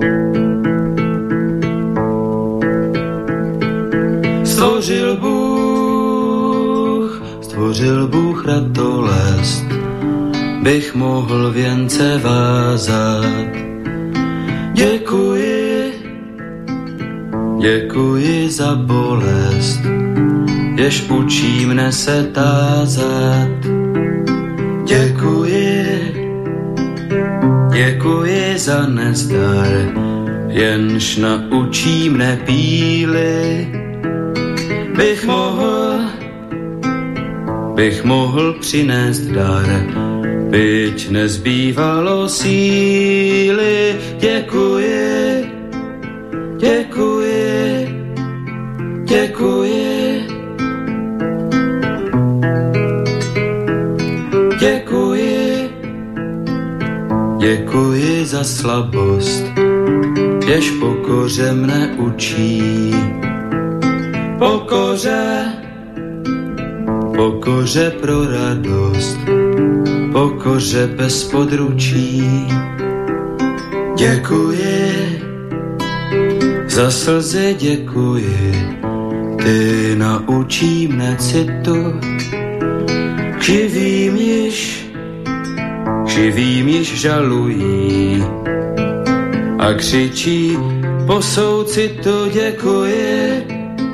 Stvořil Bůh ratolest, bych mohl věnce vázat. Děkuji za bolest, jež učí mne se tázat. Děkuji za nezdar, jenž naučí mne píly. Bych mohl přinést dar, byť nezbývalo síly. Děkuji za slabost, jež pokoře mne učí. Pokoře pro radost, pokoře bez područí. Děkuji za slzy, děkuji, ty naučí mne citu. Živým již žalují a křičí po soucitu. Děkuji.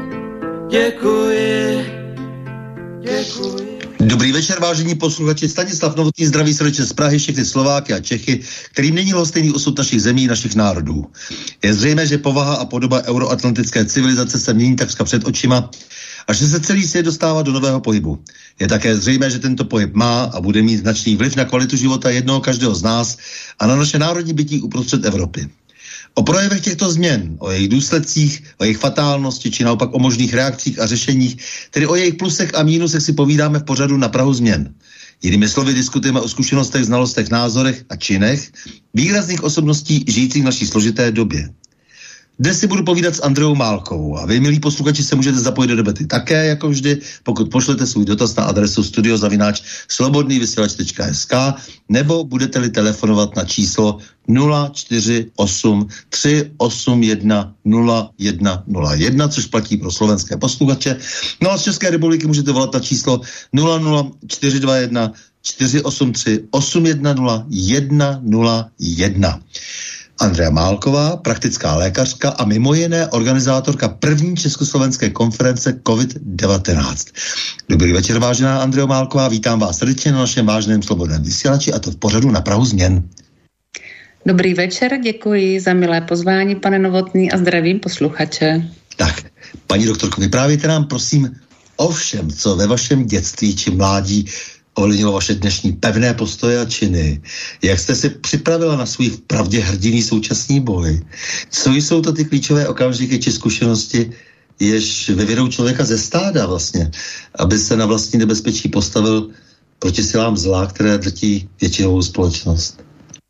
Dobrý večer, vážení posluchači. Stanislav Novotný zdraví srdečně z Prahy, všechny Slováky a Čechy, kterým není lhostejný osud našich zemí, našich národů. Je zřejmé, že povaha a podoba euroatlantické civilizace se mění takřka před očima a že se celý svět dostává do nového pohybu. Je také zřejmé, že tento pohyb má a bude mít značný vliv na kvalitu života jednoho každého z nás a na naše národní bytí uprostřed Evropy. O projevech těchto změn, o jejich důsledcích, o jejich fatálnosti, či naopak o možných reakcích a řešeních, tedy o jejich plusech a mínusech si povídáme v pořadu Na prahu změn. Jinými slovy diskutujeme o zkušenostech, znalostech, názorech a činech výrazných osobností žijících v naší složité době. Dnes si budu povídat s Andreou Málkovou a vy, milí posluchači, se můžete zapojit do debaty také, jako vždy, pokud pošlete svůj dotaz na adresu studio@slobodnývysílač.sk nebo budete-li telefonovat na číslo 048 381 0101, což platí pro slovenské posluchače. No a z České republiky můžete volat na číslo 00421 483 810 101. Andrea Málková, praktická lékařka a mimo jiné organizátorka první československé konference COVID-19. Dobrý večer, vážená Andrea Málková, vítám vás srdečně na našem vážném slobodném vysílači a to v pořadu Na prahu změn. Dobrý večer, děkuji za milé pozvání, pane Novotný, a zdravím posluchače. Tak, paní doktorko, vyprávějte nám prosím o všem, co ve vašem dětství či mládí ovlivnilo vaše dnešní pevné postoje a činy. Jak jste si připravila na svůj vpravdě hrdinný současný boj? Co jsou to ty klíčové okamžiky či zkušenosti, jež vyvedou člověka ze stáda vlastně, aby se na vlastní nebezpečí postavil proti silám zla, které drtí většinovou společnost?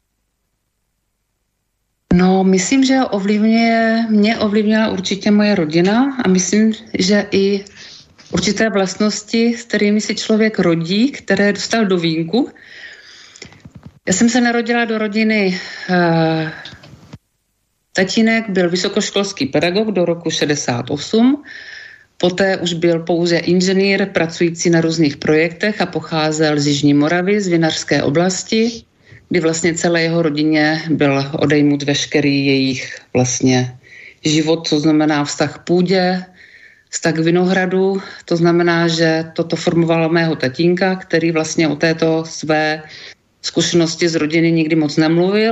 No, myslím, že mě ovlivnila určitě moje rodina a myslím, že i určité vlastnosti, s kterými si člověk rodí, které dostal do vínku. Já jsem se narodila do rodiny, tatínek byl vysokoškolský pedagog do roku 68, poté už byl pouze inženýr pracující na různých projektech a pocházel z Jižní Moravy, z vinařské oblasti, kdy vlastně celé jeho rodině byl odejmut veškerý jejich vlastně život, co znamená vztah k půdě, vztah k vinohradu, to znamená, že toto formovalo mého tatínka, který vlastně o této své zkušenosti z rodiny nikdy moc nemluvil,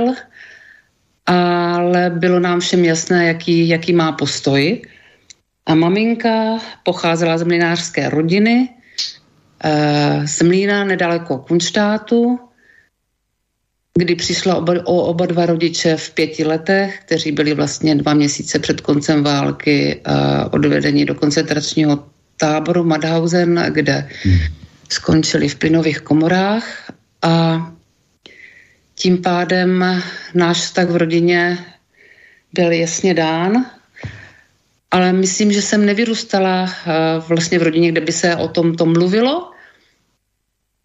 ale bylo nám všem jasné, jaký má postoj. A maminka pocházela z mlynářské rodiny, z Mlýna nedaleko Kunštátu, kdy přišla oba dva rodiče v 5 letech, kteří byli vlastně 2 měsíce před koncem války odvedeni do koncentračního táboru Mauthausen, kde skončili v plynových komorách a tím pádem náš vztah v rodině byl jasně dán, ale myslím, že jsem nevyrůstala vlastně v rodině, kde by se o tomto mluvilo.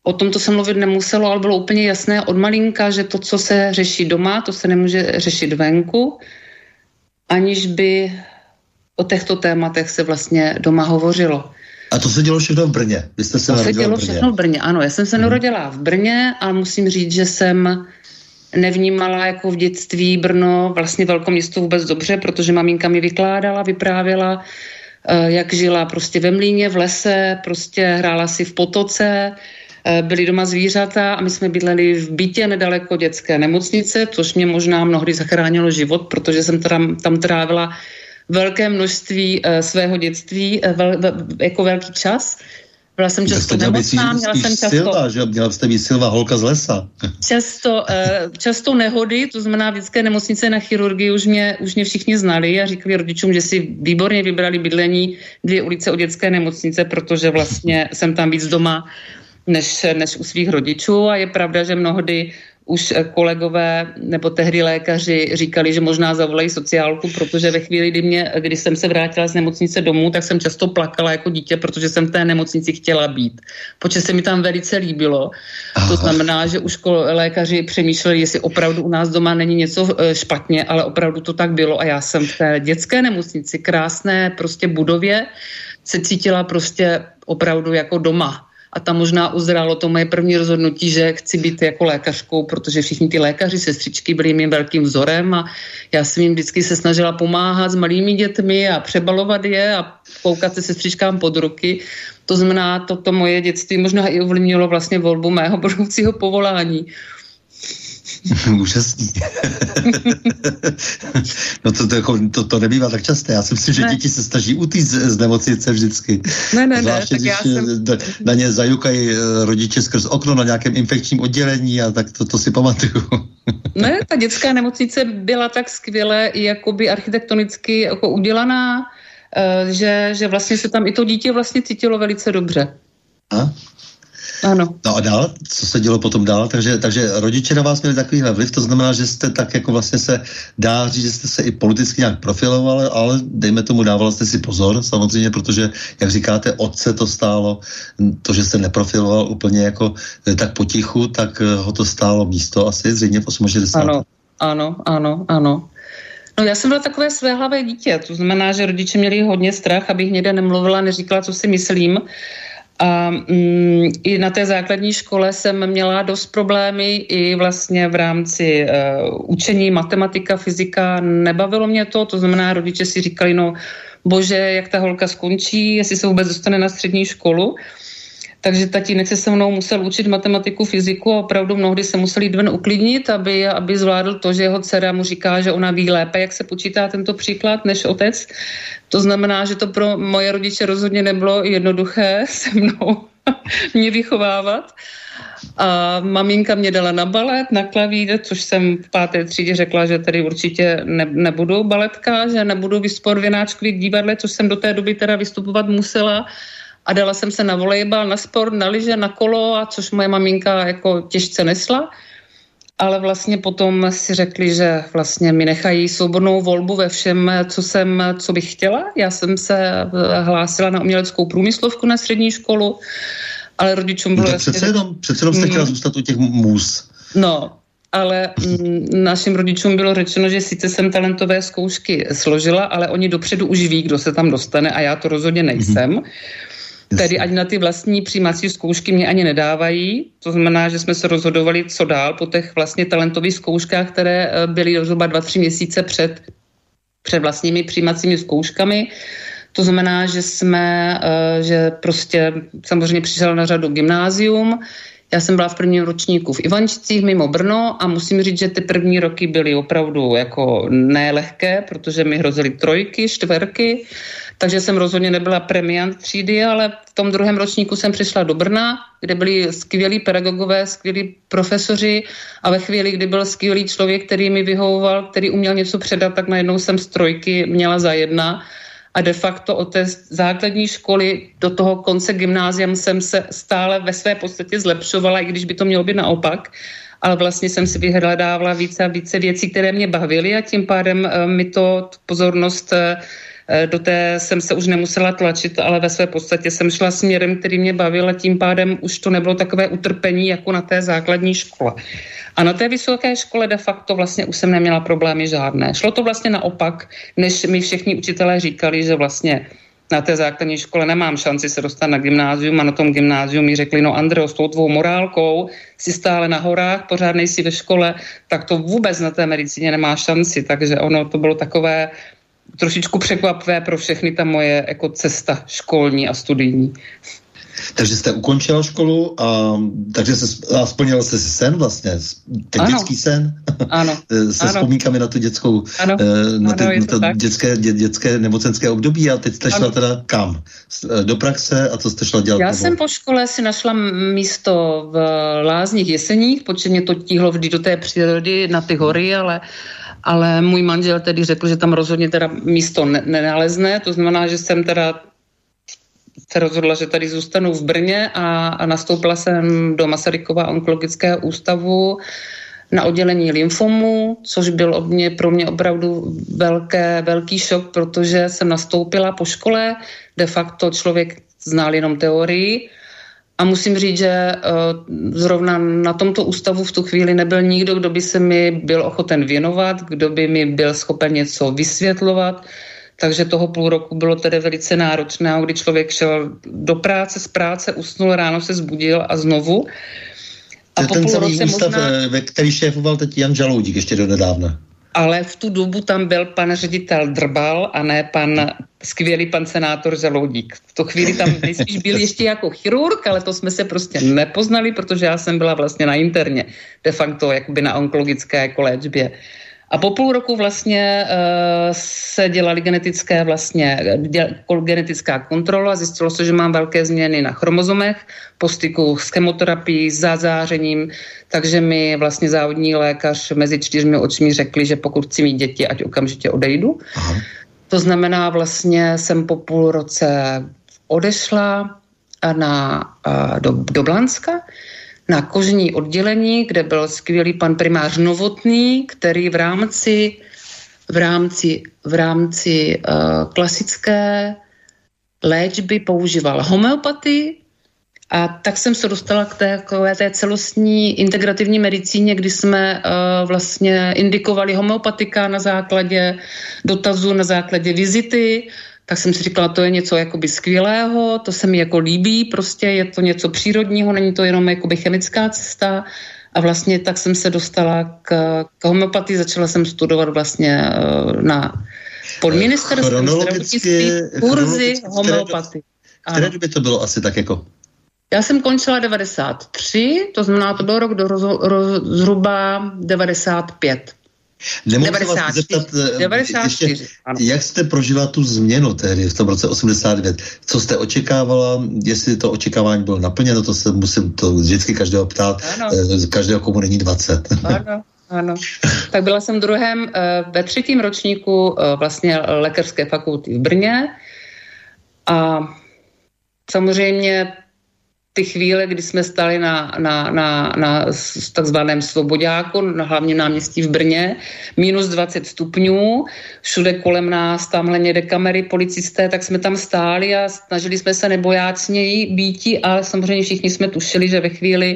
o tom to se mluvit nemuselo, ale bylo úplně jasné od malinka, že to, co se řeší doma, to se nemůže řešit venku, aniž by o těchto tématech se vlastně doma hovořilo. A to se dělo všechno v Brně? Vy jste se narodila v Brně? To se dělo všechno v Brně, ano. Já jsem se narodila v Brně, ale musím říct, že jsem nevnímala jako v dětství Brno vlastně velkoměsto vůbec dobře, protože maminka mi vykládala, vyprávěla, jak žila prostě ve mlýně, v lese, prostě hrála si v potoce, byly doma zvířata a my jsme bydleli v bytě nedaleko dětské nemocnice, což mě možná mnohdy zachránilo život, protože jsem tam trávila velké množství svého dětství, jako velký čas. Byla jsem často nemocná, měla jsem často... Silva, že? Měla jste být Silva, holka z lesa. Často nehody, to znamená v dětské nemocnice na chirurgii už mě všichni znali a říkali rodičům, že si výborně vybrali bydlení 2 ulice od dětské nemocnice, protože vlastně jsem tam víc doma než u svých rodičů a je pravda, že mnohdy už kolegové nebo tehdy lékaři říkali, že možná zavolají sociálku, protože ve chvíli, kdy jsem se vrátila z nemocnice domů, tak jsem často plakala jako dítě, protože jsem v té nemocnici chtěla být. Protože se mi tam velice líbilo. Aha. To znamená, že už lékaři přemýšleli, jestli opravdu u nás doma není něco špatně, ale opravdu to tak bylo a já jsem v té dětské nemocnici, krásné prostě budově, se cítila prostě opravdu jako doma. A tam možná uzrálo to moje první rozhodnutí, že chci být jako lékařkou, protože všichni ty lékaři, sestřičky byly mým velkým vzorem a já jsem jim vždycky se snažila pomáhat s malými dětmi a přebalovat je a koukat se sestřičkám pod ruky. To znamená, toto moje dětství možná i ovlivnilo vlastně volbu mého budoucího povolání. Úžasný. No to nebývá tak časté. Já si myslím, že děti se snaží utíct z nemocnice vždycky. Ne, zvláště, tak když na ně zajukají rodiče skrz okno na nějakém infekčním oddělení a tak to si pamatuju. Ne, ta dětská nemocnice byla tak skvěle i jakoby architektonicky jako udělaná, že vlastně se tam i to dítě vlastně cítilo velice dobře. A? Ano. No a dál, co se dělo potom dál, takže rodiče na vás měli takovýhle vliv, to znamená, že jste tak jako vlastně se dá říct, že jste se i politicky nějak profilovali, ale dejme tomu, dávala jste si pozor samozřejmě, protože, jak říkáte, otce to stálo, to, že jste neprofiloval úplně jako tak potichu, tak ho to stálo místo asi zřejmě v 68. Ano. No já jsem byla takové svéhlavé dítě, to znamená, že rodiče měli hodně strach, abych někde nemluvila, neříkala, co si myslím. A i na té základní škole jsem měla dost problémy i vlastně v rámci učení matematika, fyzika, nebavilo mě to znamená, rodiče si říkali, no bože, jak ta holka skončí, jestli se vůbec dostane na střední školu. Takže tatínek se mnou musel učit matematiku, fyziku a opravdu mnohdy se musel jít ven uklidnit, aby zvládl to, že jeho dcera mu říká, že ona ví lépe, jak se počítá tento příklad, než otec. To znamená, že to pro moje rodiče rozhodně nebylo jednoduché se mnou mě vychovávat. A maminka mě dala na balet, na klavír, což jsem v 5. třídě řekla, že tedy určitě nebudu baletka, že nebudu vystupovat v Janáčkově divadle, což jsem do té doby teda vystupovat musela. A dala jsem se na volejbal, na sport, na lyže, na kolo, a což moje maminka jako těžce nesla. Ale vlastně potom si řekli, že vlastně mi nechají svobodnou volbu ve všem, co bych chtěla. Já jsem se hlásila na uměleckou průmyslovku na střední školu, ale rodičům bylo... Přece jenom jste chtěla zůstat u těch můz. No, ale našim rodičům bylo řečeno, že sice jsem talentové zkoušky složila, ale oni dopředu už ví, kdo se tam dostane a já to rozhodně nejsem. Tedy ať na ty vlastní přijímací zkoušky mě ani nedávají. To znamená, že jsme se rozhodovali, co dál po těch vlastně talentových zkouškách, které byly zhruba 2-3 měsíce před vlastními přijímacími zkouškami. To znamená, že prostě samozřejmě přišel na řadu gymnázium. Já jsem byla v prvním ročníku v Ivančicích mimo Brno a musím říct, že ty první roky byly opravdu jako nelehké, protože mi hrozily 3, 4, takže jsem rozhodně nebyla premiant třídy, ale v tom druhém ročníku jsem přišla do Brna, kde byli skvělí pedagogové, skvělí profesoři a ve chvíli, kdy byl skvělý člověk, který mi vyhovoval, který uměl něco předat, tak najednou jsem z 3 měla za 1 a de facto od té základní školy do toho konce gymnázia jsem se stále ve své podstatě zlepšovala, i když by to mělo být naopak, ale vlastně jsem si vyhledávala více a více věcí, které mě bavily a tím pádem mi to pozornost do té jsem se už nemusela tlačit, ale ve své podstatě jsem šla směrem, který mě bavil a tím pádem už to nebylo takové utrpení jako na té základní škole. A na té vysoké škole de facto vlastně už jsem neměla problémy žádné. Šlo to vlastně naopak, než mi všichni učitelé říkali, že vlastně na té základní škole nemám šanci se dostat na gymnázium a na tom gymnáziu mi řekli, no Andreo, s tou tvou morálkou si stále na horách, pořád nejsi ve škole, tak to vůbec na té medicíně nemá šanci, takže ono to bylo takové trošičku překvapivé pro všechny ta moje jako cesta školní a studijní. Takže jste ukončila školu a takže splnila jste si sen vlastně, ten dětský sen? Ano. Se vzpomínkami na tu dětskou, na to dětské nemocenské období a teď jste šla teda kam? Do praxe a co jste šla dělat? Já jsem po škole si našla místo v Lázních Jeseních, protože mě to tíhlo vždy do té přírody, na ty hory, ale můj manžel tedy řekl, že tam rozhodně teda místo nenalezne, to znamená, že jsem teda se rozhodla, že tady zůstanu v Brně a nastoupila jsem do Masarykova onkologického ústavu na oddělení lymfomu, což byl pro mě opravdu velký šok, protože jsem nastoupila po škole, de facto člověk znal jenom teorii a musím říct, že zrovna na tomto ústavu v tu chvíli nebyl nikdo, kdo by se mi byl ochoten věnovat, kdo by mi byl schopen něco vysvětlovat. Takže toho půl roku bylo tedy velice náročné, kdy člověk šel do práce, z práce, usnul, ráno se zbudil a znovu. A ten celý ústav, ve který šéfoval teď Jan Žaloudík ještě do nedávna. Ale v tu dobu tam byl pan ředitel Drbal a ne skvělý pan senátor Žaloudík. V tu chvíli tam nejspíš byl ještě jako chirurg, ale to jsme se prostě nepoznali, protože já jsem byla vlastně na interně, de facto jakoby na onkologické jako léčbě. A po půl roku vlastně se dělaly genetická kontrola, zjistilo se, že mám velké změny na chromozomech po styku s chemoterapií, s zářením, takže mi vlastně závodní lékař mezi 4 očmi řekli, že pokud chci mít děti, ať okamžitě odejdu. Aha. To znamená, vlastně jsem po půl roce odešla do Blanska, na kožní oddělení, kde byl skvělý pan primář Novotný, který v rámci klasické léčby používal homeopatii a tak jsem se dostala k té celostní integrativní medicíně, kdy jsme vlastně indikovali homeopatika na základě dotazu, na základě vizity. Tak jsem si říkala, to je něco jakoby skvělého, to se mi jako líbí, prostě je to něco přírodního, není to jenom jakoby chemická cesta a vlastně tak jsem se dostala k homeopatii, začala jsem studovat vlastně pod ministerstvem zdravotnictví kurzy homeopatii. V které době to bylo asi tak jako? Já jsem končila 93, to znamená, to byl rok zhruba 95. Nemohu se vás zeptat, 94, jak jste prožila tu změnu tehdy v tom roce 89? Co jste očekávala? Jestli to očekávání bylo naplněno, to se musím to vždycky každého ptát, každého, komu není 20. Ano. Tak byla jsem ve 3. ročníku vlastně lékařské fakulty v Brně a samozřejmě ty chvíle, kdy jsme stali na takzvaném Svoboďáku, na hlavním náměstí v Brně, minus 20 stupňů, všude kolem nás, tamhle někde kamery, policisté, tak jsme tam stáli a snažili jsme se nebojácněji býti, ale samozřejmě všichni jsme tušili, že ve chvíli,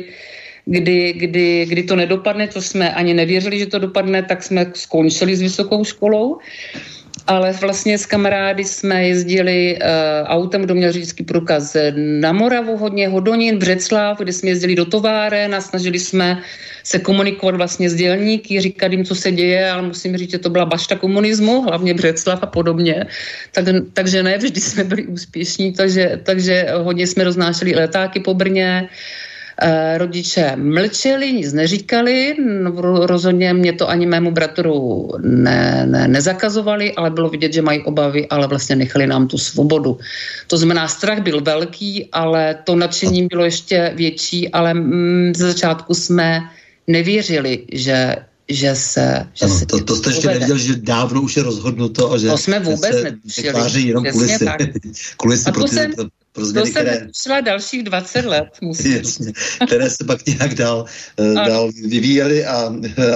kdy to nedopadne, což jsme ani nevěřili, že to dopadne, tak jsme skončili s vysokou školou. Ale vlastně s kamarády jsme jezdili autem, kdo měl řidičský průkaz na Moravu, hodně Hodonín, Břeclav, kde jsme jezdili do továren a snažili jsme se komunikovat vlastně s dělníky, říkat jim, co se děje, ale musím říct, že to byla bašta komunismu, hlavně Břeclav a podobně. Takže ne vždy jsme byli úspěšní, takže hodně jsme roznášeli letáky po Brně. Rodiče mlčeli, nic neříkali, rozhodně mě to ani mému bratru nezakazovali, ale bylo vidět, že mají obavy, ale vlastně nechali nám tu svobodu. To znamená, strach byl velký, ale to nadšení bylo ještě větší, ale ze začátku jsme nevěřili, že se to jste ještě nevěděl, že dávno už je rozhodnuto a že to jsme vůbec netušili. Vytváří jenom kulisy. Kulisy pro změny, které... šla dalších 20 let. Jasně, které se pak nějak dál vyvíjely a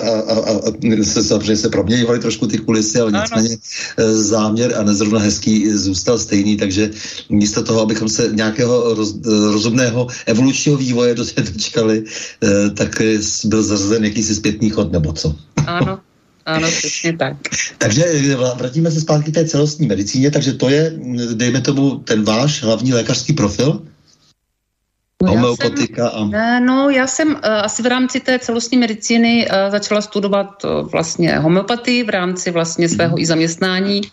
se proměňovaly trošku ty kulisy, ale nicméně záměr a nezrovna hezký zůstal stejný, takže místo toho, abychom se nějakého rozumného evolučního vývoje dočkali, tak byl zařazen jakýsi zpětný chod, nebo co? Ano, přesně tak. Takže vrátíme se zpátky k té celostní medicíně, takže to je, dejme tomu, ten váš hlavní lékařský profil? Homeopatika já jsem asi v rámci té celostní medicíny začala studovat vlastně homeopatii v rámci vlastně svého i zaměstnání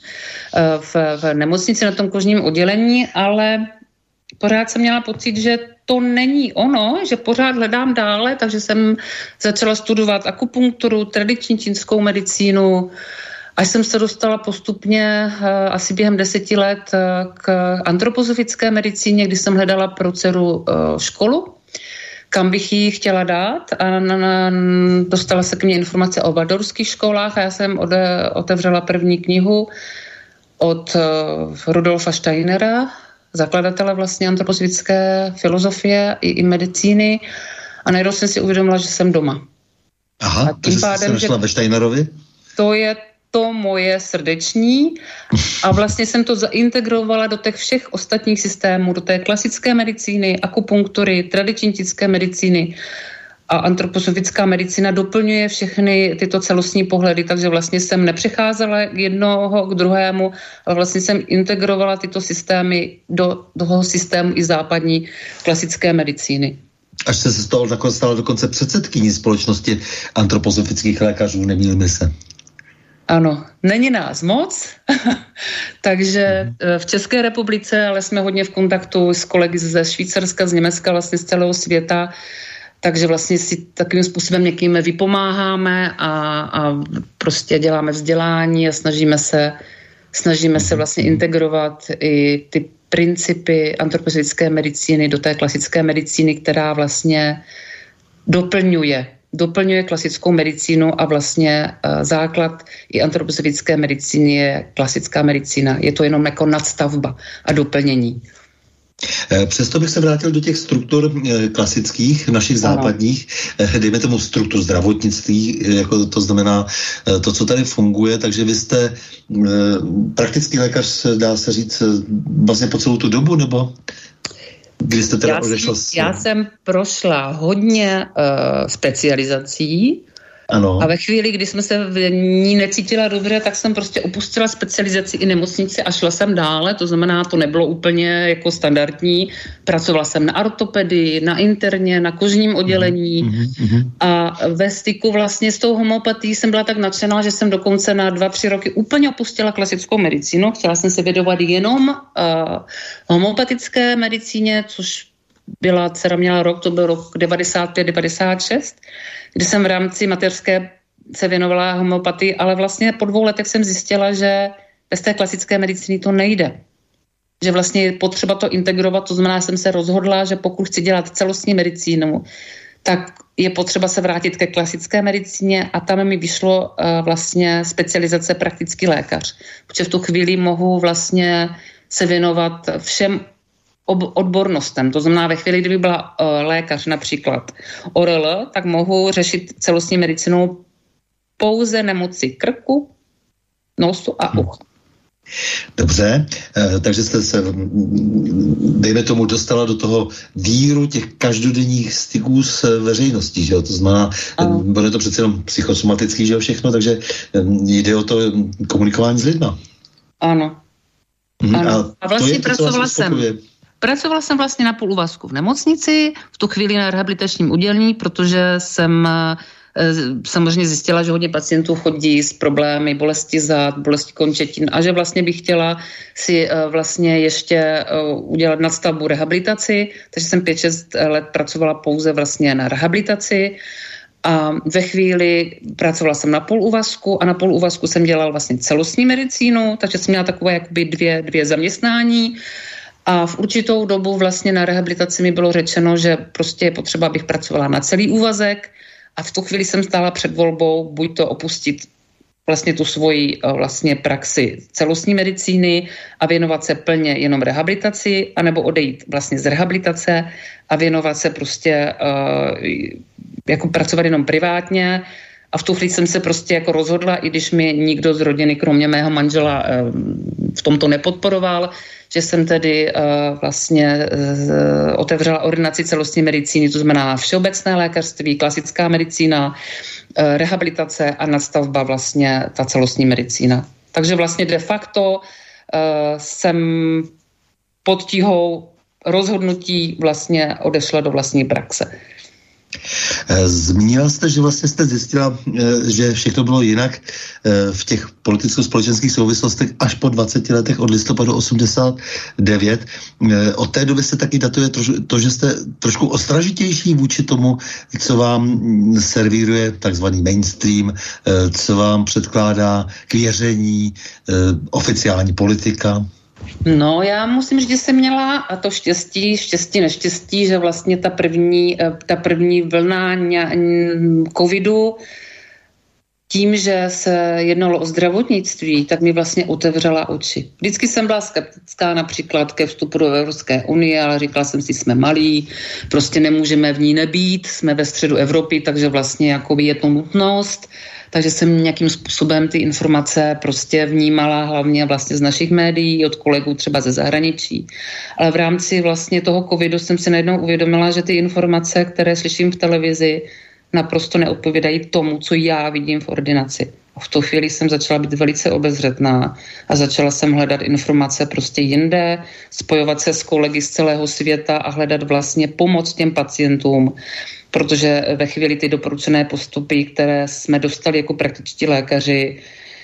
v nemocnici na tom kožním oddělení, ale pořád jsem měla pocit, že to není ono, že pořád hledám dále, takže jsem začala studovat akupunkturu, tradiční čínskou medicínu, až jsem se dostala postupně asi během 10 let k antropozofické medicíně, kdy jsem hledala pro dceru školu, kam bych ji chtěla dát a dostala se k mně informace o valdorských školách a já jsem otevřela první knihu od Rudolfa Steinera, zakladatele vlastně antropozofické filozofie i medicíny a najednou jsem si uvědomila, že jsem doma. Aha, takže jste se našla ve Steinerovi? To je to moje srdeční a vlastně jsem to zaintegrovala do těch všech ostatních systémů, do té klasické medicíny, akupunktury, tradiční čínské medicíny a antropozofická medicína doplňuje všechny tyto celostní pohledy, takže vlastně jsem nepřecházela jednoho k druhému, ale vlastně jsem integrovala tyto systémy do toho systému i západní klasické medicíny. Až se z toho nakonec stala dokonce předsedkyní společnosti antropozofických lékařů, nemýlíme se. Ano, není nás moc, takže v České republice, ale jsme hodně v kontaktu s kolegy ze Švýcarska, z Německa, vlastně z celého světa, takže vlastně si takovým způsobem někým vypomáháme a prostě děláme vzdělání a snažíme se vlastně integrovat i ty principy antropozofické medicíny do té klasické medicíny, která vlastně doplňuje klasickou medicínu a vlastně základ i antropozofické medicíny je klasická medicína. Je to jenom jako nadstavba a doplnění. Přesto bych se vrátil do těch struktur klasických, našich západních, dejme tomu struktur zdravotnictví, jako to znamená to, co tady funguje, takže vy jste praktický lékař, dá se říct, vlastně po celou tu dobu, nebo kdy jste teda odešla? Já jsem prošla hodně specializací. Ano. A ve chvíli, kdy jsme se v ní necítila dobře, tak jsem prostě opustila specializaci i nemocnici a šla jsem dále, to znamená, to nebylo úplně jako standardní. Pracovala jsem na ortopedii, na interně, na kožním oddělení a ve styku vlastně s tou homeopatií jsem byla tak nadšená, že jsem dokonce na 2-3 roky úplně opustila klasickou medicínu. Chtěla jsem se věnovat jenom homeopatické medicíně, což byla dcera měla rok, to byl rok 95-96, kdy jsem v rámci mateřské se věnovala homeopatii, ale vlastně po 2 letech jsem zjistila, že bez té klasické medicíny to nejde. Že vlastně je potřeba to integrovat, to znamená, jsem se rozhodla, že pokud chci dělat celostní medicínu, tak je potřeba se vrátit ke klasické medicíně a tam mi vyšlo vlastně specializace praktický lékař. Protože v tu chvíli mohu vlastně se věnovat všem odbornostem. To znamená, ve chvíli, kdyby byla lékař například ORL, tak mohu řešit celostní medicinou pouze nemoci krku, nosu a ucha. Dobře, takže jste se, dejme tomu, dostala do toho víru těch každodenních styků s veřejností, že jo? To znamená, bude to přece jenom psychosomatický, že jo, všechno, takže jde o to komunikování s lidma. Ano. Ano. A vlastně pracovala jsem vlastně na půl úvazku v nemocnici, v tu chvíli na rehabilitačním oddělení, protože jsem samozřejmě zjistila, že hodně pacientů chodí s problémy bolesti zad, bolesti končetin a že vlastně bych chtěla si vlastně ještě udělat nadstavbu rehabilitaci, takže jsem 5-6 let pracovala pouze vlastně na rehabilitaci a ve chvíli pracovala jsem na půl úvazku a na půl úvazku jsem dělala vlastně celostní medicínu, takže jsem měla takové jakoby dvě zaměstnání. A v určitou dobu vlastně na rehabilitaci mi bylo řečeno, že prostě je potřeba, abych pracovala na celý úvazek a v tu chvíli jsem stála před volbou buď to opustit vlastně tu svoji vlastně praxi celostní medicíny a věnovat se plně jenom rehabilitaci, anebo odejít vlastně z rehabilitace a věnovat se prostě jako pracovat jenom privátně. A v tu chvíli jsem se prostě jako rozhodla, i když mi nikdo z rodiny, kromě mého manžela, v tomto nepodporoval, že jsem tedy vlastně otevřela ordinaci celostní medicíny, to znamená všeobecné lékařství, klasická medicína, rehabilitace a nadstavba vlastně ta celostní medicína. Takže vlastně de facto jsem pod tíhou rozhodnutí vlastně odešla do vlastní praxe. Zmínila jste, že vlastně jste zjistila, že všechno bylo jinak v těch politicko-společenských souvislostech až po 20 letech od listopadu 89. Od té doby se taky datuje to, že jste trošku ostražitější vůči tomu, co vám servíruje takzvaný mainstream, co vám předkládá k věření oficiální politika. No, já musím říct, že jsem měla to štěstí, neštěstí, že vlastně ta první vlna covidu, tím, že se jednalo o zdravotnictví, tak mi vlastně otevřela oči. Vždycky jsem byla skeptická například ke vstupu do Evropské unie, ale říkala jsem si, jsme malí, prostě nemůžeme v ní nebýt, jsme ve středu Evropy, takže vlastně jakoby je to nutnost. Takže jsem nějakým způsobem ty informace prostě vnímala hlavně vlastně z našich médií, od kolegů třeba ze zahraničí. Ale v rámci vlastně toho covidu jsem si najednou uvědomila, že ty informace, které slyším v televizi, naprosto neodpovídají tomu, co já vidím v ordinaci. A v tu chvíli jsem začala být velice obezřetná a začala jsem hledat informace prostě jinde, spojovat se s kolegy z celého světa a hledat vlastně pomoc těm pacientům, protože ve chvíli ty doporučené postupy, které jsme dostali jako praktičtí lékaři,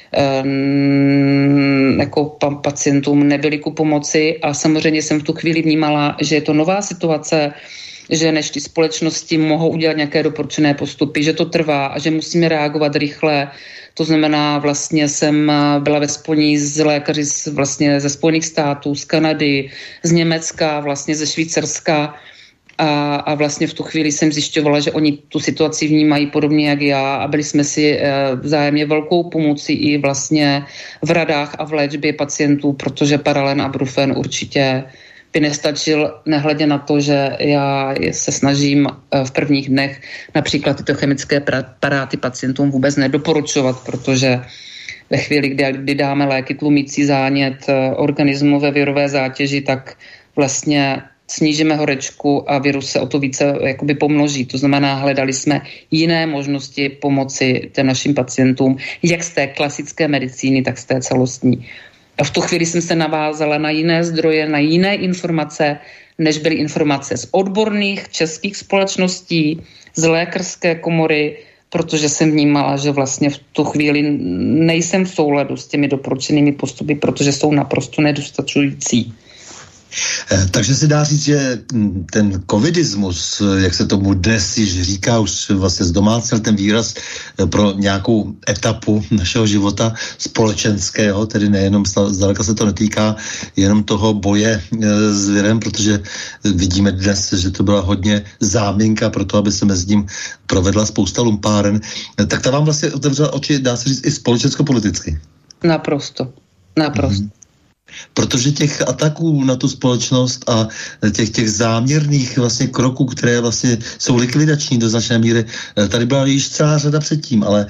jako pacientům nebyly ku pomoci a samozřejmě jsem v tu chvíli vnímala, že je to nová situace, že než ty společnosti mohou udělat nějaké doporučené postupy, že to trvá a že musíme reagovat rychle. To znamená, vlastně jsem byla ve spojení s lékaři vlastně ze Spojených států, z Kanady, z Německa, vlastně ze Švýcarska a vlastně v tu chvíli jsem zjišťovala, že oni tu situaci vnímají podobně jak já a byli jsme si vzájemně velkou pomocí i vlastně v radách a v léčbě pacientů, protože Paralen a Brufen určitě by nestačil, nehledě na to, že já se snažím v prvních dnech například tyto chemické preparáty pacientům vůbec nedoporučovat, protože ve chvíli, kdy dáme léky tlumící zánět organismu ve virové zátěži, tak vlastně snížíme horečku a virus se o to více jakoby pomnoží. To znamená, hledali jsme jiné možnosti pomoci těm našim pacientům, jak z té klasické medicíny, tak z té celostní. A v tu chvíli jsem se navázala na jiné zdroje, na jiné informace, než byly informace z odborných českých společností, z lékařské komory, protože jsem vnímala, že vlastně v tu chvíli nejsem v souladu s těmi doporučenými postupy, protože jsou naprosto nedostačující. Takže se dá říct, že ten covidismus, jak se tomu dnes již říká, už vlastně zdomácel ten výraz pro nějakou etapu našeho života společenského, tedy nejenom zdaleka se to netýká jenom toho boje s virem, protože vidíme dnes, že to byla hodně záminka pro to, aby se mezi ním provedla spousta lumpáren, tak ta vám vlastně otevřela oči, dá se říct, i společensko-politicky. Naprosto. Mm-hmm. Protože těch ataků na tu společnost a těch záměrných vlastně kroků, které vlastně jsou likvidační do značné míry, tady byla již celá řada předtím, ale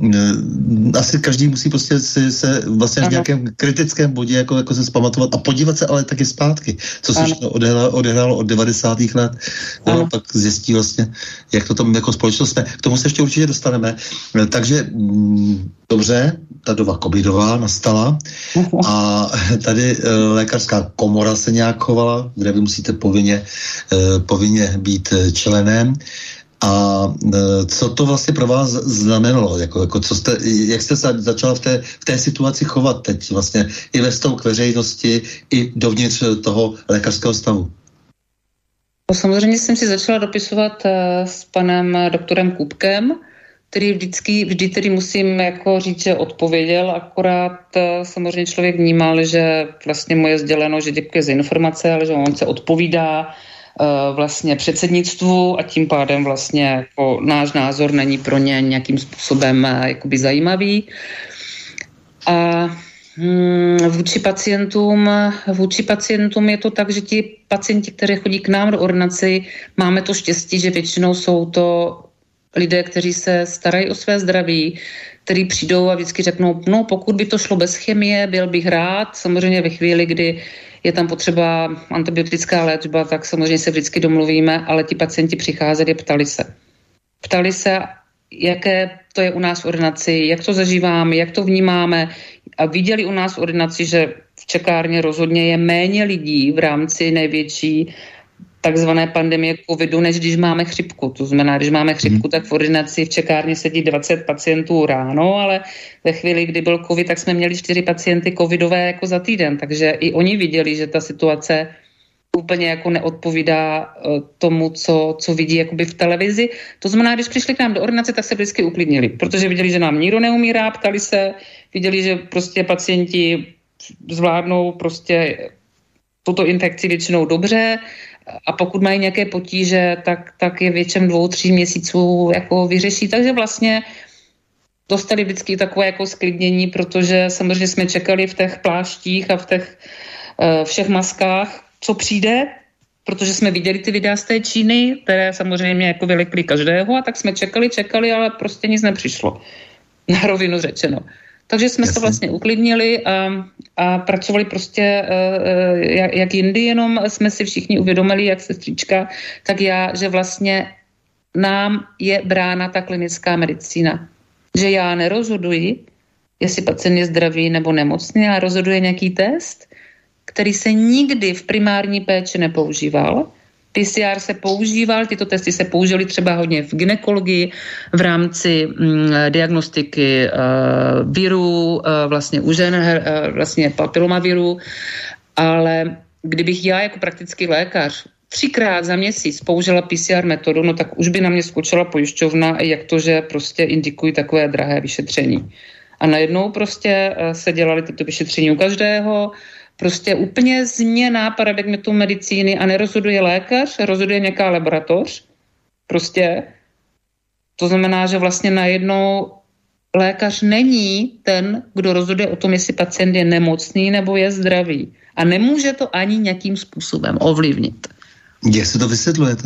asi každý musí prostě se vlastně v nějakém kritickém bodě jako se zpamatovat a podívat se ale taky zpátky, co se odehrálo od 90. let, no, tak zjistí vlastně, jak to tam jako společnost jsme. K tomu se ještě určitě dostaneme. Takže dobře, ta doba covidová nastala a tady lékařská komora se nějak chovala, kde vy musíte povinně být členem. A co to vlastně pro vás znamenalo? Jak jste se začala v té situaci chovat teď vlastně i ve vztahu k veřejnosti, i dovnitř toho lékařského stavu? Samozřejmě jsem si začala dopisovat s panem doktorem Kubkem, který vždy tedy musím jako říct, že odpověděl, akorát samozřejmě člověk vnímal, že vlastně mu je sděleno, že děkuje za informace, ale že on se odpovídá vlastně předsednictvu a tím pádem vlastně jako náš názor není pro ně nějakým způsobem jakoby zajímavý. Vůči pacientům je to tak, že ti pacienti, kteří chodí k nám do ordinaci, máme to štěstí, že většinou jsou to lidé, kteří se starají o své zdraví, kteří přijdou a vždycky řeknou, no pokud by to šlo bez chemie, byl bych rád. Samozřejmě ve chvíli, kdy je tam potřeba antibiotická léčba, tak samozřejmě se vždycky domluvíme, ale ti pacienti přicházeli, ptali se, jaké to je u nás v ordinaci, jak to zažíváme, jak to vnímáme a viděli u nás v ordinaci, že v čekárně rozhodně je méně lidí v rámci největší takzvané pandemie covidu, než když máme chřipku. To znamená, když máme chřipku, tak v ordinaci v čekárně sedí 20 pacientů ráno, ale ve chvíli, kdy byl covid, tak jsme měli 4 pacienty covidové jako za týden, takže i oni viděli, že ta situace úplně jako neodpovídá tomu, co vidí jakoby v televizi. To znamená, když přišli k nám do ordinace, tak se vždycky uklidnili, protože viděli, že nám nikdo neumírá, ptali se, viděli, že prostě pacienti zvládnou prostě tuto infekci většinou dobře a pokud mají nějaké potíže, tak je většem 2-3 měsíců jako vyřeší. Takže vlastně dostali vždycky takové jako sklidnění, protože samozřejmě jsme čekali v těch pláštích a v těch všech maskách, co přijde, protože jsme viděli ty videa z té Číny, které samozřejmě jako vylekli každého a tak jsme čekali, ale prostě nic nepřišlo. Na rovinu řečeno. Takže jsme se vlastně uklidnili a pracovali prostě jak jindy, jenom jsme si všichni uvědomili, jak sestřička, tak já, že vlastně nám je brána ta klinická medicína. Že já nerozhoduji, jestli pacient je zdravý nebo nemocný, ale rozhoduje nějaký test, který se nikdy v primární péči nepoužíval. PCR se používal, tyto testy se použily třeba hodně v gynekologii v rámci diagnostiky virů, vlastně u žen, vlastně papilomaviru, ale kdybych já jako praktický lékař 3krát za měsíc použila PCR metodu, no tak už by na mě skočila pojišťovna, jak to, že prostě indikují takové drahé vyšetření. A najednou prostě se dělali tyto vyšetření u každého, prostě úplně změna paradigmatu medicíny a nerozhoduje lékař, rozhoduje nějaká laboratoř. Prostě to znamená, že vlastně najednou lékař není ten, kdo rozhoduje o tom, jestli pacient je nemocný nebo je zdravý. A nemůže to ani nějakým způsobem ovlivnit. Jak si to vysvětlujete?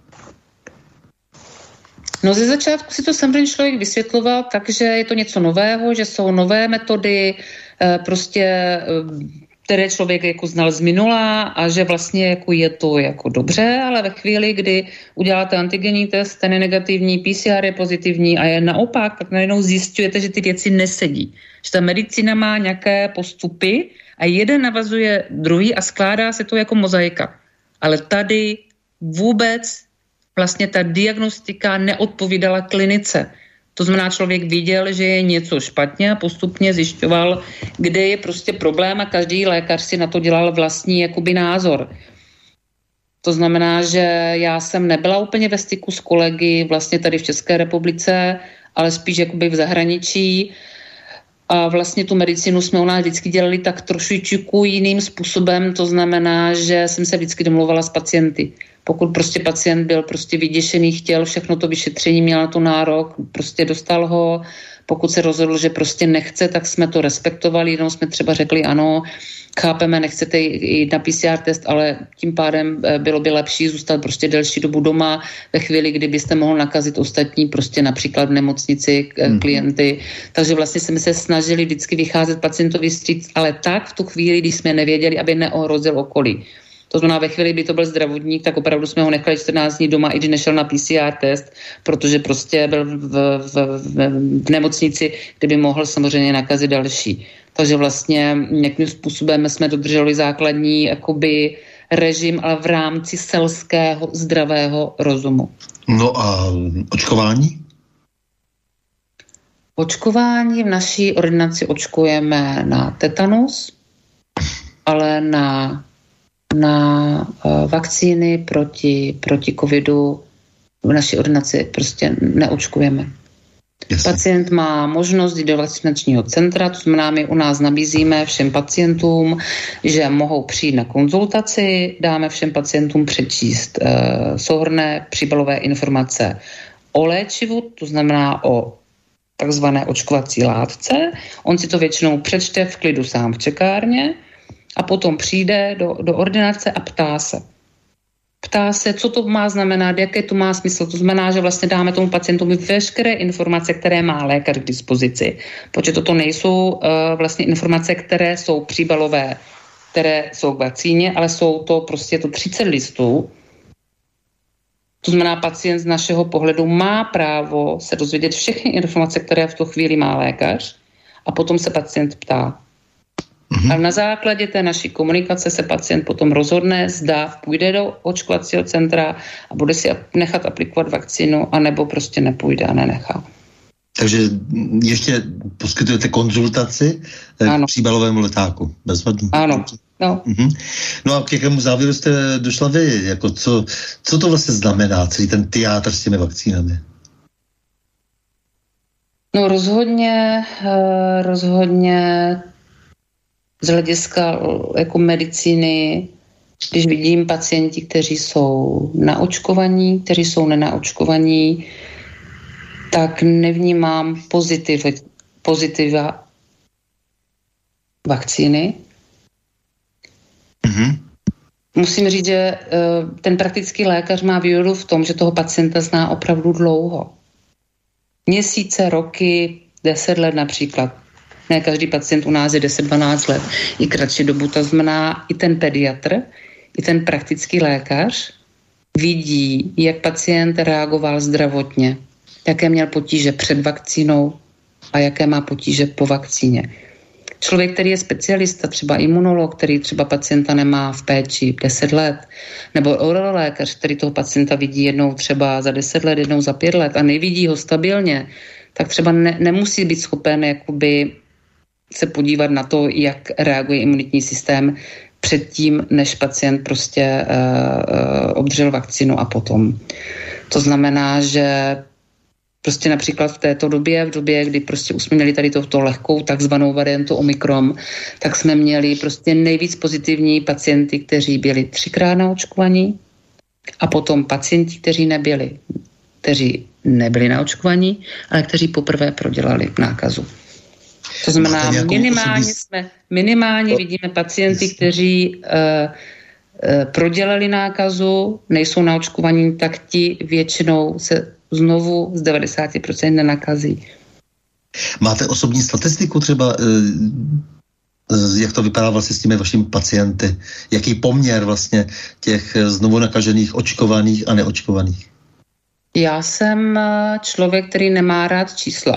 No ze začátku si to samozřejmě člověk vysvětloval, takže je to něco nového, že jsou nové metody, prostě které člověk jako znal z minula a že vlastně jako je to jako dobře, ale ve chvíli, kdy uděláte antigenní test, ten je negativní, PCR je pozitivní a je naopak, tak najednou zjišťujete, že ty věci nesedí. Že ta medicína má nějaké postupy a jeden navazuje druhý a skládá se to jako mozaika. Ale tady vůbec vlastně ta diagnostika neodpovídala klinice. To znamená, člověk viděl, že je něco špatně a postupně zjišťoval, kde je prostě problém a každý lékař si na to dělal vlastní jakoby názor. To znamená, že já jsem nebyla úplně ve styku s kolegy vlastně tady v České republice, ale spíš jakoby v zahraničí. A vlastně tu medicínu jsme u nás vždycky dělali tak trošičku jiným způsobem, to znamená, že jsem se vždycky domluvala s pacienty. Pokud prostě pacient byl prostě vyděšený, chtěl všechno to vyšetření, měl na to nárok, prostě dostal ho. Pokud se rozhodl, že prostě nechce, tak jsme to respektovali, jenom jsme třeba řekli ano, chápeme, nechcete jít na PCR test, ale tím pádem bylo by lepší zůstat prostě delší dobu doma ve chvíli, kdy byste mohl nakazit ostatní, prostě například v nemocnici klienty. Takže vlastně jsme se snažili vždycky vycházet pacientovi vstříc, ale tak v tu chvíli, když jsme nevěděli, aby neohrozil okolí. To znamená, ve chvíli, kdy to byl zdravotník, tak opravdu jsme ho nechali 14 dní doma, i když nešel na PCR test, protože prostě byl v nemocnici, kde by mohl samozřejmě nakazit další. Takže vlastně nějakým způsobem jsme dodrželi základní jakoby režim, ale v rámci selského zdravého rozumu. No a očkování? Očkování v naší ordinaci očkujeme na tetanus, ale na vakcíny proti covidu v naší ordinaci prostě neočkujeme. Jasně. Pacient má možnost jít do vakcinačního centra, to znamená, my u nás nabízíme všem pacientům, že mohou přijít na konzultaci, dáme všem pacientům přečíst souhrnné příbalové informace o léčivu, to znamená o takzvané očkovací látce. On si to většinou přečte v klidu sám v čekárně a potom přijde do ordinace a ptá se. Ptá se, co to má znamenat, jaké to má smysl. To znamená, že vlastně dáme tomu pacientovi veškeré informace, které má lékař k dispozici. Protože toto nejsou vlastně informace, které jsou příbalové, které jsou k vakcíně, ale jsou to prostě to 30 listů. To znamená, pacient z našeho pohledu má právo se dozvědět všechny informace, které v tu chvíli má lékař a potom se pacient ptá. A na základě té naší komunikace se pacient potom rozhodne, zda půjde do očkovacího centra a bude si nechat aplikovat vakcínu, anebo prostě nepůjde a nenechá. Takže ještě poskytujete konzultaci k příbalovému letáku. Bezvadný. Ano. No. No a k jakému závěru jste došla vy? Jako co to vlastně znamená, celý ten teátr s těmi vakcínami? No rozhodně z hlediska jako medicíny, když vidím pacienti, kteří jsou naočkovaní, kteří jsou nenaočkovaní, tak nevnímám pozitiva vakcíny. Musím říct, že ten praktický lékař má výhodu v tom, že toho pacienta zná opravdu dlouho. Měsíce, roky, 10 let například. Ne každý pacient u nás je 10-12 let, i kratší dobu. To znamená, i ten pediatr, i ten praktický lékař vidí, jak pacient reagoval zdravotně, jaké měl potíže před vakcínou a jaké má potíže po vakcíně. Člověk, který je specialista, třeba imunolog, který třeba pacienta nemá v péči 10 let, nebo urololékař, který toho pacienta vidí jednou třeba za 10 let, jednou za 5 let a nevidí ho stabilně, tak třeba nemusí být schopen jakoby se podívat na to, jak reaguje imunitní systém předtím, než pacient prostě obdržel vakcínu a potom. To znamená, že prostě například v této době, kdy prostě už jsme měli tady to lehkou takzvanou variantu Omikron, tak jsme měli prostě nejvíc pozitivní pacienty, kteří byli 3krát naočkovaní a potom pacienti, kteří nebyli naočkovaní, ale kteří poprvé prodělali nákazu. To znamená, minimálně vidíme pacienty, kteří prodělali nákazu, nejsou naočkovaní, tak ti většinou se znovu z 90% nenakazí. Máte osobní statistiku třeba, jak to vypadá vlastně s těmi vašimi pacienty? Jaký poměr vlastně těch znovu nakažených, očkovaných a neočkovaných? Já jsem člověk, který nemá rád čísla.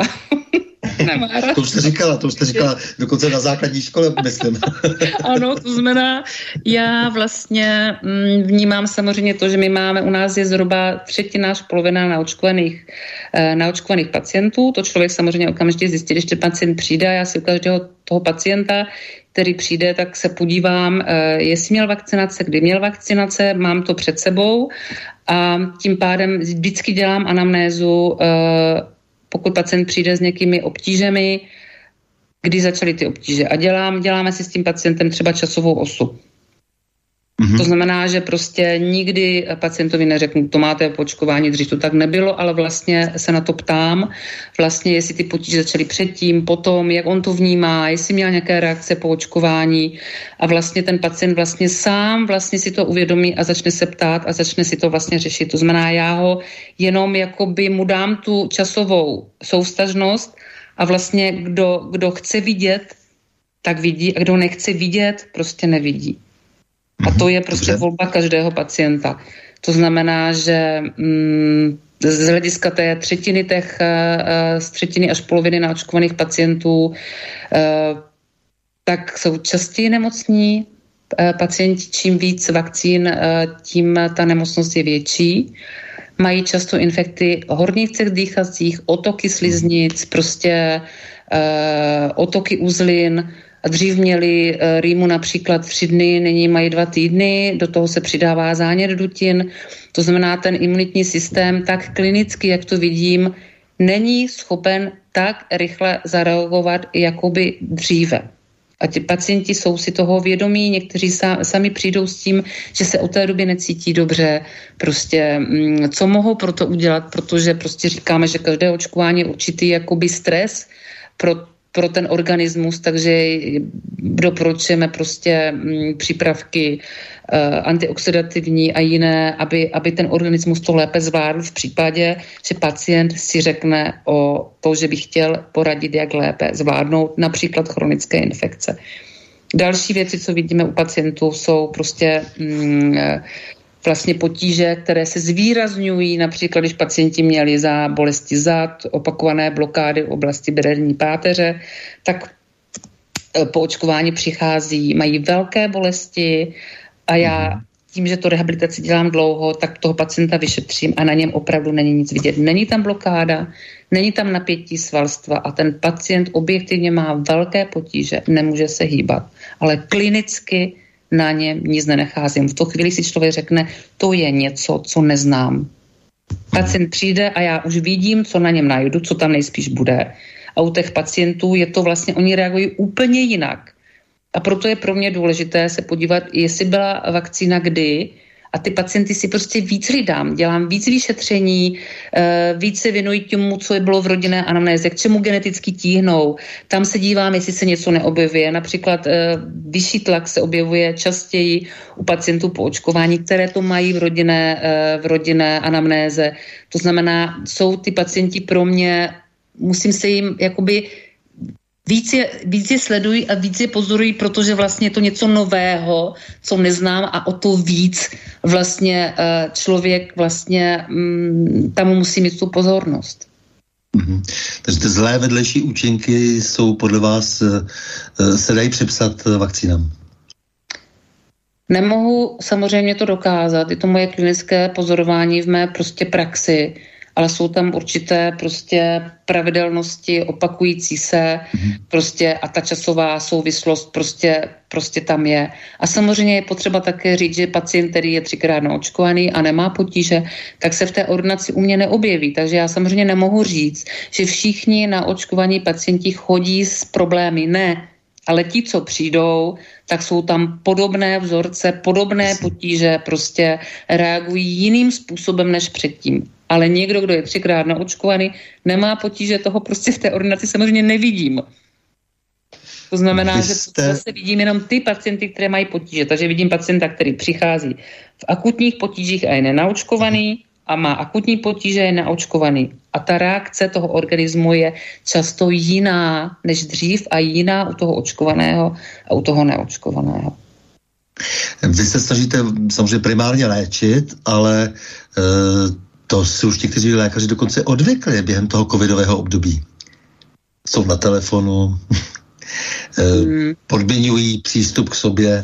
To už jste říkala dokonce na základní škole, myslím. Ano, to znamená, já vlastně vnímám samozřejmě to, že my máme, u nás je zhruba 1/3 až polovina naočkovaných pacientů. To člověk samozřejmě okamžitě zjistí, když ten pacient přijde, já si u každého toho pacienta, který přijde, tak se podívám, jestli měl vakcinace, kdy měl vakcinace, mám to před sebou a tím pádem vždycky dělám anamnézu, pokud pacient přijde s nějakými obtížemi, kdy začaly ty obtíže. A děláme si s tím pacientem třeba časovou osu. To znamená, že prostě nikdy pacientovi neřeknu, to máte po očkování, dřív to tak nebylo, ale vlastně se na to ptám, vlastně jestli ty potíže začaly předtím, potom, jak on to vnímá, jestli měl nějaké reakce po očkování a vlastně ten pacient vlastně sám vlastně si to uvědomí a začne se ptát a začne si to vlastně řešit. To znamená, já ho jenom jakoby mu dám tu časovou souvztažnost a vlastně kdo chce vidět, tak vidí a kdo nechce vidět, prostě nevidí. A to je prostě volba každého pacienta. To znamená, že z hlediska té z třetiny až poloviny naočkovaných pacientů tak jsou častěji nemocní pacienti. Čím víc vakcín, tím ta nemocnost je větší. Mají často infekty horních cest dýchacích, otoky sliznic, prostě otoky uzlin. A dřív měli rýmu například 3 dny, nyní mají 2 týdny, do toho se přidává zánět dutin. To znamená, ten imunitní systém tak klinicky, jak to vidím, není schopen tak rychle zareagovat, jakoby dříve. A ti pacienti jsou si toho vědomí, někteří sami přijdou s tím, že se od té doby necítí dobře, prostě co mohou pro to udělat, protože prostě říkáme, že každé očkování je určitý jakoby stres pro ten organismus, takže doporučujeme prostě přípravky antioxidativní a jiné, aby ten organismus to lépe zvládl v případě, že pacient si řekne o to, že by chtěl poradit, jak lépe zvládnout například chronické infekce. Další věci, co vidíme u pacientů, jsou prostě vlastně potíže, které se zvýrazňují, například když pacienti měli za bolesti zad, opakované blokády v oblasti bederní páteře, tak po očkování přichází, mají velké bolesti a já tím, že to rehabilitaci dělám dlouho, tak toho pacienta vyšetřím a na něm opravdu není nic vidět. Není tam blokáda, není tam napětí svalstva a ten pacient objektivně má velké potíže, nemůže se hýbat, ale klinicky na něm nic nenacházím. V tu chvíli si člověk řekne, to je něco, co neznám. Pacient přijde a já už vidím, co na něm najdu, co tam nejspíš bude. A u těch pacientů je to vlastně, oni reagují úplně jinak. A proto je pro mě důležité se podívat, jestli byla vakcína kdy, a ty pacienty si prostě víc hlídám, dělám víc vyšetření, víc se věnuji tomu, co je bylo v rodinné anamnéze, k čemu geneticky tíhnou. Tam se dívám, jestli se něco neobjevuje. Například vyšší tlak se objevuje častěji u pacientů po očkování, které to mají v rodinné anamnéze. To znamená, jsou ty pacienti pro mě, musím se jim jakoby víc je sledují a víc je pozorují, protože vlastně je to něco nového, co neznám a o to víc vlastně člověk vlastně tam musí mít tu pozornost. Takže ty zlé vedlejší účinky jsou podle vás, se dají připsat vakcínám? Nemohu samozřejmě to dokázat, je to moje klinické pozorování v mé prostě praxi, ale jsou tam určité prostě pravidelnosti opakující se prostě a ta časová souvislost prostě tam je. A samozřejmě je potřeba také říct, že pacient, který je 3krát naočkovaný a nemá potíže, tak se v té ordinaci u mě neobjeví. Takže já samozřejmě nemohu říct, že všichni naočkovaní pacienti chodí s problémy. Ne, ale ti, co přijdou, tak jsou tam podobné vzorce, podobné potíže, prostě reagují jiným způsobem než předtím. Ale někdo, kdo je 3krát naočkovaný, nemá potíže, toho prostě v té ordinaci samozřejmě nevidím. To znamená, že zase vidím jenom ty pacienty, které mají potíže. Takže vidím pacienta, který přichází v akutních potížích a je nenaočkovaný a má akutní potíže, je naočkovaný. A ta reakce toho organismu je často jiná než dřív a jiná u toho očkovaného a u toho neočkovaného. Vy se snažíte samozřejmě primárně léčit, ale to si už někteří lékaři dokonce odvykli během toho covidového období. Jsou na telefonu, podmiňují přístup k sobě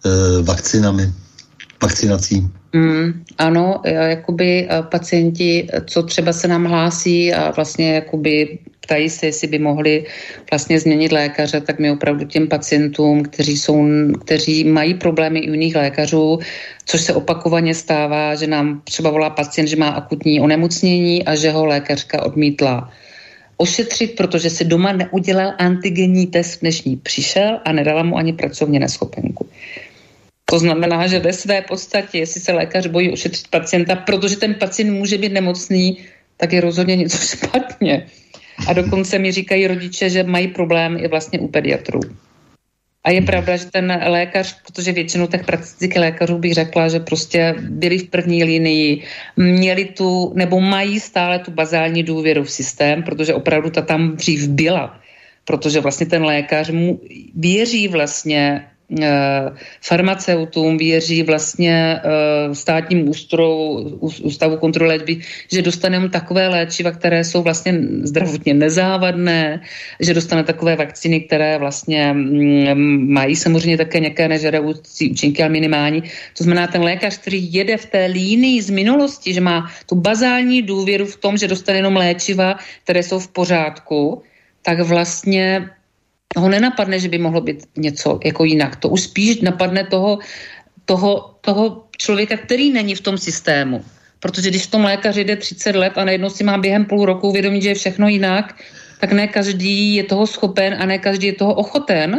vakcinací. Ano, jakoby pacienti, co třeba se nám hlásí a vlastně jakoby ptají se, jestli by mohli vlastně změnit lékaře, tak my opravdu těm pacientům, kteří mají problémy i u jiných lékařů, což se opakovaně stává, že nám třeba volá pacient, že má akutní onemocnění a že ho lékařka odmítla ošetřit, protože si doma neudělal antigenní test, než ní přišel a nedala mu ani pracovně neschopenku. To znamená, že ve své podstatě, jestli se lékař bojí ošetřit pacienta, protože ten pacient může být nemocný, tak je rozhodně něco špatně. A dokonce mi říkají rodiče, že mají problém i vlastně u pediatrů. A je pravda, že ten lékař, protože většinou těch praktických lékařů bych řekla, že prostě byli v první linii, měli tu, nebo mají stále tu bazální důvěru v systém, protože opravdu ta tam dřív byla. Protože vlastně ten lékař věří vlastně farmaceutům, věří vlastně státním ústavu kontroly léčby, že dostaneme takové léčiva, které jsou vlastně zdravotně nezávadné, že dostane takové vakcíny, které vlastně mají samozřejmě také nějaké nežádoucí účinky, ale minimální. To znamená, ten lékař, který jede v té línii z minulosti, že má tu bazální důvěru v tom, že dostane jenom léčiva, které jsou v pořádku, tak vlastně ho nenapadne, že by mohlo být něco jako jinak. To už spíš napadne toho člověka, který není v tom systému. Protože když v tom lékaři jde 30 let a najednou si má během půl roku uvědomit, že je všechno jinak, tak ne každý je toho schopen a ne každý je toho ochoten.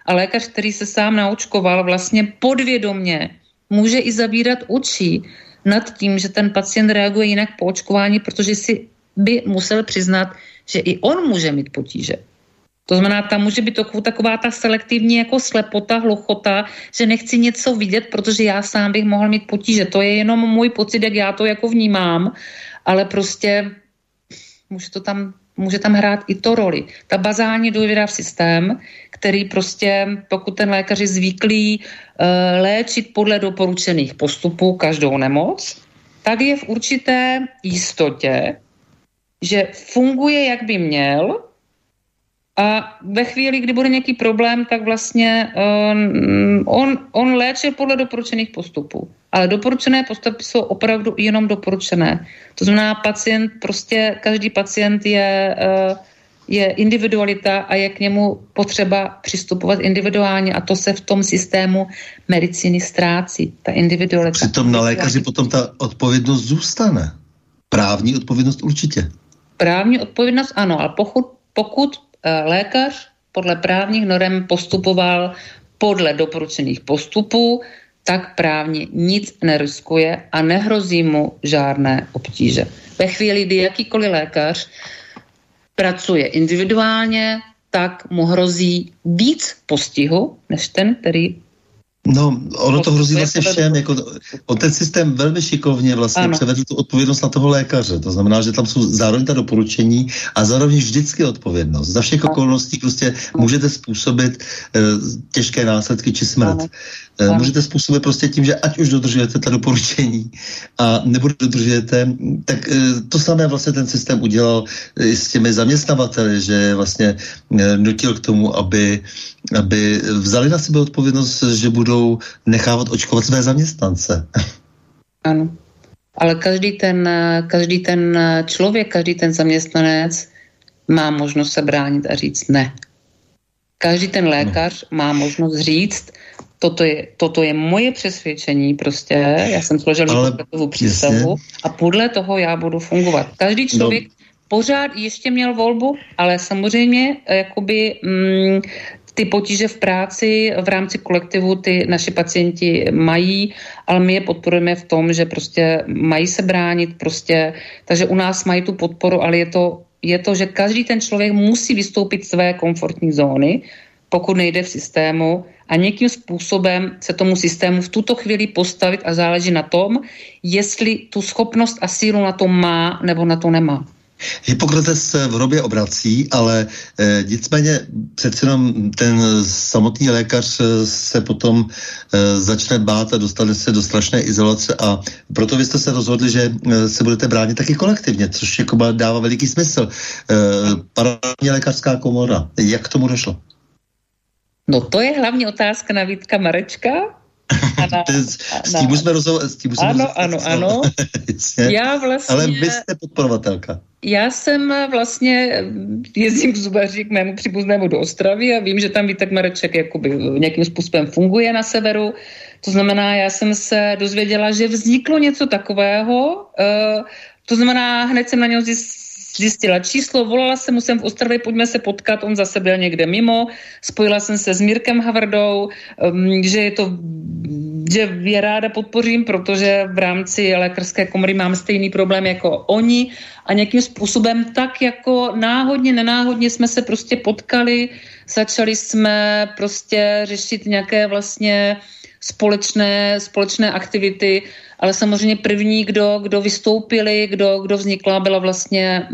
A lékař, který se sám naočkoval, vlastně podvědomě může i zavírat oči nad tím, že ten pacient reaguje jinak po očkování, protože si by musel přiznat, že i on může mít potíže. To znamená, tam může být taková ta selektivní jako slepota, hluchota, že nechci něco vidět, protože já sám bych mohl mít potíže. To je jenom můj pocit, jak já to jako vnímám, ale prostě může tam hrát i to roli. Ta bazální důvěra v systém, který prostě, pokud ten lékař je zvyklý léčit podle doporučených postupů každou nemoc, tak je v určité jistotě, že funguje, jak by měl, a ve chvíli, kdy bude nějaký problém, tak vlastně on léčí podle doporučených postupů. Ale doporučené postupy jsou opravdu jenom doporučené. To znamená, každý pacient je individualita a je k němu potřeba přistupovat individuálně a to se v tom systému medicíny ztrácí. Ta individualita. Přitom na lékaři potom ta odpovědnost zůstane. Právní odpovědnost určitě. Právní odpovědnost ano, ale pokud lékař podle právních norem postupoval podle doporučených postupů, tak právně nic neriskuje a nehrozí mu žádné obtíže. Ve chvíli, kdy jakýkoliv lékař pracuje individuálně, tak mu hrozí víc postihu, než ten, který... No, ono to hrozí vlastně všem, ten systém velmi šikovně vlastně převedl tu odpovědnost na toho lékaře, to znamená, že tam jsou zároveň ta doporučení a zároveň vždycky odpovědnost. Za všech okolností prostě můžete způsobit těžké následky či smrt. Můžete způsobit prostě tím, že ať už dodržujete ta doporučení a nebo dodržujete, tak to samé vlastně ten systém udělal s těmi zaměstnavateli, že vlastně nutil k tomu, aby vzali na sebe odpovědnost, že budou nechávat očkovat své zaměstnance. Ano. Ale každý ten člověk, každý ten zaměstnanec má možnost se bránit a říct ne. Každý ten lékař má možnost říct, toto je moje přesvědčení prostě, já jsem složil takovou přísahu a podle toho já budu fungovat. Každý člověk pořád ještě měl volbu, ale samozřejmě jakoby ty potíže v práci v rámci kolektivu ty naši pacienti mají, ale my je podporujeme v tom, že prostě mají se bránit prostě, takže u nás mají tu podporu, ale je to, že každý ten člověk musí vystoupit z své komfortní zóny, pokud nejde v systému a nějakým způsobem se tomu systému v tuto chvíli postavit a záleží na tom, jestli tu schopnost a sílu na to má nebo na to nemá. Hippokrates se v hrobě obrací, ale nicméně přece jenom ten samotný lékař se potom začne bát a dostane se do strašné izolace a proto vy jste se rozhodli, že se budete bránit taky kolektivně, což jako dává veliký smysl. Paralelní lékařská komora, jak k tomu došlo? No to je hlavně otázka na Vítka Marečka. S tím musíme rozhodnout. Ano. Já vlastně, ale vy jste podporovatelka. Já jsem vlastně jezdím k zubaři k mému příbuznému do Ostravy a vím, že tam Vítek Mareček jakoby nějakým způsobem funguje na severu. To znamená, já jsem se dozvěděla, že vzniklo něco takového. To znamená, hned jsem na něho zjistila číslo, volala jsem mu v Ostravě, pojďme se potkat, on zase byl někde mimo, spojila jsem se s Mírkem Havrdou, že je ráda podpořím, protože v rámci lékařské komory mám stejný problém jako oni a nějakým způsobem tak jako náhodně, nenáhodně jsme se prostě potkali, začali jsme prostě řešit nějaké vlastně společné aktivity, ale samozřejmě první, kdo vystoupili, kdo vznikla, byla vlastně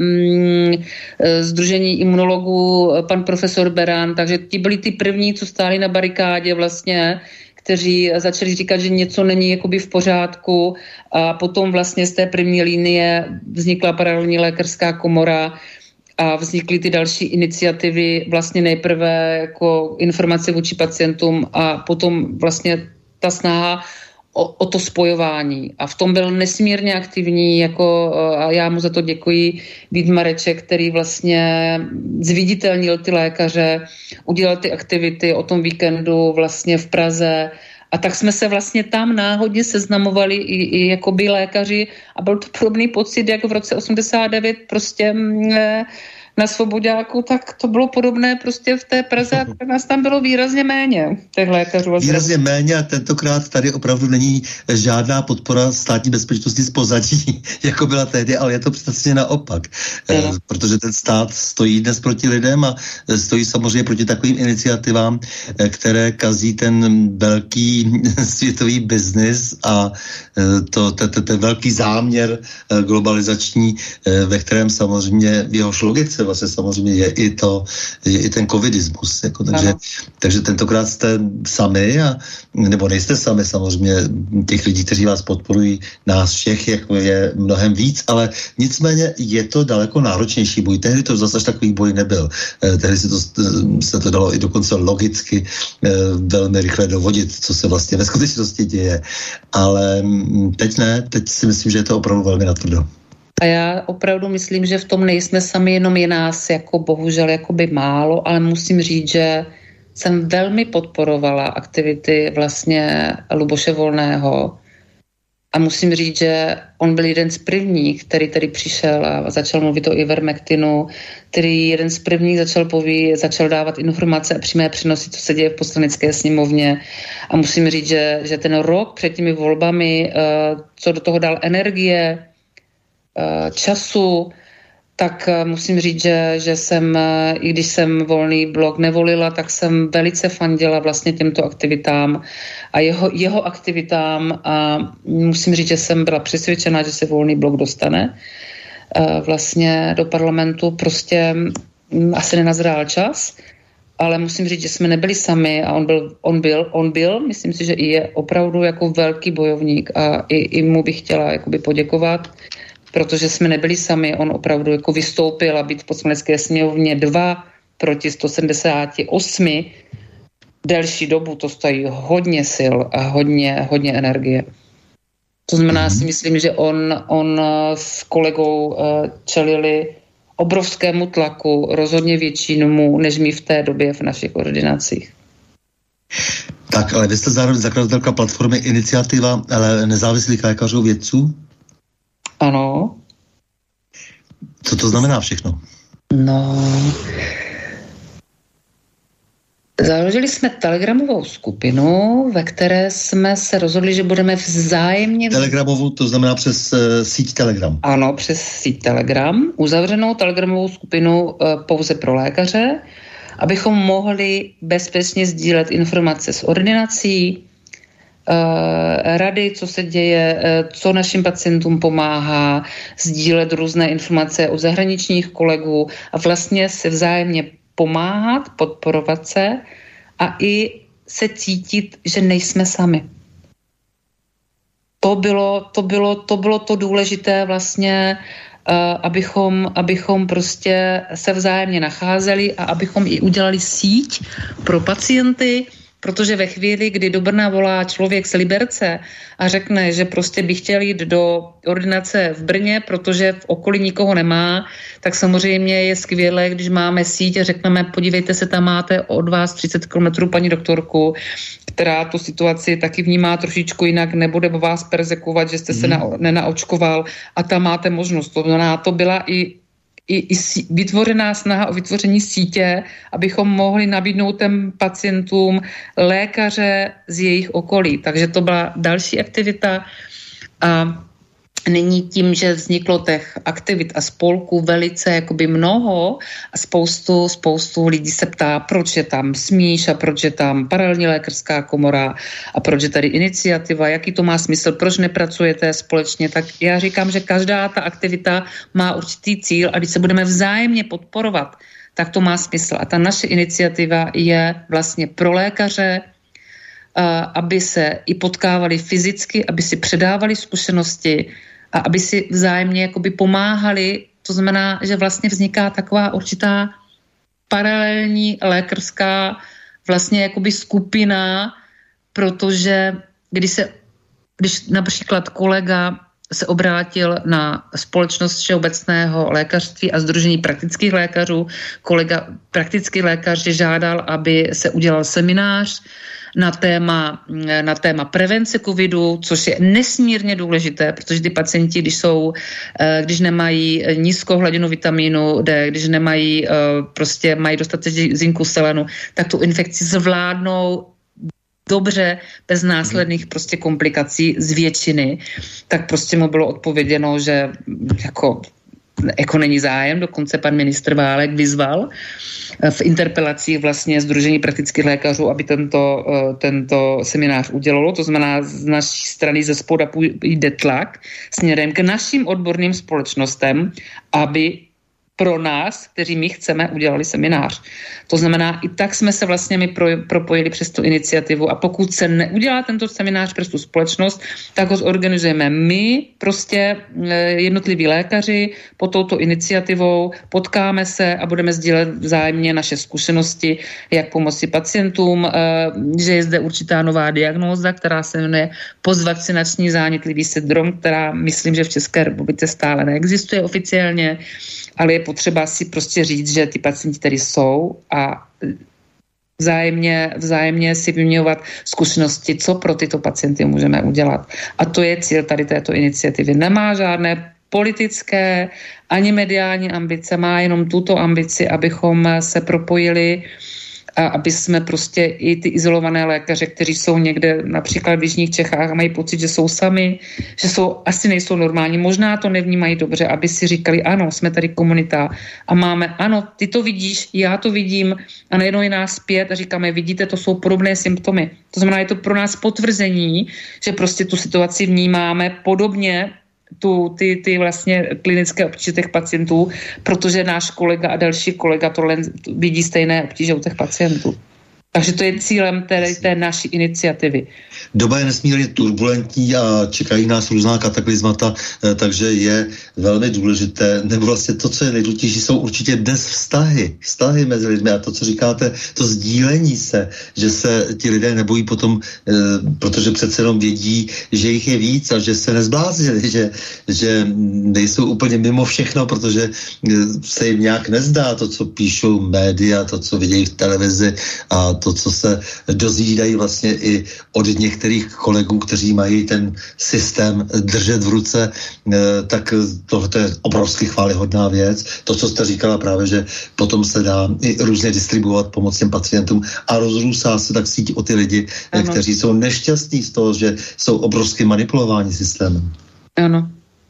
Sdružení imunologů, pan profesor Beran, takže ti byli ty první, co stáli na barikádě vlastně, kteří začali říkat, že něco není jakoby v pořádku a potom vlastně z té první linie vznikla paralelní lékařská komora a vznikly ty další iniciativy, vlastně nejprve jako informace vůči pacientům a potom vlastně ta snaha o to spojování. A v tom byl nesmírně aktivní, a já mu za to děkuji, Vít Mareček, který vlastně zviditelnil ty lékaře, udělal ty aktivity o tom víkendu vlastně v Praze. A tak jsme se vlastně tam náhodně seznamovali i jakoby lékaři a byl to podobný pocit, jako v roce 89 prostě na Svoboďáku, tak to bylo podobné prostě v té Praze a nás tam bylo výrazně méně, těch lékařů. Výrazně méně a tentokrát tady opravdu není žádná podpora státní bezpečnosti z pozadí, jako byla tehdy, ale je to přesně naopak. Protože ten stát stojí dnes proti lidem a stojí samozřejmě proti takovým iniciativám, které kazí ten velký světový biznis a ten velký záměr globalizační, ve kterém samozřejmě v jehož logice vlastně samozřejmě je i ten covidismus. Jako, takže tentokrát jste sami, nebo nejste sami samozřejmě, těch lidí, kteří vás podporují, nás všech, jako je mnohem víc, ale nicméně je to daleko náročnější boj. Tehdy to zase až takový boj nebyl. Tehdy se to dalo i dokonce logicky velmi rychle dovodit, co se vlastně ve skutečnosti děje. Ale teď ne, teď si myslím, že je to opravdu velmi natvrdo. A já opravdu myslím, že v tom nejsme sami, jenom je nás jako bohužel jakoby málo, ale musím říct, že jsem velmi podporovala aktivity vlastně Luboše Volného a musím říct, že on byl jeden z prvních, který tady přišel a začal mluvit o Ivermectinu, který jeden z prvních začal dávat informace a přímé přenosy, co se děje v Poslanecké sněmovně. A musím říct, že ten rok před těmi volbami, co do toho dal energie, času, tak musím říct, že jsem, i když jsem Volný blok nevolila, tak jsem velice fandila vlastně těmto aktivitám a jeho aktivitám a musím říct, že jsem byla přesvědčená, že se Volný blok dostane vlastně do parlamentu. Prostě asi nenazrál čas, ale musím říct, že jsme nebyli sami a on byl, myslím si, že i je opravdu jako velký bojovník a i mu bych chtěla jakoby poděkovat, protože jsme nebyli sami, on opravdu jako vystoupil a být v Poslanecké sněmovně 2 proti 178 delší dobu, to stojí hodně sil a hodně energie. To znamená, si myslím, že on s kolegou čelili obrovskému tlaku, rozhodně většímu, než my v té době v našich ordinacích. Tak, ale vy jste zároveň zakladatelka platformy Iniciativa nezávislých lékařů vědců? Ano. Co to znamená všechno? No, založili jsme telegramovou skupinu, ve které jsme se rozhodli, že budeme vzájemně... Telegramovou, to znamená přes síť Telegram. Ano, přes síť Telegram. Uzavřenou telegramovou skupinu pouze pro lékaře, abychom mohli bezpečně sdílet informace z ordinací, rady, co se děje, co našim pacientům pomáhá, sdílet různé informace od zahraničních kolegů a vlastně se vzájemně pomáhat, podporovat se a i se cítit, že nejsme sami. To bylo to důležité vlastně, abychom prostě se vzájemně nacházeli a abychom i udělali síť pro pacienty, protože ve chvíli, kdy do Brna volá člověk z Liberce a řekne, že prostě by chtěl jít do ordinace v Brně, protože v okolí nikoho nemá, tak samozřejmě je skvělé, když máme síť a řekneme, podívejte se, tam máte od vás 30 km paní doktorku, která tu situaci taky vnímá trošičku jinak, nebude vás perzekovat, že jste se nenaočkoval a tam máte možnost. To byla i vytvořená snaha o vytvoření sítě, abychom mohli nabídnout těm pacientům lékaře z jejich okolí. Takže to byla další aktivita a nyní tím, že vzniklo těch aktivit a spolků velice jakoby mnoho a spoustu lidí se ptá, proč je tam Smíš a proč je tam paralelní lékařská komora a proč je tady Iniciativa, jaký to má smysl, proč nepracujete společně, tak já říkám, že každá ta aktivita má určitý cíl a když se budeme vzájemně podporovat, tak to má smysl. A ta naše iniciativa je vlastně pro lékaře, aby se i potkávali fyzicky, aby si předávali zkušenosti a aby si vzájemně jakoby pomáhali. To znamená, že vlastně vzniká taková určitá paralelní lékařská vlastně jakoby skupina, protože když například kolega se obrátil na společnost všeobecného lékařství a Sdružení praktických lékařů. Kolega praktický lékař žádal, aby se udělal seminář na téma prevence covidu, což je nesmírně důležité, protože ty pacienti, když nemají nízkou hladinu vitamínu D, když nemají, prostě mají dostatek zinku, selenu, tak tu infekci zvládnou dobře, bez následných prostě komplikací z většiny, tak prostě mu bylo odpověděno, že jako není zájem, dokonce pan ministr Válek vyzval v interpelacích vlastně Sdružení praktických lékařů, aby tento seminář udělalo. To znamená, z naší strany ze spoda jde tlak směrem k našim odborným společnostem, aby pro nás, kteří my chceme, udělali seminář. To znamená, i tak jsme se vlastně my propojili přes tu iniciativu a pokud se neudělá tento seminář přes tu společnost, tak ho zorganizujeme my, prostě jednotliví lékaři pod touto iniciativou, potkáme se a budeme sdílet vzájemně naše zkušenosti, jak pomoci pacientům, že je zde určitá nová diagnóza, která se jmenuje postvakcinační zánětlivý syndrom, která myslím, že v České republice stále neexistuje oficiálně, ale je potřeba si prostě říct, že ty pacienti tady jsou a vzájemně si vyměňovat zkušenosti, co pro tyto pacienty můžeme udělat. A to je cíl tady této iniciativy. Nemá žádné politické ani mediální ambice, má jenom tuto ambici, abychom se propojili a aby jsme prostě i ty izolované lékaře, kteří jsou někde například v jižních Čechách a mají pocit, že jsou sami, že asi nejsou normální, možná to nevnímají dobře, aby si říkali, ano, jsme tady komunita a máme, ano, ty to vidíš, já to vidím a najednou je nás 5 a říkáme, vidíte, to jsou podobné symptomy. To znamená, je to pro nás potvrzení, že prostě tu situaci vnímáme podobně, ty vlastně klinické obtíže těch pacientů, protože náš kolega a další kolega tohle vidí stejné obtíže u těch pacientů. Takže to je cílem té naší iniciativy. Doba je nesmírně turbulentní a čekají nás různá kataklizmata, takže je velmi důležité, nebo vlastně to, co je nejdůležitější, jsou určitě dnes vztahy mezi lidmi a to, co říkáte, to sdílení se, že se ti lidé nebojí potom, protože přece jenom vědí, že jich je víc a že se nezbláznili, že nejsou úplně mimo všechno, protože se jim nějak nezdá to, co píšou média, to, co vidějí v televizi a to, co se dozvídají vlastně i od některých kolegů, kteří mají ten systém držet v ruce, tak tohle je obrovsky chvályhodná věc. To, co jste říkala právě, že potom se dá i různě distribuovat pomoc těm pacientům a rozrůstá se tak síť o ty lidi, kteří jsou nešťastní z toho, že jsou obrovsky manipulováni systémem. Ano.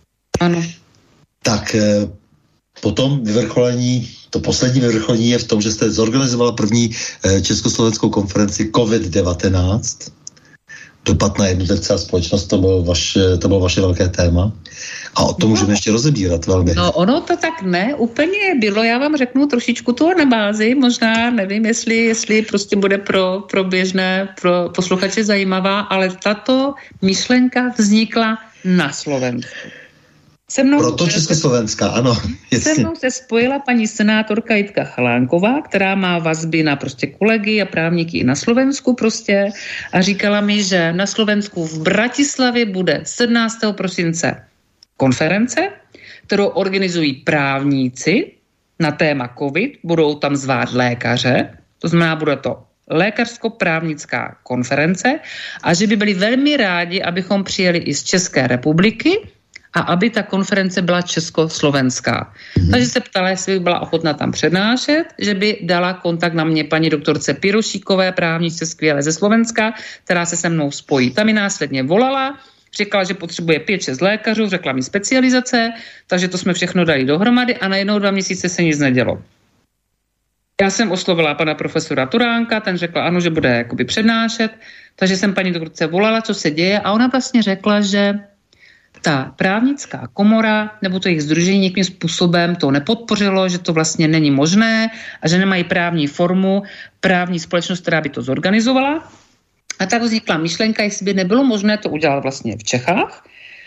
Tak potom vyvrcholení, to poslední vyvrcholení je v tom, že jste zorganizovala první československou konferenci COVID-19. Dopad na jednotlivce a společnost, to bylo vaše velké téma. A o tom můžeme ještě rozebírat velmi. No ono to tak ne úplně bylo, já vám řeknu trošičku tu anabázi, možná nevím, jestli prostě bude pro posluchače zajímavá, ale tato myšlenka vznikla na Slovensku. Proto Československá, ano. Se mnou se spojila paní senátorka Jitka Chalánková, která má vazby na prostě kolegy a právníky i na Slovensku prostě a říkala mi, že na Slovensku v Bratislavě bude 17. prosince konference, kterou organizují právníci na téma COVID, budou tam zvát lékaře, to znamená, bude to lékařsko-právnická konference a že by byli velmi rádi, abychom přijeli i z České republiky a aby ta konference byla československá. Takže se ptala, jestli by byla ochotná tam přednášet, že by dala kontakt na mě paní doktorce Pirošíkové, právničce skvěle ze Slovenska, která se se mnou spojí. Ta mi následně volala, říkala, že potřebuje 5-6 lékařů, řekla mi specializace, takže to jsme všechno dali dohromady a najednou 2 měsíce se nic nedělo. Já jsem oslovila pana profesora Turánka, ten řekl ano, že bude jakoby přednášet, takže jsem paní doktorce volala, co se děje a ona vlastně řekla, že ta právnická komora nebo to jejich sdružení nějakým způsobem to nepodpořilo, že to vlastně není možné a že nemají právní formu, právní společnost, která by to zorganizovala. A tak vznikla myšlenka, jestli by nebylo možné to udělat vlastně v Čechách.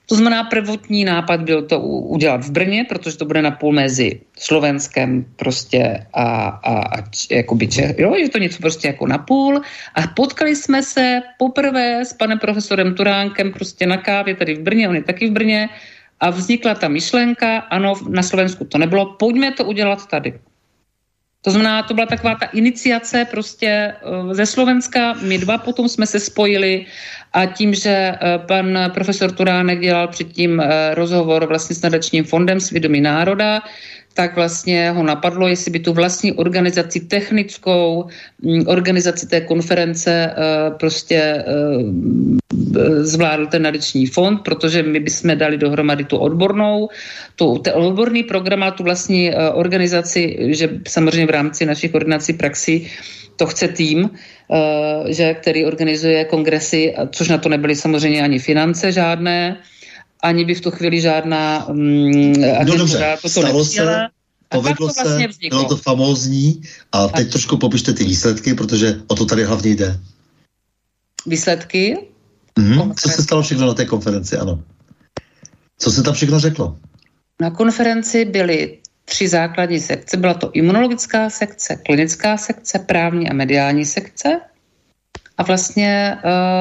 To znamená, prvotní nápad byl to udělat v Brně, protože to bude napůl mezi Slovenskem prostě a jakoby jo, že to něco prostě jako napůl. A potkali jsme se poprvé s panem profesorem Turánkem prostě na kávě tady v Brně, on je taky v Brně, a vznikla ta myšlenka, ano, na Slovensku to nebylo, pojďme to udělat tady. To znamená, to byla taková ta iniciace prostě ze Slovenska, my dva potom jsme se spojili a tím, že pan profesor Turánek dělal předtím rozhovor vlastně s nadačním fondem Svědomí národa, tak vlastně ho napadlo, jestli by tu vlastní organizaci technickou, organizaci té konference prostě zvládl ten nadační fond, protože my bychom dali dohromady tu odbornou, ten odborný program a tu vlastní organizaci, že samozřejmě v rámci našich ordinací praxi to chce tým, že, který organizuje kongresy, což na to nebyly samozřejmě ani finance žádné, ani by v tu chvíli žádná agentura toto nepřijala. Povedlo se, vlastně bylo to famózní a teď trošku popište ty výsledky, protože o to tady hlavně jde. Výsledky? Co se stalo všechno na té konferenci, ano. Co se tam všechno řeklo? Na konferenci byly 3 základní sekce. Byla to imunologická sekce, klinická sekce, právní a mediální sekce. A vlastně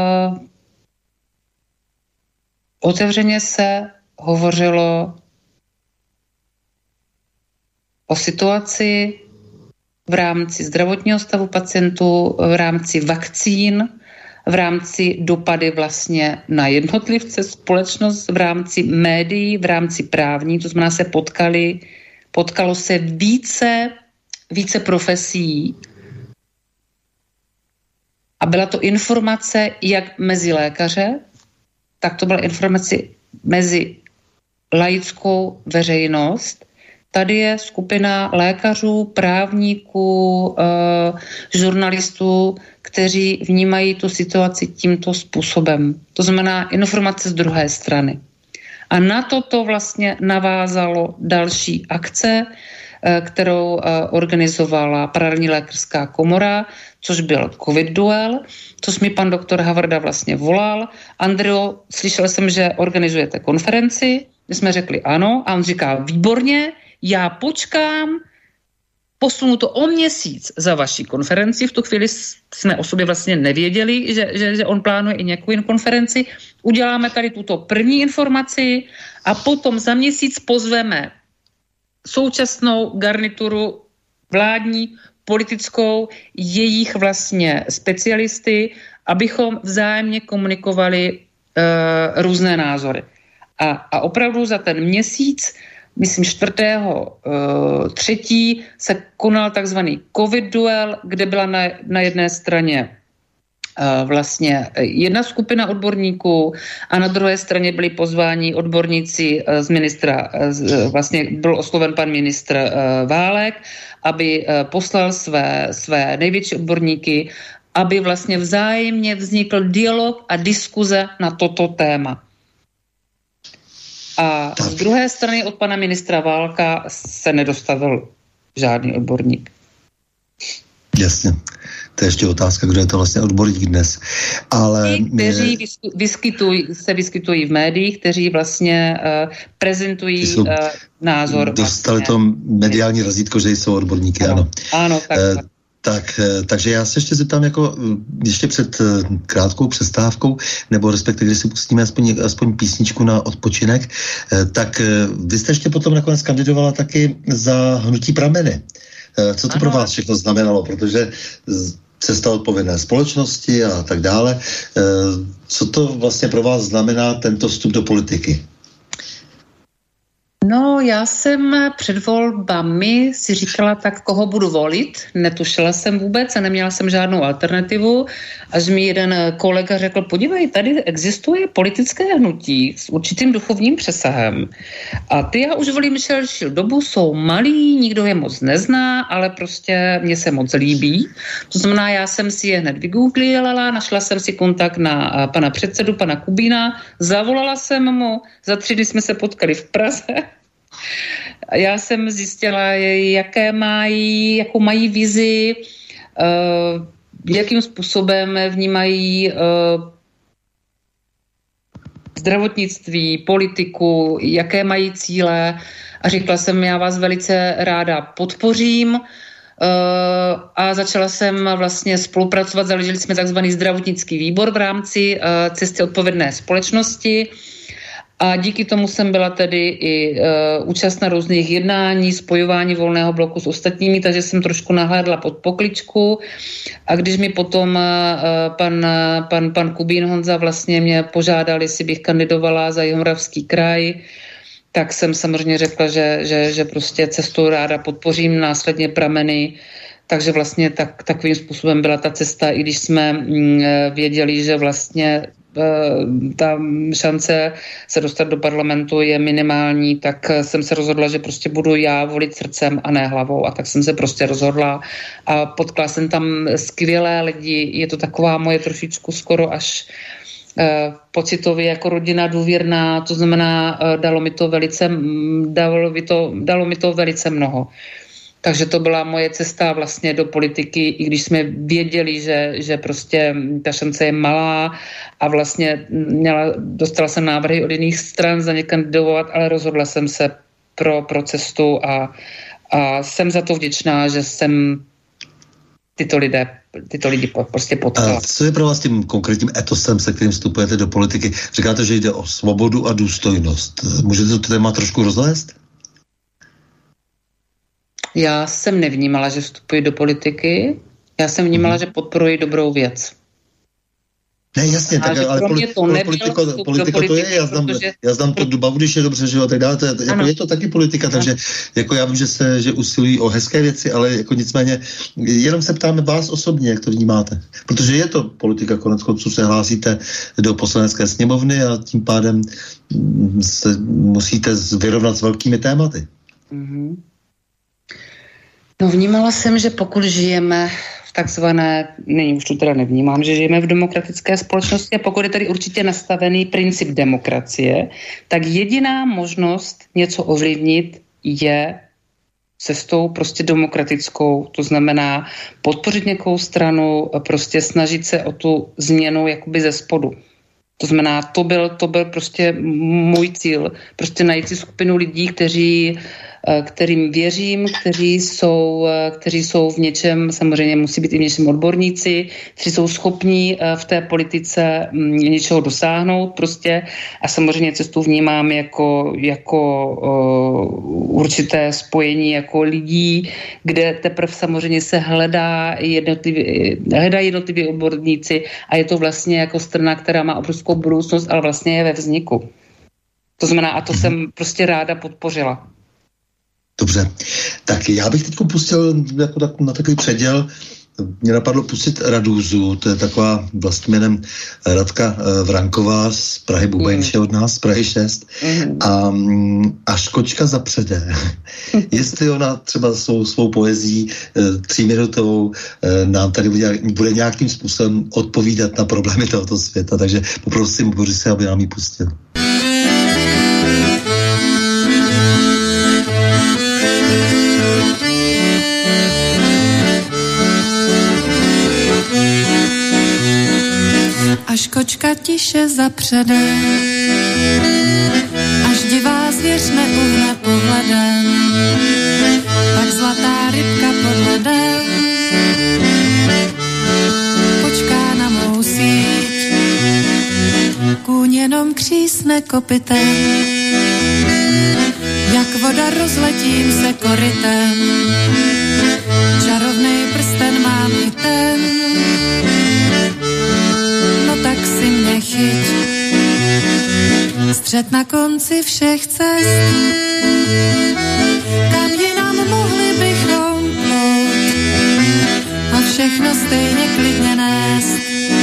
otevřeně se hovořilo o situaci v rámci zdravotního stavu pacientů, v rámci vakcín, v rámci dopady vlastně na jednotlivce, společnost, v rámci médií, v rámci právní, to znamená se potkalo se více profesí a byla to informace jak mezi lékaře, tak to byla informace mezi laickou veřejnost. Tady je skupina lékařů, právníků, žurnalistů, kteří vnímají tu situaci tímto způsobem. To znamená informace z druhé strany. A na toto vlastně navázalo další akce, kterou organizovala Paralelní lékařská komora, což byl COVID duel, což mi pan doktor Havrda vlastně volal. Andreo, slyšel jsem, že organizujete konferenci, my jsme řekli ano a on říká výborně, já počkám, posunu to o měsíc za vaší konferenci. V tu chvíli jsme o sobě vlastně nevěděli, že on plánuje i nějakou konferenci. Uděláme tady tuto první informaci a potom za měsíc pozveme současnou garnituru vládní, politickou, jejich vlastně specialisty, abychom vzájemně komunikovali různé názory. A opravdu za ten měsíc, myslím 4.3. se konal takzvaný COVID duel, kde byla na jedné straně vlastně jedna skupina odborníků a na druhé straně byli pozváni odborníci z ministra, vlastně byl osloven pan ministr Válek, aby poslal své největší odborníky, aby vlastně vzájemně vznikl dialog a diskuze na toto téma. A z druhé strany od pana ministra Válka se nedostavil žádný odborník. Jasně. To je ještě otázka, kdo je to vlastně odborník dnes. Ale kteří se vyskytují v médiích, kteří vlastně prezentují názor. Dostali to mediální razítko, že jsou odborníky, ano. Ano, tak. Takže já se ještě zeptám jako ještě před krátkou přestávkou, nebo respektive, když si pustíme aspoň písničku na odpočinek, tak vy jste ještě potom nakonec kandidovala taky za hnutí Prameny. Co to pro vás všechno znamenalo? Protože cesta od povinné společnosti a tak dále. Co to vlastně pro vás znamená tento vstup do politiky? No, já jsem před volbami si říkala, tak koho budu volit. Netušila jsem vůbec a neměla jsem žádnou alternativu. Až mi jeden kolega řekl, podívej, tady existuje politické hnutí s určitým duchovním přesahem. A ty já už volím šelší dobu, jsou malí, nikdo je moc nezná, ale prostě mě se moc líbí. To znamená, já jsem si je hned vygooglila, našla jsem si kontakt na pana předsedu, pana Kubína, zavolala jsem mu, za 3 dny jsme se potkali v Praze. Já jsem zjistila, jakou mají vizi, jakým způsobem vnímají zdravotnictví, politiku, jaké mají cíle a řekla jsem, já vás velice ráda podpořím a začala jsem vlastně spolupracovat, založili jsme takzvaný zdravotnický výbor v rámci cesty odpovědné společnosti a díky tomu jsem byla tedy i účastna různých jednání, spojování Volného bloku s ostatními, takže jsem trošku nahlédla pod pokličku a když mi potom pan Kubín Honza vlastně mě požádal, jestli bych kandidovala za Jihomoravský kraj, tak jsem samozřejmě řekla, že prostě cestu ráda podpořím, následně prameny, takže vlastně takovým způsobem byla ta cesta, i když jsme věděli, že vlastně ta šance se dostat do parlamentu je minimální, tak jsem se rozhodla, že prostě budu já volit srdcem a ne hlavou a tak jsem se prostě rozhodla a potkala jsem tam skvělé lidi, je to taková moje trošičku skoro až pocitově jako rodina důvěrná, to znamená, dalo mi to velice mnoho. Takže to byla moje cesta vlastně do politiky, i když jsme věděli, že prostě ta šance je malá a vlastně dostala jsem návrhy od jiných stran za ně kandidovat, ale rozhodla jsem se pro cestu a jsem za to vděčná, že jsem tyto lidi prostě potkala. Co je pro vás tím konkrétním etosem, se kterým vstupujete do politiky? Říkáte, že jde o svobodu a důstojnost. Můžete to téma trošku rozlézt? Já jsem nevnímala, že vstupuji do politiky. Já jsem vnímala, že podporuji dobrou věc. Ne, jasně, tak, ale politika to je, já znám to do bavu, když je dobře, že jo, tak dále, jako je to taky politika, takže jako já vím, že usilují o hezké věci, ale jako nicméně, jenom se ptáme vás osobně, jak to vnímáte, protože je to politika, koneckonců se hlásíte do poslanecké sněmovny a tím pádem se musíte vyrovnat s velkými tématy. Mm-hmm. No vnímala jsem, že pokud žijeme už to teda nevnímám, že žijeme v demokratické společnosti a pokud je tady určitě nastavený princip demokracie, tak jediná možnost něco ovlivnit je cestou prostě demokratickou, to znamená podpořit nějakou stranu, prostě snažit se o tu změnu jakoby ze spodu. To znamená, to byl prostě můj cíl, prostě najít si skupinu lidí, kterým věřím, kteří jsou v něčem, samozřejmě musí být i v něčem odborníci, kteří jsou schopní v té politice něčeho dosáhnout prostě a samozřejmě cestu vnímám jako určité spojení jako lidí, kde teprve samozřejmě se hledají jednotliví odborníci a je to vlastně jako strana, která má obrovskou budoucnost, ale vlastně je ve vzniku. To znamená, a to jsem prostě ráda podpořila. Dobře, tak já bych teď pustil jako na takový předěl, mě napadlo pustit Radúzu, to je taková vlastně jménem Radka Vranková z Prahy Bubenče od nás, z Prahy 6 a Škočka zapřede. Jestli ona třeba svou poezí 3minutovou nám tady bude nějakým způsobem odpovídat na problémy tohoto světa, takže poprosím Borise, aby nám ji pustil. Až kočka tiše zapřede, až divá zvěř neuhne pohledem, tak zlatá rybka pod ledem počká na mou síť. Kůň jenom křísne kopitem, jak voda rozletím se korytem. Čarovnej prsten mám i ten, tak si mě chyť. Střed na konci všech cest, kam jinam mohli bychom plout a všechno stejně klidně nést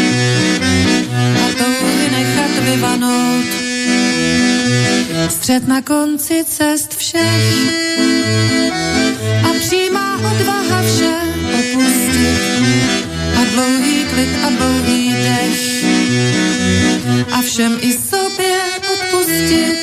a touhy nechat vyvanout. Střed na konci cest všech a přímá odvaha vše opustit a dlouhý klid a dlouhý dech a všem i sobě odpustit.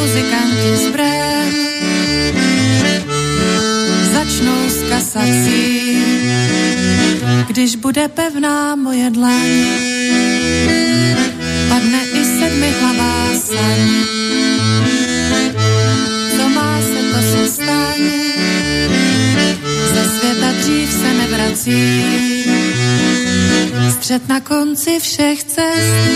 muzikanti z Brém začnou s kasací, když bude pevná moje dlaň, padne i sedmihlavá saň. Co má se, to se staň, ze světa dřív se nevrací, střet na konci všech cest,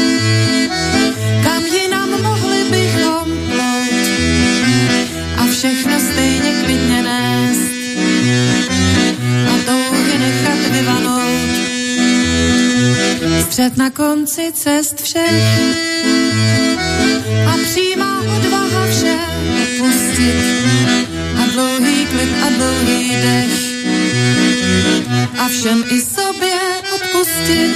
kam jinam mohli bychom plout a všechno stejně klidně nést a touhy nechat vyvanout. Střet na konci cest všech a přímá odvaha vše opustit a dlouhý klid a dlouhý dech a všem i sobě odpustit.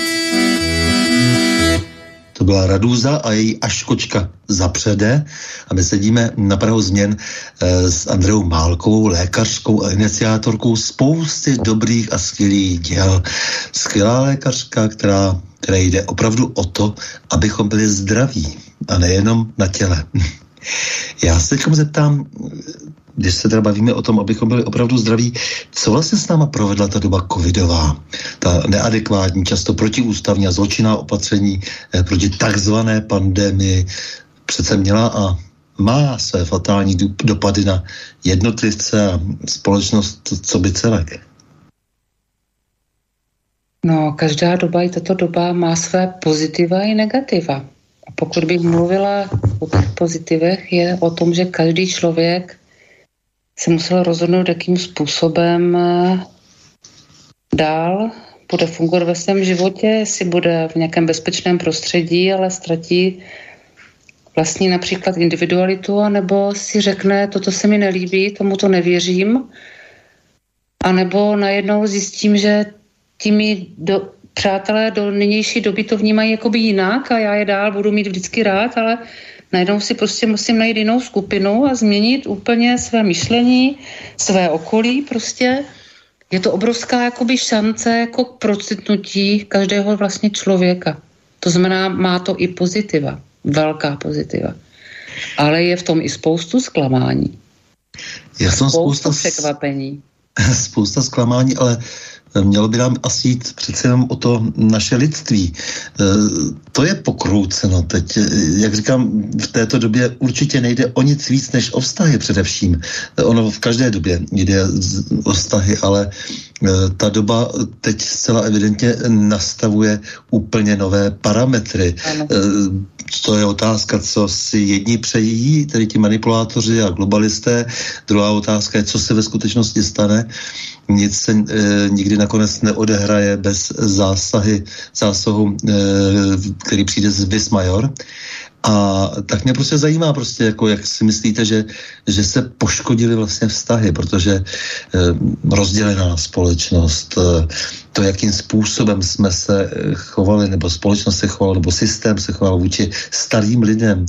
To byla Radúza a její Až kočka zapřede a my sedíme na prahu změn s Andreou Málkovou, lékařskou a iniciátorkou spousty dobrých a skvělých děl. Skvělá lékařka, které jde opravdu o to, abychom byli zdraví a nejenom na těle. Já se teď zeptám, když se teda bavíme o tom, abychom byli opravdu zdraví, co vlastně s náma provedla ta doba covidová? Ta neadekvátní, často protiústavní a zločinná opatření proti takzvané pandemii přece měla a má své fatální dopady na jednotlivce a společnost co by celek. No, každá doba, i tato doba má své pozitiva i negativa. A pokud bych mluvila o těch pozitivech, je o tom, že každý člověk se musel rozhodnout, jakým způsobem dál bude fungovat ve svém životě, jestli bude v nějakém bezpečném prostředí, ale ztratí vlastní například individualitu, anebo si řekne, toto se mi nelíbí, tomu to nevěřím, anebo najednou zjistím, že těmi přátelé do nynější doby to vnímají jakoby jinak a já je dál budu mít vždycky rád, ale najednou si prostě musím najít jinou skupinu a změnit úplně své myšlení, své okolí prostě. Je to obrovská jakoby šance jako k procitnutí každého vlastně člověka. To znamená, má to i pozitiva, velká pozitiva. Ale je v tom i spoustu zklamání. Spoustu překvapení. Spousta zklamání, ale mělo by nám asi jít přece jenom o to naše lidství. To je pokrouceno teď. Jak říkám, v této době určitě nejde o nic víc než o vztahy především. Ono v každé době jde o vztahy, ale ta doba teď zcela evidentně nastavuje úplně nové parametry. Ano. To je otázka, co si jedni přejí, tedy ti manipulátoři a globalisté. Druhá otázka je, co se ve skutečnosti stane. Nic se nikdy nakonec neodehraje bez zásahu, který přijde z vis major. A tak mě prostě zajímá prostě, jako jak si myslíte, že se poškodily vlastně vztahy, protože rozdělená společnost, to, jakým způsobem jsme se chovali, nebo společnost se chovala, nebo systém se choval vůči starým lidem,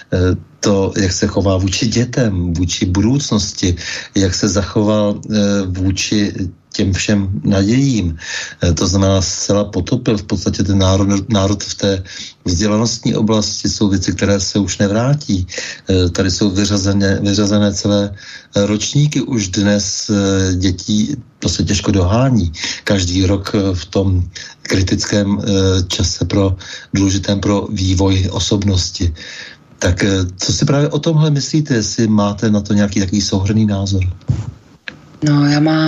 to, jak se chová vůči dětem, vůči budoucnosti, jak se zachoval vůči těm všem nadějím. To znamená, zcela potopil v podstatě ten národ v té vzdělanostní oblasti. Jsou věci, které se už nevrátí. Tady jsou vyřazené celé ročníky. Už dnes dětí to se těžko dohání. Každý rok v tom kritickém čase důležitém pro vývoj osobnosti. Tak co si právě o tomhle myslíte, jestli máte na to nějaký takový souhrnný názor? No,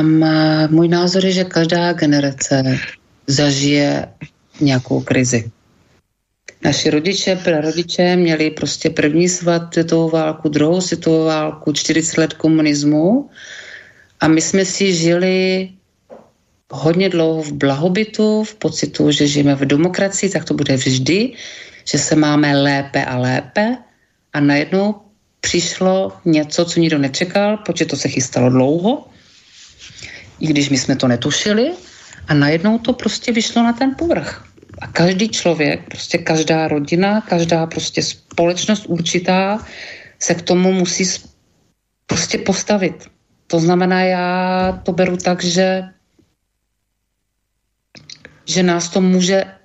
můj názor je, že každá generace zažije nějakou krizi. Naši rodiče, prarodiče měli prostě první světovou válku, druhou světovou válku, 40 let komunismu a my jsme si žili hodně dlouho v blahobytu, v pocitu, že žijeme v demokracii, tak to bude vždy, že se máme lépe a lépe a najednou přišlo něco, co nikdo nečekal, protože to se chystalo dlouho, i když my jsme to netušili a najednou to prostě vyšlo na ten povrch. A každý člověk, prostě každá rodina, každá prostě společnost určitá se k tomu musí prostě postavit. To znamená, já to beru tak, že nás to může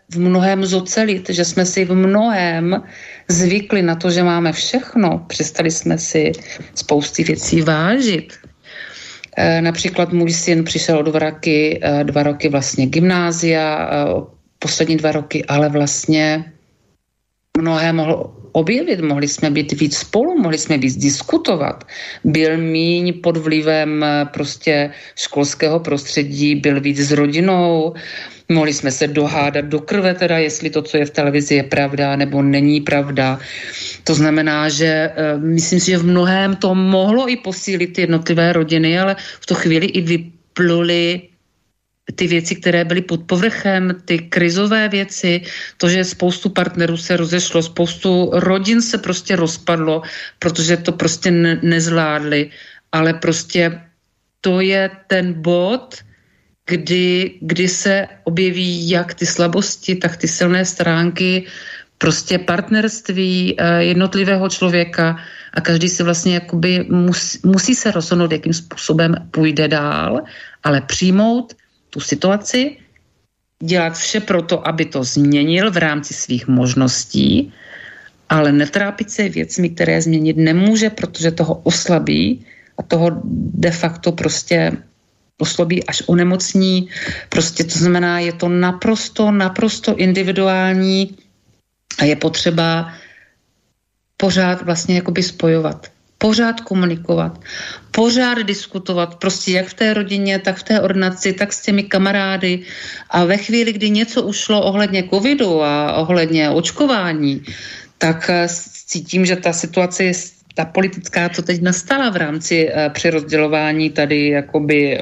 v mnohém zocelit, že jsme si v mnohém zvykli na to, že máme všechno. Přestali jsme si spousty věcí vážit. Například můj syn přišel o 2 roky vlastně gymnázia, poslední 2 roky, ale vlastně mnohé mohl objevit, mohli jsme být víc spolu, mohli jsme víc diskutovat. Byl míň pod vlivem prostě školského prostředí, byl víc s rodinou, mohli jsme se dohádat do krve teda, jestli to, co je v televizi, je pravda nebo není pravda. To znamená, že myslím si, že v mnohém to mohlo i posílit ty jednotlivé rodiny, ale v tu chvíli i vypluly ty věci, které byly pod povrchem, ty krizové věci, to, že spoustu partnerů se rozešlo, spoustu rodin se prostě rozpadlo, protože to prostě nezvládli, ale prostě to je ten bod, kdy se objeví jak ty slabosti, tak ty silné stránky prostě partnerství jednotlivého člověka a každý si vlastně jakoby musí se rozhodnout, jakým způsobem půjde dál, ale přijmout tu situaci, dělat vše pro to, aby to změnil v rámci svých možností, ale netrápit se věcmi, které změnit nemůže, protože toho oslabí a toho de facto prostě oslabí až onemocní. Prostě to znamená, je to naprosto individuální a je potřeba pořád vlastně jakoby spojovat. Pořád komunikovat, pořád diskutovat, prostě jak v té rodině, tak v té ordinaci, tak s těmi kamarády. A ve chvíli, kdy něco ušlo ohledně covidu a ohledně očkování, tak cítím, že ta situace je ta politická, co teď nastala v rámci přerozdělování tady jakoby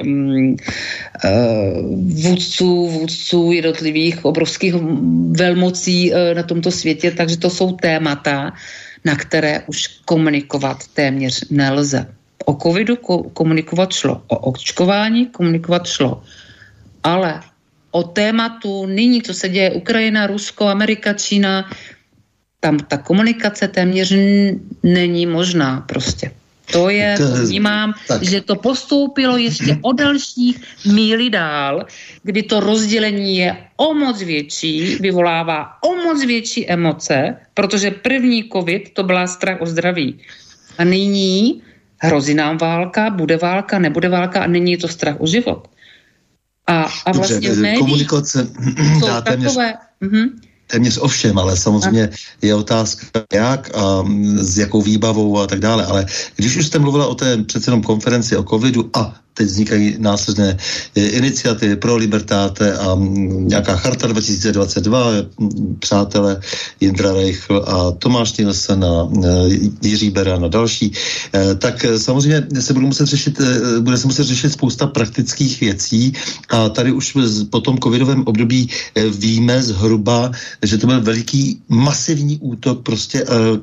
vůdců jednotlivých obrovských velmocí na tomto světě, takže to jsou témata, na které už komunikovat téměř nelze. O covidu komunikovat šlo, o očkování komunikovat šlo, ale o tématu nyní, co se děje Ukrajina, Rusko, Amerika, Čína, tam ta komunikace téměř není možná prostě. To vnímám, že to postoupilo ještě o dalších míli dál, kdy to rozdělení je o moc větší, vyvolává o moc větší emoce, protože první covid to byla strach o zdraví. A nyní hrozí nám válka, bude válka, nebude válka a nyní je to strach o život. A vlastně v médiích jsou takové... Téměř ovšem, ale samozřejmě je otázka jak a s jakou výbavou a tak dále. Ale když už jste mluvila o té přece jenom konferenci o covidu a teď vznikají následné iniciativy pro Libertáte a nějaká charta 2022, přátelé Jindra Reichl a Tomáš Nielsen a Jiří Beran a další, tak samozřejmě bude se muset řešit spousta praktických věcí a tady už po tom covidovém období víme zhruba, že to byl veliký masivní útok prostě,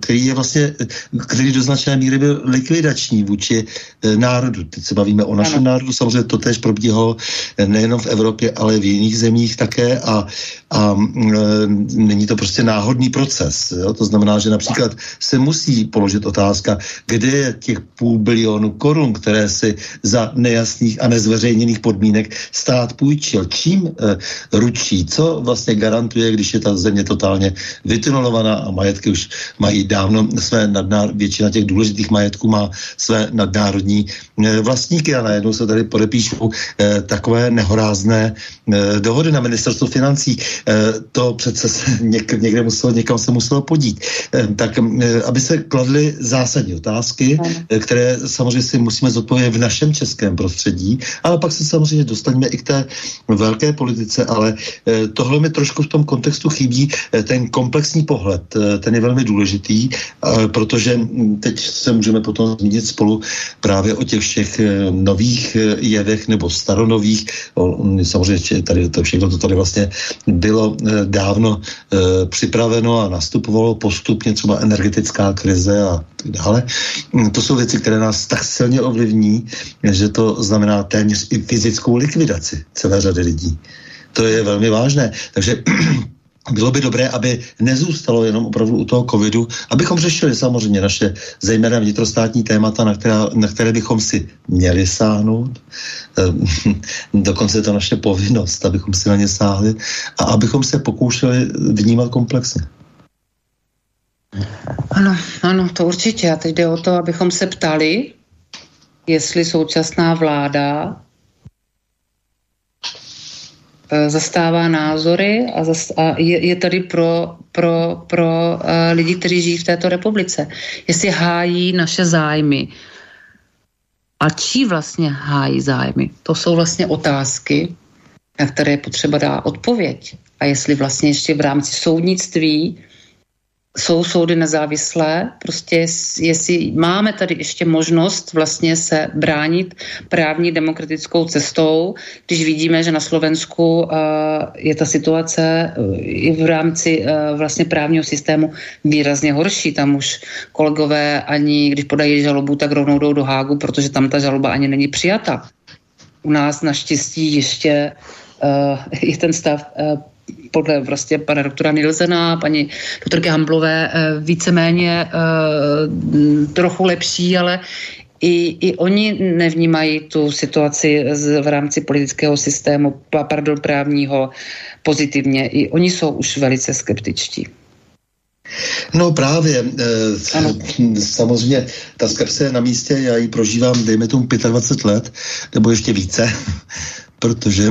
který do značné míry byl likvidační vůči národu. Teď se bavíme o našem národu, samozřejmě to též probíhalo nejenom v Evropě, ale v jiných zemích také a není to prostě náhodný proces. Jo? To znamená, že například se musí položit otázka, kde je těch 500 milionů korun, které si za nejasných a nezveřejněných podmínek stát půjčil. Čím ručí? Co vlastně garantuje, když je ta země totálně vytunelovaná a majetky už mají dávno většina těch důležitých majetků má své nadnárodní vlastníky a najednou se tady podepíšou takové nehorázné dohody na ministerstvu financí. To přece někam se muselo podít. Tak aby se kladly zásadní otázky, které samozřejmě si musíme zodpovědět v našem českém prostředí, ale pak se samozřejmě dostaneme i k té velké politice, ale tohle mi trošku v tom kontextu chybí, ten komplexní pohled, ten je velmi důležitý, protože teď se můžeme potom zmínit spolu právě o těch všech nových jevech nebo staronových. Samozřejmě tady to všechno to tady vlastně bylo dávno připraveno a nastupovalo postupně, třeba energetická krize a tak dále. To jsou věci, které nás tak silně ovlivní, že to znamená téměř i fyzickou likvidaci celé řady lidí. To je velmi vážné. Takže bylo by dobré, aby nezůstalo jenom opravdu u toho covidu, abychom řešili samozřejmě naše zejména vnitrostátní témata, na které bychom si měli sáhnout. Dokonce je to naše povinnost, abychom si na ně sáhli a abychom se pokoušeli vnímat komplexně. Ano, to určitě. A teď jde o to, abychom se ptali, jestli současná vláda zastává názory a je tady pro lidi, kteří žijí v této republice. Jestli hájí naše zájmy. A čí vlastně hájí zájmy? To jsou vlastně otázky, na které je potřeba dát odpověď. A jestli vlastně ještě v rámci soudnictví jsou soudy nezávislé, prostě jestli máme tady ještě možnost vlastně se bránit právní demokratickou cestou, když vidíme, že na Slovensku je ta situace i v rámci vlastně právního systému výrazně horší. Tam už kolegové ani, když podají žalobu, tak rovnou jdou do Hágu, protože tam ta žaloba ani není přijata. U nás naštěstí ještě je ten stav podle vlastně pana doktora Nilsena, paní doktorky Hamblové víceméně trochu lepší, ale i oni nevnímají tu situaci v rámci politického systému, právního pozitivně. I oni jsou už velice skeptičtí. No právě, samozřejmě ta skepse je na místě, já ji prožívám, dejme tomu 25 let, nebo ještě více, protože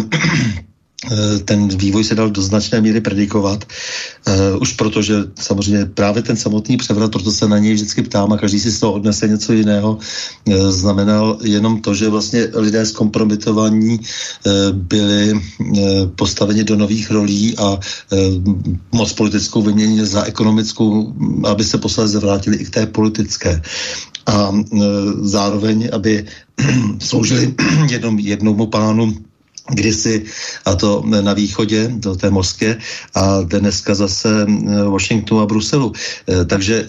ten vývoj se dal do značné míry predikovat. Už protože samozřejmě právě ten samotný převrat, proto se na něj vždycky ptám a každý si z toho odnese něco jiného, znamenal jenom to, že vlastně lidé zkompromitovaní byli postaveni do nových rolí a moc politickou vyměnili za ekonomickou, aby se posléze vrátili i k té politické. A zároveň, aby sloužili jednomu pánu kdysi, a to na východě, do té Moskvy, a dneska zase Washingtonu a Bruselu. Takže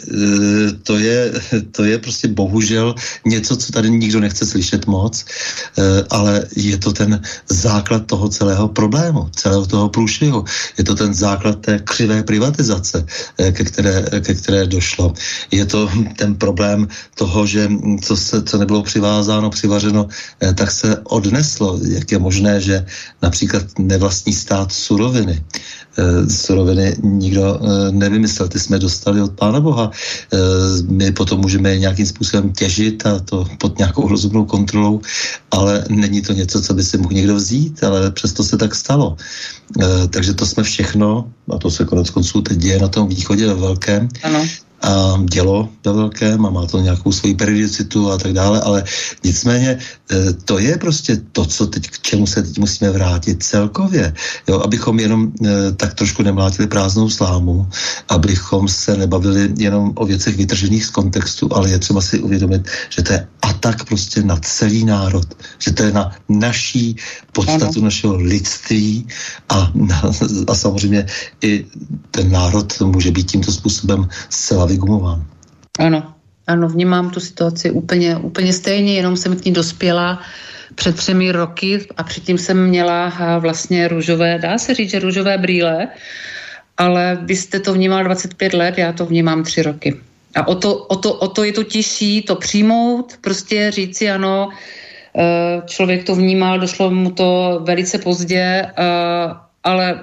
to je prostě bohužel něco, co tady nikdo nechce slyšet moc, ale je to ten základ toho celého problému, celého toho průšvihu. Je to ten základ té křivé privatizace, ke které došlo. Je to ten problém toho, že co nebylo přivařeno, tak se odneslo. Jak je možné, že například nevlastní stát suroviny. Suroviny nikdo nevymyslel, ty jsme dostali od Pána Boha. My potom můžeme nějakým způsobem těžit a to pod nějakou rozumnou kontrolou, ale není to něco, co by si mohl někdo vzít, ale přesto se tak stalo. Takže to jsme všechno, a to se konec konců teď děje na tom východě ve velkém, ano. A dělo ve velkém a má to nějakou svoji periodicitu a tak dále, ale nicméně to je prostě to, k čemu se teď musíme vrátit celkově, jo, abychom jenom tak trošku nemlátili prázdnou slámu, abychom se nebavili jenom o věcech vytržených z kontextu, ale je třeba si uvědomit, že to je atak prostě na celý národ, že to je na naší podstatu našeho lidství a samozřejmě i ten národ může být tímto způsobem zcela vygumován. Ano, vnímám tu situaci úplně stejně, jenom jsem k ní dospěla před 3 roky a předtím jsem měla vlastně růžové, dá se říct, že růžové brýle, ale vy jste to vnímal 25 let, já to vnímám 3 roky. A o to je to těžší, to přijmout, prostě říci ano, člověk to vnímal, došlo mu to velice pozdě, ale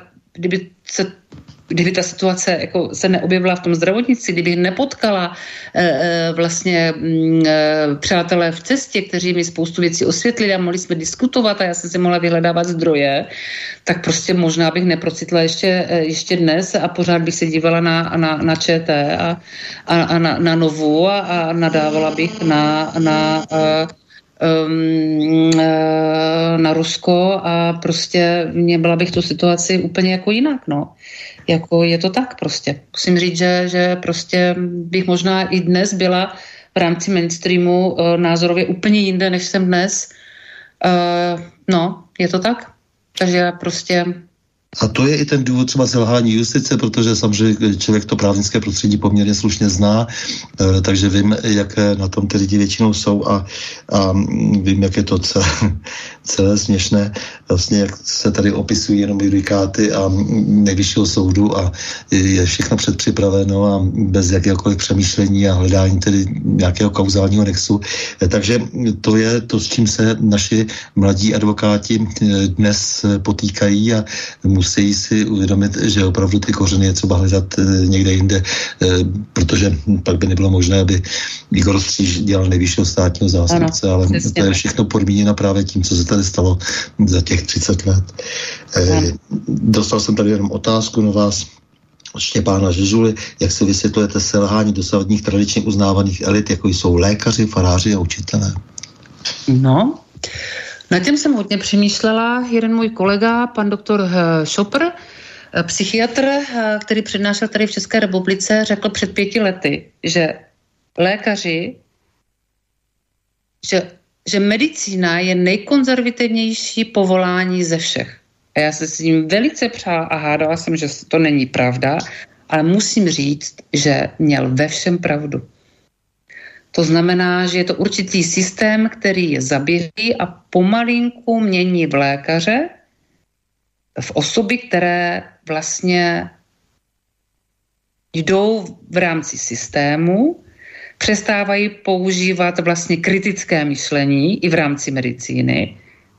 kdyby ta situace jako se neobjevila v tom zdravotnictví, kdybych nepotkala vlastně přátelé v cestě, kteří mi spoustu věcí osvětlili a mohli jsme diskutovat a já jsem si mohla vyhledávat zdroje, tak prostě možná bych neprocitla ještě dnes a pořád bych se dívala na ČT a na Novu a nadávala bych na Rusko a prostě měla bych tu situaci úplně jako jinak, no. Jako je to tak prostě. Musím říct, že prostě bych možná i dnes byla v rámci mainstreamu názorově úplně jinde, než jsem dnes. No, je to tak. Takže já prostě A to je i ten důvod třeba selhání justice, protože samozřejmě člověk to právnické prostředí poměrně slušně zná, takže vím, jak na tom ty lidi většinou jsou a vím, jak je to celé směšné, vlastně jak se tady opisují jenom judikáty a nejvyššího soudu a je všechno předpřipraveno a bez jakéhokoliv přemýšlení a hledání tedy nějakého kauzálního nexu. Takže to je to, s čím se naši mladí advokáti dnes potýkají a musí si uvědomit, že opravdu ty kořeny je třeba hledat někde jinde, protože pak by nebylo možné, aby Igor Stříž dělal nejvyššího státního zástupce, ale to je všechno podmíněno právě tím, co se tady stalo za těch 30 let. Dostal jsem tady jenom otázku na vás, Štěpána Žižuly, jak si vysvětlujete selhání dosavadních tradičně uznávaných elit, jako jsou lékaři, faráři a učitelé? No, na tím jsem hodně přemýšlela. Jeden můj kolega, pan doktor Šopr, psychiatr, který přednášel tady v České republice, řekl před 5 lety, že lékaři, že medicína je nejkonzervativnější povolání ze všech. A já se s ním velice přála a hádala jsem, že to není pravda, ale musím říct, že měl ve všem pravdu. To znamená, že je to určitý systém, který je zaběhlý a pomalinku mění v lékaře, v osoby, které vlastně jdou v rámci systému, přestávají používat vlastně kritické myšlení i v rámci medicíny.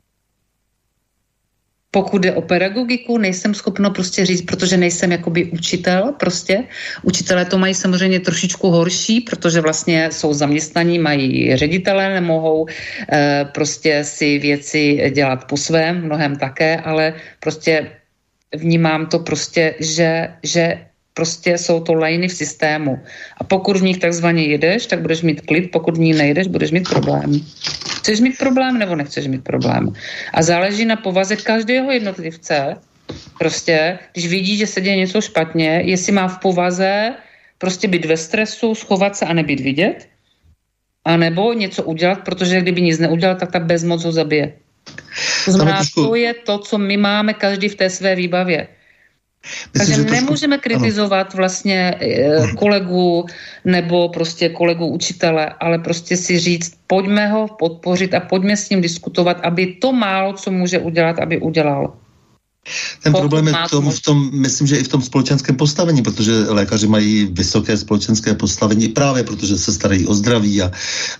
Pokud jde o pedagogiku, nejsem schopna prostě říct, protože nejsem jakoby učitel prostě. Učitelé to mají samozřejmě trošičku horší, protože vlastně jsou zaměstnaní, mají ředitele, nemohou prostě si věci dělat po svém, mnohem také, ale prostě vnímám to prostě, že prostě jsou to lajny v systému. A pokud v nich takzvaně jedeš, tak budeš mít klid, pokud v nich nejedeš, budeš mít problém. Chceš mít problém, nebo nechceš mít problém? A záleží na povaze každého jednotlivce. Prostě, když vidí, že se děje něco špatně, jestli má v povaze prostě být ve stresu, schovat se a nebýt vidět, anebo něco udělat, protože kdyby nic neudělal, tak ta bezmoc ho zabije. To znamená, to je to, co my máme každý v té své výbavě. Takže nemůžeme kritizovat vlastně kolegu nebo prostě kolegu učitele, ale prostě si říct, pojďme ho podpořit a pojďme s ním diskutovat, aby to málo, co může udělat, aby udělal. Ten problém je v tom, myslím, že i v tom společenském postavení, protože lékaři mají vysoké společenské postavení právě protože se starají o zdraví a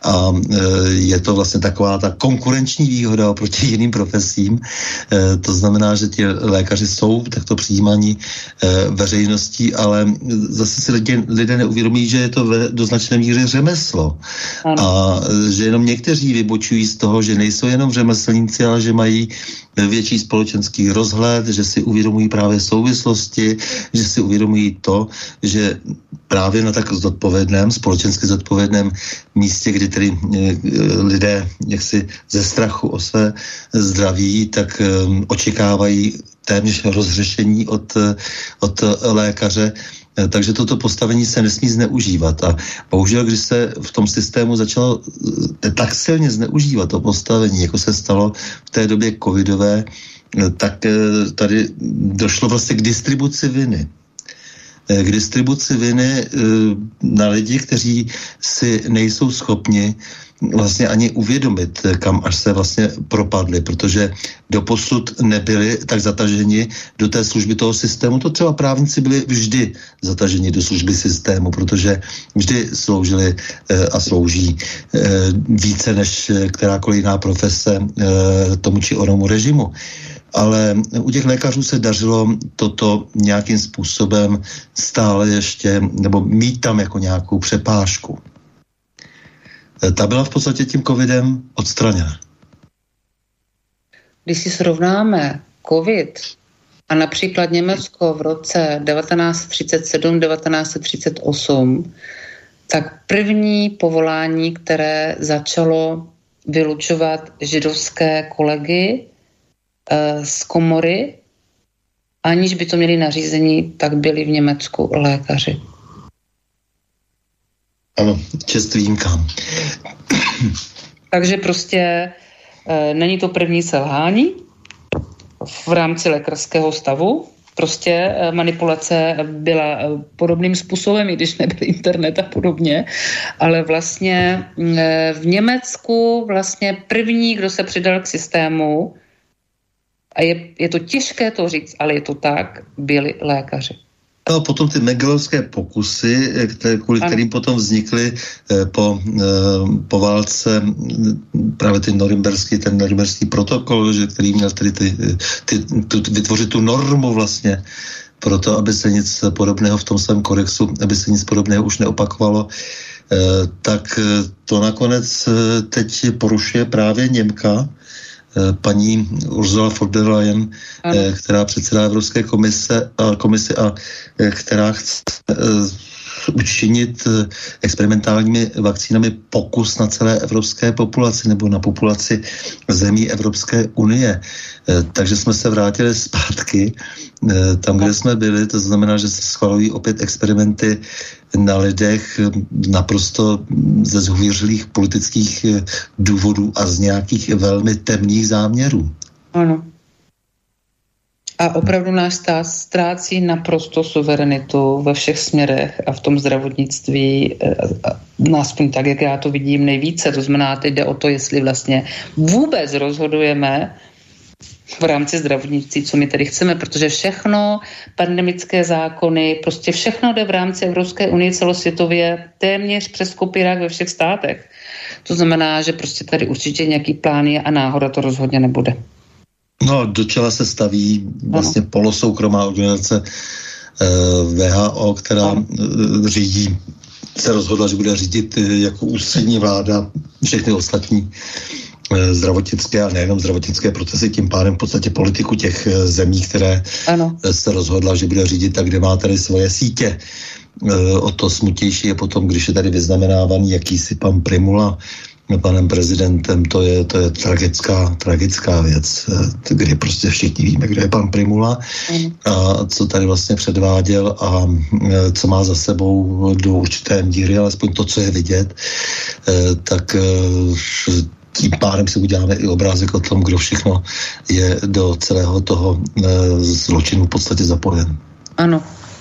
je to vlastně taková ta konkurenční výhoda oproti jiným profesím. To znamená, že ti lékaři jsou takto přijímaní veřejností, ale zase si lidé neuvědomí, že je to do značné míry řemeslo. Ano. A že jenom někteří vybočují z toho, že nejsou jenom řemeslníci, ale že mají větší společenský rozhled, že si uvědomují právě souvislosti, že si uvědomují to, že právě na tak zodpovědném, společensky zodpovědném místě, kdy tedy lidé jaksi ze strachu o své zdraví, tak očekávají téměř rozřešení od lékaře. Takže toto postavení se nesmí zneužívat. A bohužel, když se v tom systému začalo tak silně zneužívat to postavení, jako se stalo v té době covidové, tak tady došlo vlastně k distribuci viny. K distribuci viny na lidi, kteří si nejsou schopni vlastně ani uvědomit, kam až se vlastně propadli, protože doposud nebyli tak zataženi do té služby toho systému. To třeba právníci byli vždy zataženi do služby systému, protože vždy sloužili a slouží více než kterákoliv jiná profese tomu či onomu režimu. Ale u těch lékařů se dařilo toto nějakým způsobem stále ještě, nebo mít tam jako nějakou přepážku. Ta byla v podstatě tím covidem odstraněna. Když si srovnáme covid a například Německo v roce 1937-1938, tak první povolání, které začalo vylučovat židovské kolegy z komory, aniž by to měli nařízení, tak byli v Německu lékaři. Ano, čest výjimkám. Takže prostě není to první selhání, v rámci lékařského stavu. Prostě manipulace byla podobným způsobem, i když nebyl internet a podobně, ale vlastně v Německu vlastně první, kdo se přidal k systému, a je to těžké to říct, ale je to tak, byli lékaři. No a potom ty mengelovské pokusy, kvůli kterým potom vznikly po válce právě ten norimberský protokol, že, který měl tedy vytvořit tu normu vlastně pro to, aby se nic podobného v tom svém kodexu, aby se nic podobného už neopakovalo, tak to nakonec teď porušuje právě Němka, paní Ursula von der Leyen, která předsedá Evropské komisi a která chce učinit experimentálními vakcínami pokus na celé evropské populaci nebo na populaci zemí Evropské unie. Takže jsme se vrátili zpátky tam, kde jsme byli, to znamená, že se schvalují opět experimenty na lidech naprosto ze zhůvěřilých politických důvodů a z nějakých velmi temných záměrů. Ano. A opravdu náš stát ztrácí naprosto suverenitu ve všech směrech a v tom zdravotnictví, aspoň tak, jak já to vidím nejvíce. To znamená, teď jde o to, jestli vlastně vůbec rozhodujeme v rámci zdravotnictví, co my tedy chceme, protože všechno, pandemické zákony, prostě všechno jde v rámci Evropské unie celosvětově téměř přes kopírák ve všech státech. To znamená, že prostě tady určitě nějaký plán je a náhoda to rozhodně nebude. No, do čela se staví vlastně polosoukromá organizace WHO, která se rozhodla, že bude řídit jako ústřední vláda všechny ostatní zdravotnické a nejenom zdravotnické procesy, tím pádem v podstatě politiku těch zemí, které se rozhodla, že bude řídit, tak kde má tady svoje sítě. O to smutnější je potom, když je tady vyznamenávaný jakýsi pan Primula panem prezidentem, to je tragická věc, kdy prostě všichni víme, kdo je pan Primula a co tady vlastně předváděl a co má za sebou do určité míry, alespoň to, co je vidět, tak tím pádem si uděláme i obrázek o tom, kdo všechno je do celého toho zločinu v podstatě zapojen. Ano.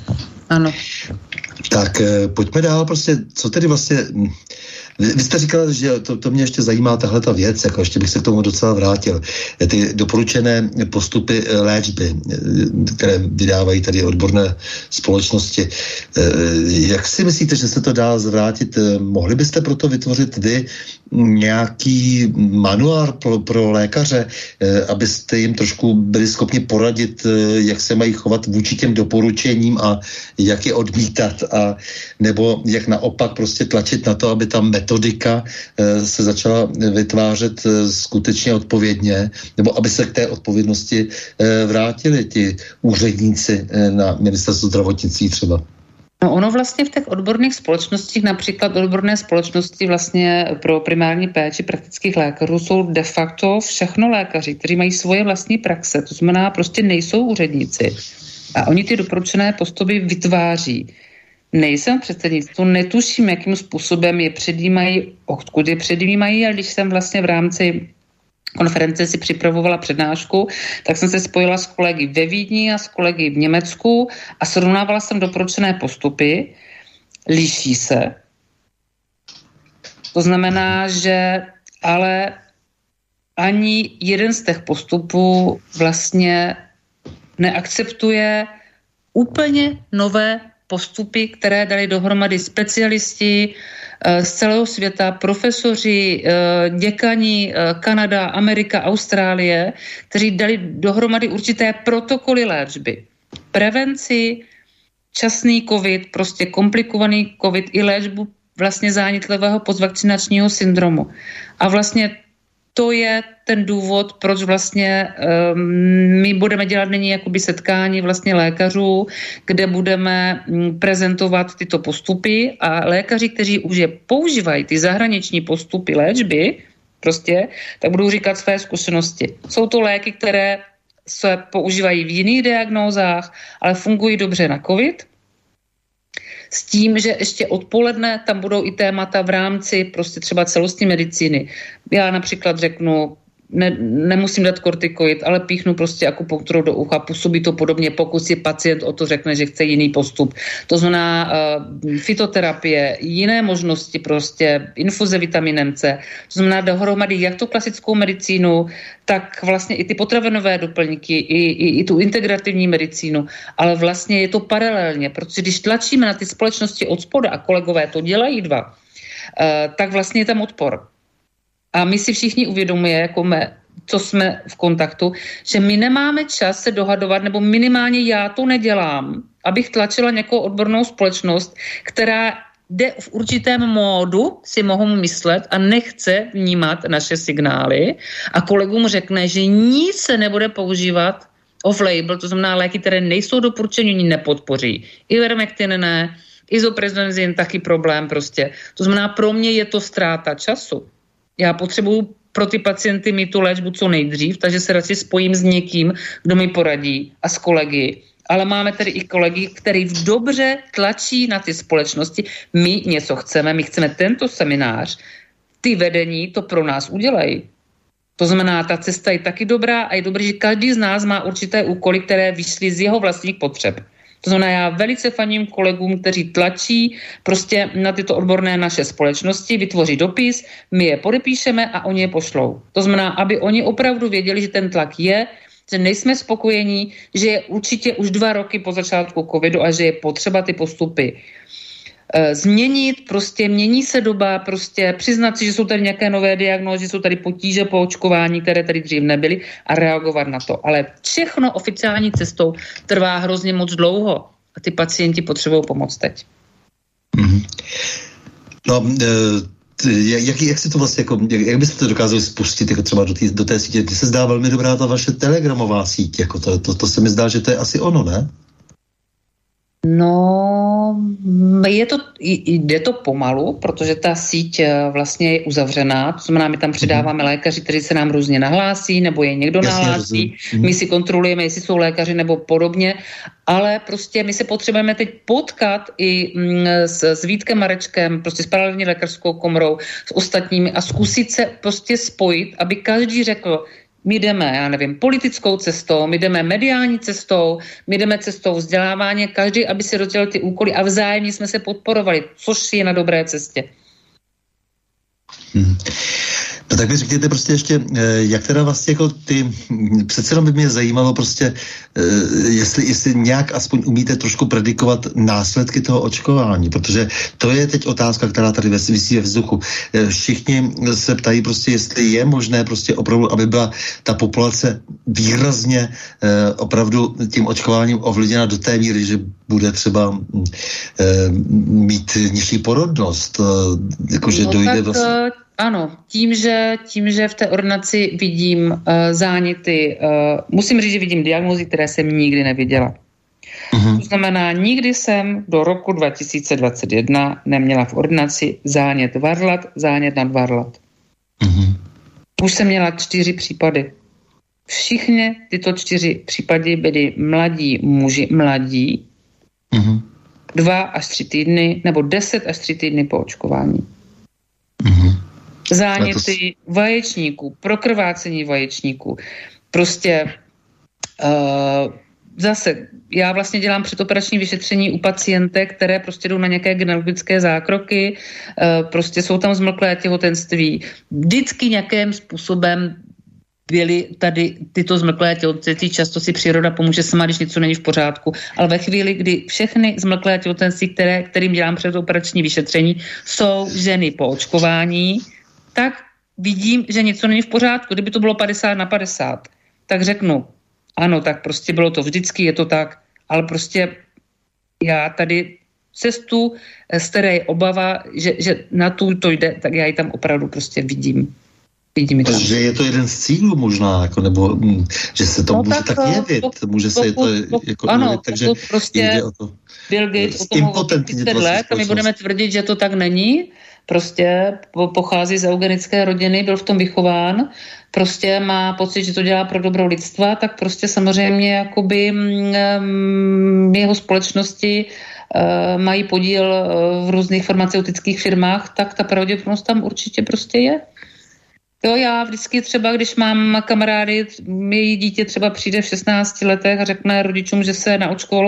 Tak pojďme dál, prostě, co tedy vlastně... Vy jste říkala, že to mě ještě zajímá tahle ta věc, jako ještě bych se k tomu docela vrátil. Ty doporučené postupy léčby, které vydávají tady odborné společnosti. Jak si myslíte, že se to dá zvrátit? Mohli byste proto vytvořit vy nějaký manuál pro lékaře, abyste jim trošku byli schopni poradit, jak se mají chovat vůči těm doporučením a jak je odmítat, a nebo jak naopak prostě tlačit na to, aby ta metodika se začala vytvářet skutečně odpovědně, nebo aby se k té odpovědnosti vrátili ti úředníci na ministerstvu zdravotnictví třeba? No ono vlastně v těch odborných společnostích, například odborné společnosti vlastně pro primární péči praktických lékařů jsou de facto všechno lékaři, kteří mají svoje vlastní praxe, to znamená prostě nejsou úředníci. A oni ty doporučené postupy vytváří. Nejsem v předsednictvu, netuším, jakým způsobem je předjímají, odkud je předjímají, ale když jsem vlastně v rámci konference si připravovala přednášku, tak jsem se spojila s kolegy ve Vídni a s kolegy v Německu a srovnávala jsem doporučené postupy. Liší se. To znamená, že ale ani jeden z těch postupů vlastně neakceptuje úplně nové postupy, které dali dohromady specialisti z celého světa, profesoři, děkani, Kanada, Amerika, Austrálie, kteří dali dohromady určité protokoly léčby. Prevenci, časný covid, prostě komplikovaný covid i léčbu vlastně zánětlivého postvakcinačního syndromu. A vlastně to je ten důvod, proč vlastně my budeme dělat nyní jakoby setkání vlastně lékařů, kde budeme prezentovat tyto postupy a lékaři, kteří už je používají, ty zahraniční postupy léčby, prostě, tak budou říkat své zkušenosti. Jsou to léky, které se používají v jiných diagnózách, ale fungují dobře na covid, s tím, že ještě odpoledne tam budou i témata v rámci prostě třeba celostní medicíny. Já například řeknu nemusím dát kortikoid, ale píchnu prostě akupunkturou do ucha, působí to podobně, pokud si pacient o to řekne, že chce jiný postup. To znamená fytoterapie, jiné možnosti prostě, infuze vitaminem C, to znamená dohromady jak tu klasickou medicínu, tak vlastně i ty potravinové doplňky, i tu integrativní medicínu, ale vlastně je to paralelně, protože když tlačíme na ty společnosti od spoda a kolegové to dělají dva, tak vlastně je tam odpor. A my si všichni uvědomujeme, jako co jsme v kontaktu, že my nemáme čas se dohadovat, nebo minimálně já to nedělám, abych tlačila nějakou odbornou společnost, která jde v určitém módu, si mohu myslet, a nechce vnímat naše signály a kolegům řekne, že nic se nebude používat off-label, to znamená léky, které nejsou doporučeny, oni nepodpoří. Ivermectin ne, isoprenzin taky problém prostě. To znamená, pro mě je to ztráta času. Já potřebuju pro ty pacienty mít tu léčbu co nejdřív, takže se radši spojím s někým, kdo mi poradí a s kolegy. Ale máme tedy i kolegy, který dobře tlačí na ty společnosti. My něco chceme, my chceme tento seminář, ty vedení to pro nás udělají. To znamená, ta cesta je taky dobrá a je dobré, že každý z nás má určité úkoly, které vyšly z jeho vlastních potřeb. To znamená, já velice faním kolegům, kteří tlačí prostě na tyto odborné naše společnosti, vytvoří dopis, my je podepíšeme a oni je pošlou. To znamená, aby oni opravdu věděli, že ten tlak je, že nejsme spokojení, že je určitě už 2 roky po začátku covidu a že je potřeba ty postupy změnit, prostě mění se doba, prostě přiznat si, že jsou tady nějaké nové diagnózy, jsou tady potíže po očkování, které tady dřív nebyly a reagovat na to. Ale všechno oficiální cestou trvá hrozně moc dlouho a ty pacienti potřebují pomoc teď. Mm-hmm. No, jak si to vlastně, jako, jak byste to dokázali spustit jako třeba do té sítě? Mně se zdá velmi dobrá ta vaše telegramová síť, jako to se mi zdá, že to je asi ono, ne? No, jde to pomalu, protože ta síť vlastně je uzavřená, to znamená, my tam přidáváme lékaři, kteří se nám různě nahlásí, nebo je někdo nahlásí, my si kontrolujeme, jestli jsou lékaři nebo podobně, ale prostě my se potřebujeme teď potkat i s Vítkem Marečkem, prostě s paralelní lékařskou komorou, s ostatními a zkusit se prostě spojit, aby každý řekl, my jdeme, já nevím, politickou cestou, my jdeme mediální cestou, my jdeme cestou vzdělávání, každý, aby si rozdělil ty úkoly a vzájemně jsme se podporovali, což je na dobré cestě. No tak mi řekněte prostě ještě, jak teda vlastně jako ty, přece jenom by mě zajímalo prostě, jestli nějak aspoň umíte trošku predikovat následky toho očkování, protože to je teď otázka, která tady visí ve vzduchu. Všichni se ptají prostě, jestli je možné prostě opravdu, aby byla ta populace výrazně opravdu tím očkováním ovlivněna do té míry, že bude třeba mít nižší porodnost, jakože dojde vlastně... Ano, tím, že v té ordinaci vidím záněty, musím říct, že vidím diagnózy, které jsem nikdy neviděla. To znamená, nikdy jsem do roku 2021 neměla v ordinaci zánět varlat, zánět nad varlat. Už jsem měla 4 případy. Všichni tyto 4 případy byly mladí muži, 2 až 3 týdny, nebo 10 až 3 týdny po očkování. Záněty vaječníků, prokrvácení vaječníků. Prostě zase, já vlastně dělám předoperační vyšetření u pacientek, které prostě jdou na nějaké gynekologické zákroky, prostě jsou tam zmlklé těhotenství. Vždycky nějakým způsobem byly tady tyto zmlklé těhotenství, často si příroda pomůže sama, když něco není v pořádku, ale ve chvíli, kdy všechny zmlklé těhotenství, kterým dělám předoperační vyšetření, jsou ženy po očkování, tak vidím, že něco není v pořádku. Kdyby to bylo 50/50, tak řeknu, ano, tak prostě bylo to vždycky, je to tak, ale prostě já tady cestu, z které je obava, že na to jde, tak já ji tam opravdu prostě vidím. Že je to jeden z cílů možná, jako, nebo že se to může tak jevit, může se to jako ano, jevit, takže prostě jde o to. Bill Gates o tom 30 let a my budeme tvrdit, že to tak není, prostě pochází z eugenické rodiny, byl v tom vychován, prostě má pocit, že to dělá pro dobro lidstva, tak prostě samozřejmě jakoby jeho společnosti mají podíl v různých farmaceutických firmách, tak ta pravděpodobnost tam určitě prostě je. Jo, já vždycky třeba, když mám kamarády, její dítě třeba přijde v 16 letech a řekne rodičům, že se naočkovalo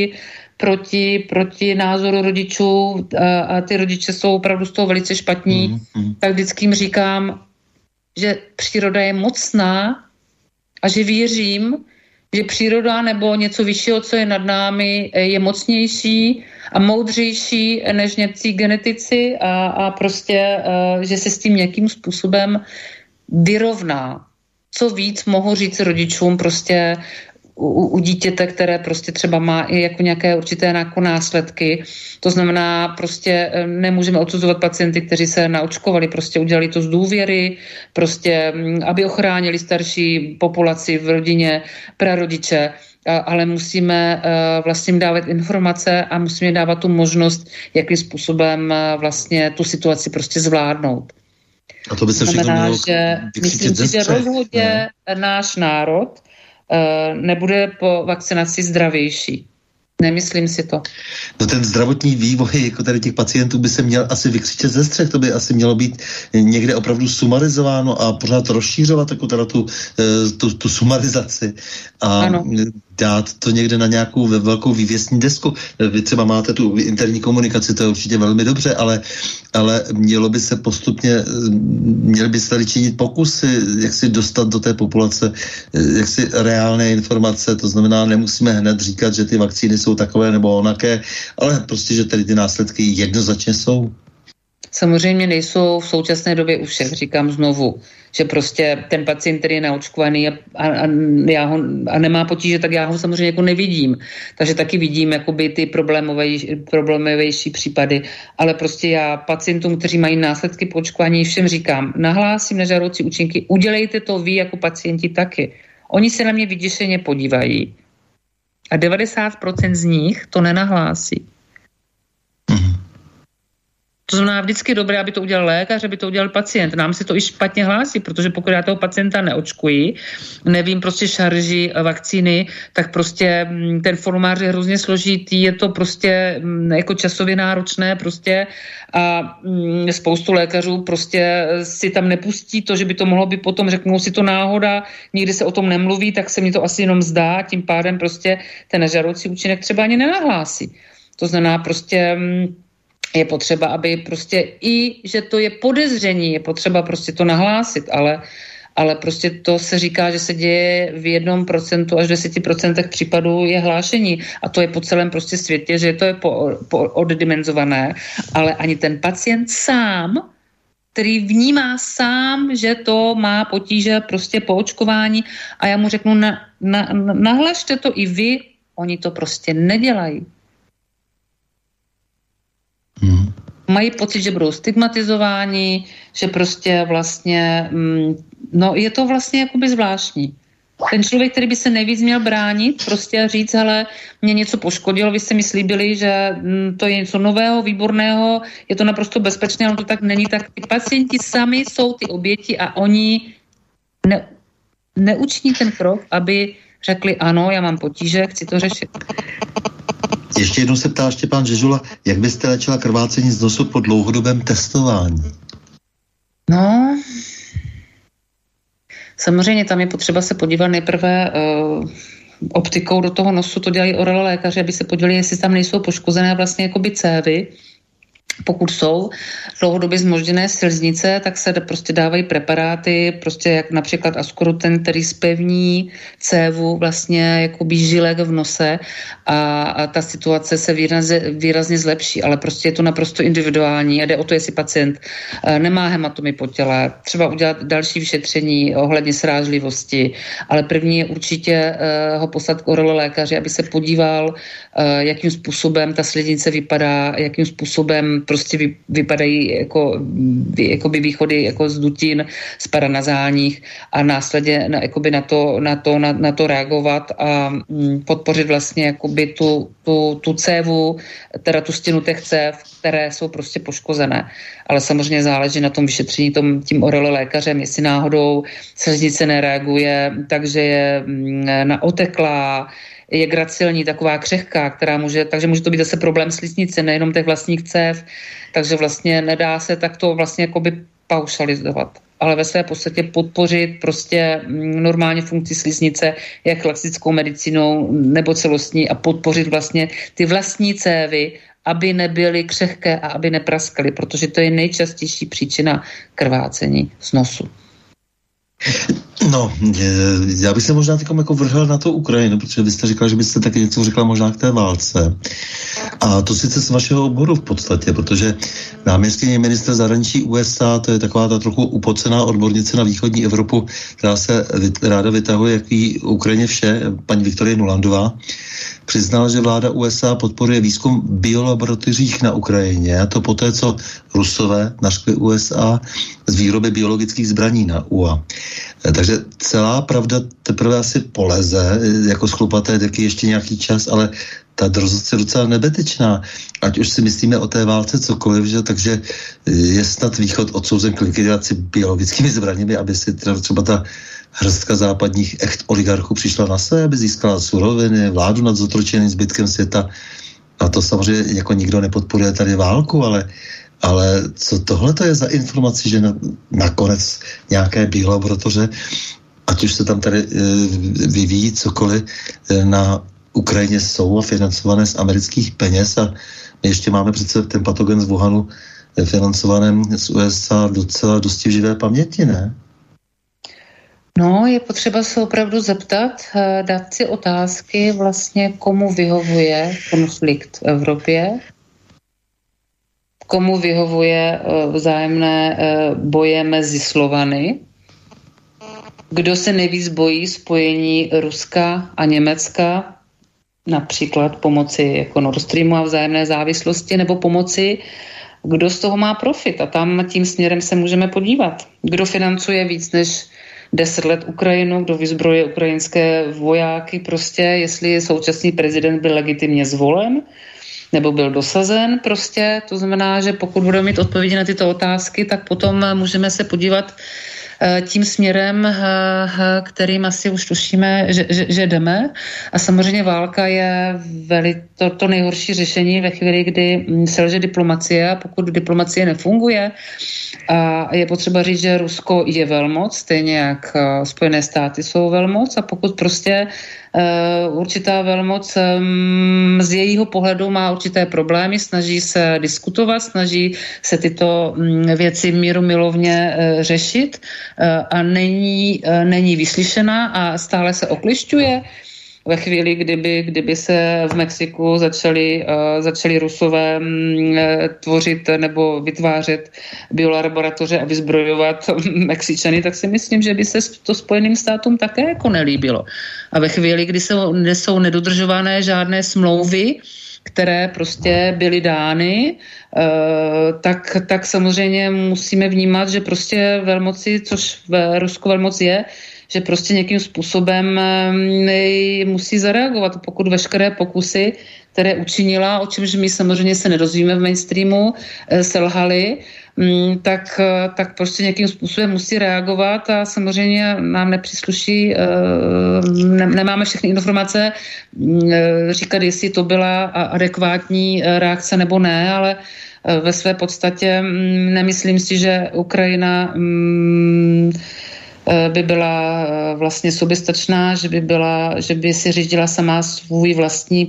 proti názoru rodičů a ty rodiče jsou opravdu z toho velice špatní, tak vždycky jim říkám, že příroda je mocná a že věřím, že příroda nebo něco vyššího, co je nad námi, je mocnější a moudřejší než něcí genetici a prostě, že se s tím nějakým způsobem vyrovná. Co víc mohu říct rodičům prostě u dítěte, které prostě třeba má i jako nějaké určité následky. To znamená, prostě nemůžeme odsuzovat pacienty, kteří se naočkovali, prostě udělali to z důvěry, prostě aby ochránili starší populaci v rodině, prarodiče, ale musíme vlastně dávat informace a musíme dávat tu možnost, jakým způsobem vlastně tu situaci prostě zvládnout. A to by se všechno mělo myslím si, že rozhodně náš národ nebude po vakcinaci zdravější. Nemyslím si to. No ten zdravotní vývoj jako tady těch pacientů by se měl asi vykřičet ze střech, to by asi mělo být někde opravdu sumarizováno a pořád rozšířovat jako teda tu sumarizaci a ano. Dát to někde na nějakou velkou vývěsní desku. Vy třeba máte tu interní komunikaci, to je určitě velmi dobře, ale mělo by se postupně, měly by se tady činit pokusy, jak si dostat do té populace jak si reálné informace, to znamená, nemusíme hned říkat, že ty vakcíny jsou takové nebo onaké, ale prostě, že tady ty následky jednoznačně jsou. Samozřejmě nejsou v současné době u všech, říkám znovu, že prostě ten pacient, který je naočkovaný a nemá potíže, tak já ho samozřejmě jako nevidím. Takže taky vidím jakoby ty problémovější případy. Ale prostě já pacientům, kteří mají následky po očkování, všem říkám, nahlásím nežádoucí účinky, udělejte to vy jako pacienti taky. Oni se na mě vyděšeně podívají a 90% z nich to nenahlásí. To znamená vždycky dobré, aby to udělal lékař, aby to udělal pacient. Nám se to i špatně hlásí, protože pokud já toho pacienta neočkuji, nevím prostě šarži vakcíny, tak prostě ten formulář je hrozně složitý, je to prostě jako časově náročné prostě a spoustu lékařů prostě si tam nepustí to, že by to mohlo být potom, řeknou si to náhoda, nikdy se o tom nemluví, tak se mi to asi jenom zdá, tím pádem prostě ten nežádoucí účinek třeba ani nenahlásí. To znamená prostě je potřeba, aby prostě i, že to je podezření, je potřeba prostě to nahlásit, ale prostě to se říká, že se děje v 1% až 10% případů je hlášení a to je po celém prostě světě, že to je oddimenzované, ale ani ten pacient sám, který vnímá sám, že to má potíže prostě po očkování a já mu řeknu, nahlašte to i vy, oni to prostě nedělají. Mají pocit, že budou stigmatizováni, že prostě vlastně, no je to vlastně jakoby zvláštní. Ten člověk, který by se nejvíc měl bránit, prostě říct, hele, mě něco poškodilo, vy jste mi slíbili, že to je něco nového, výborného, je to naprosto bezpečné, ale to tak není, tak ty pacienti sami jsou ty oběti a oni neučiní ten krok, aby řekli, ano, já mám potíže, chci to řešit. Ještě jednou se ptá Štěpán Žežula, jak byste léčila krvácení z nosu po dlouhodobém testování? No, samozřejmě tam je potřeba se podívat nejprve optikou do toho nosu, to dělají oralo lékaři, aby se podívali, jestli tam nejsou poškozené vlastně jakoby cévy. Pokud jsou dlouhodobě zmožděné sliznice, tak se prostě dávají preparáty, prostě jak například Ascoruten, který zpevní cévu vlastně jakoby žilek v nose a ta situace se výrazně zlepší, ale prostě je to naprosto individuální a jde o to, jestli pacient nemá hematomy po těle, třeba udělat další vyšetření ohledně srážlivosti, ale první je určitě ho poslat k orololékaři, aby se podíval, jakým způsobem ta sliznice vypadá, jakým způsobem prostě vypadají jako východy jako z dutin, z paranazálních a následně na to reagovat a podpořit vlastně jakoby tu cévu, teda tu stěnu těch cév, které jsou prostě poškozené. Ale samozřejmě záleží na tom vyšetření tím orololékařem, jestli náhodou sliznice nereaguje, takže je naoteklá, je gracilní, taková křehká, takže může to být zase problém sliznice, nejenom těch vlastních cév, takže vlastně nedá se takto vlastně jakoby paušalizovat. ale ve své podstatě podpořit prostě normálně funkci sliznice, jak klasickou medicínou nebo celostní a podpořit vlastně ty vlastní cévy, aby nebyly křehké a aby nepraskaly, protože to je nejčastější příčina krvácení z nosu. No, já bych se možná takom jako vrhl na to Ukrajinu, protože vy jste říkala, že byste taky něco řekla možná k té válce. A to sice z vašeho oboru v podstatě, protože náměstkyně ministra zahraničí USA, to je taková ta trochu upocená odbornice na východní Evropu, která se ráda vytahuje, jaký Ukrajině vše, paní Viktorie Nulandová, přiznala, že vláda USA podporuje výzkum biolaboratořích na Ukrajině, a to poté, co Rusové naškli USA z výroby biologických zbraní na UA. Takže celá pravda teprve asi poleze, jako schlupaté deky ještě nějaký čas, ale ta drzost je docela nebetečná. Ať už si myslíme o té válce cokoliv, že? Takže je snad Východ odsouzen k likvidaci biologickými zbraněmi, aby si třeba ta hrstka západních oligarchů přišla na své, aby získala suroviny, vládu nad zotročeným zbytkem světa. A to samozřejmě jako nikdo nepodporuje tady válku, ale co tohle to je za informaci, že nakonec nějaké biolaboratoře, ať už se tam tady vyvíjí cokoliv, na Ukrajině jsou a financované z amerických peněz, a my ještě máme přece ten patogen z Wuhanu financovaném z USA docela dosti v živé paměti, ne? No, je potřeba se opravdu zeptat, dát si otázky vlastně, komu vyhovuje konflikt v Evropě, komu vyhovuje vzájemné boje mezi Slovany, kdo se nejvíc bojí spojení Ruska a Německa, například pomoci jako Nord Streamu a vzájemné závislosti, nebo pomoci, kdo z toho má profit. A tam tím směrem se můžeme podívat. Kdo financuje víc než 10 let Ukrajinu, kdo vyzbroje ukrajinské vojáky, prostě jestli současný prezident byl legitimně zvolen, nebo byl dosazen prostě. To znamená, že pokud budeme mít odpovědi na tyto otázky, tak potom můžeme se podívat tím směrem, kterým asi už tušíme, že jdeme. A samozřejmě válka je to nejhorší řešení ve chvíli, kdy selže diplomacie, a pokud diplomacie nefunguje, a je potřeba říct, že Rusko je velmoc, stejně jak Spojené státy jsou velmoc, a pokud prostě určitá velmoc z jejího pohledu má určité problémy, snaží se diskutovat, snaží se tyto věci mírumilovně řešit a není vyslyšená a stále se oklišťuje. Ve chvíli, kdyby se v Mexiku začali Rusové tvořit nebo vytvářet biolaboratoře a vyzbrojovat Mexičany, tak si myslím, že by se to Spojeným státům také jako nelíbilo. A ve chvíli, kdy jsou nedodržované žádné smlouvy, které prostě byly dány, tak samozřejmě musíme vnímat, že prostě velmoci, což v Rusku velmoc je, že prostě nějakým způsobem musí zareagovat, pokud veškeré pokusy, které učinila, o čemž my samozřejmě se nedozvíme v mainstreamu, selhaly, tak prostě nějakým způsobem musí reagovat a samozřejmě nám nepřísluší, nemáme všechny informace říkat, jestli to byla adekvátní reakce nebo ne, ale ve své podstatě nemyslím si, že Ukrajina by byla vlastně soběstačná, že by si řídila sama svůj vlastní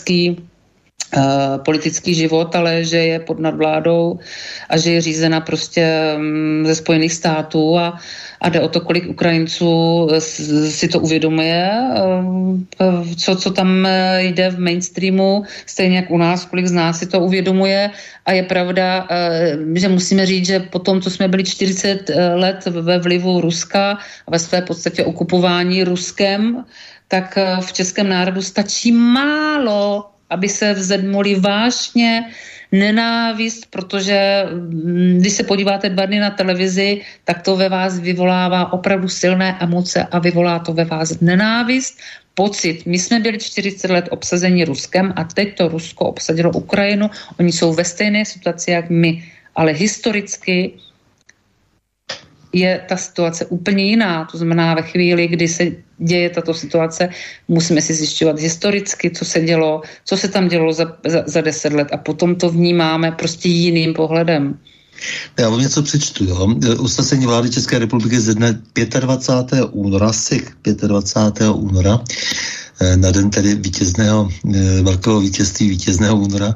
politický život, ale že je pod nadvládou a že je řízena prostě ze Spojených států a jde o to, kolik Ukrajinců si to uvědomuje, co tam jde v mainstreamu, stejně jak u nás, kolik z nás si to uvědomuje, a je pravda, že musíme říct, že po tom, co jsme byli 40 let ve vlivu Ruska a ve své podstatě okupování Ruskem, tak v českém národu stačí málo, aby se vzedmuli vášně, nenávist, protože když se podíváte 2 dny na televizi, tak to ve vás vyvolává opravdu silné emoce a vyvolá to ve vás nenávist, pocit. My jsme byli 40 let obsazeni Ruskem a teď to Rusko obsadilo Ukrajinu. Oni jsou ve stejné situaci jak my, ale historicky je ta situace úplně jiná. To znamená, ve chvíli, kdy se děje tato situace, musíme si zjišťovat historicky, co se dělo, co se tam dělo za 10 let a potom to vnímáme prostě jiným pohledem. Já vám něco přečtu, jo. Usnesení vlády České republiky ze dne 25. února, 25. února, na den tedy vítězného, velkého vítězství vítězného února,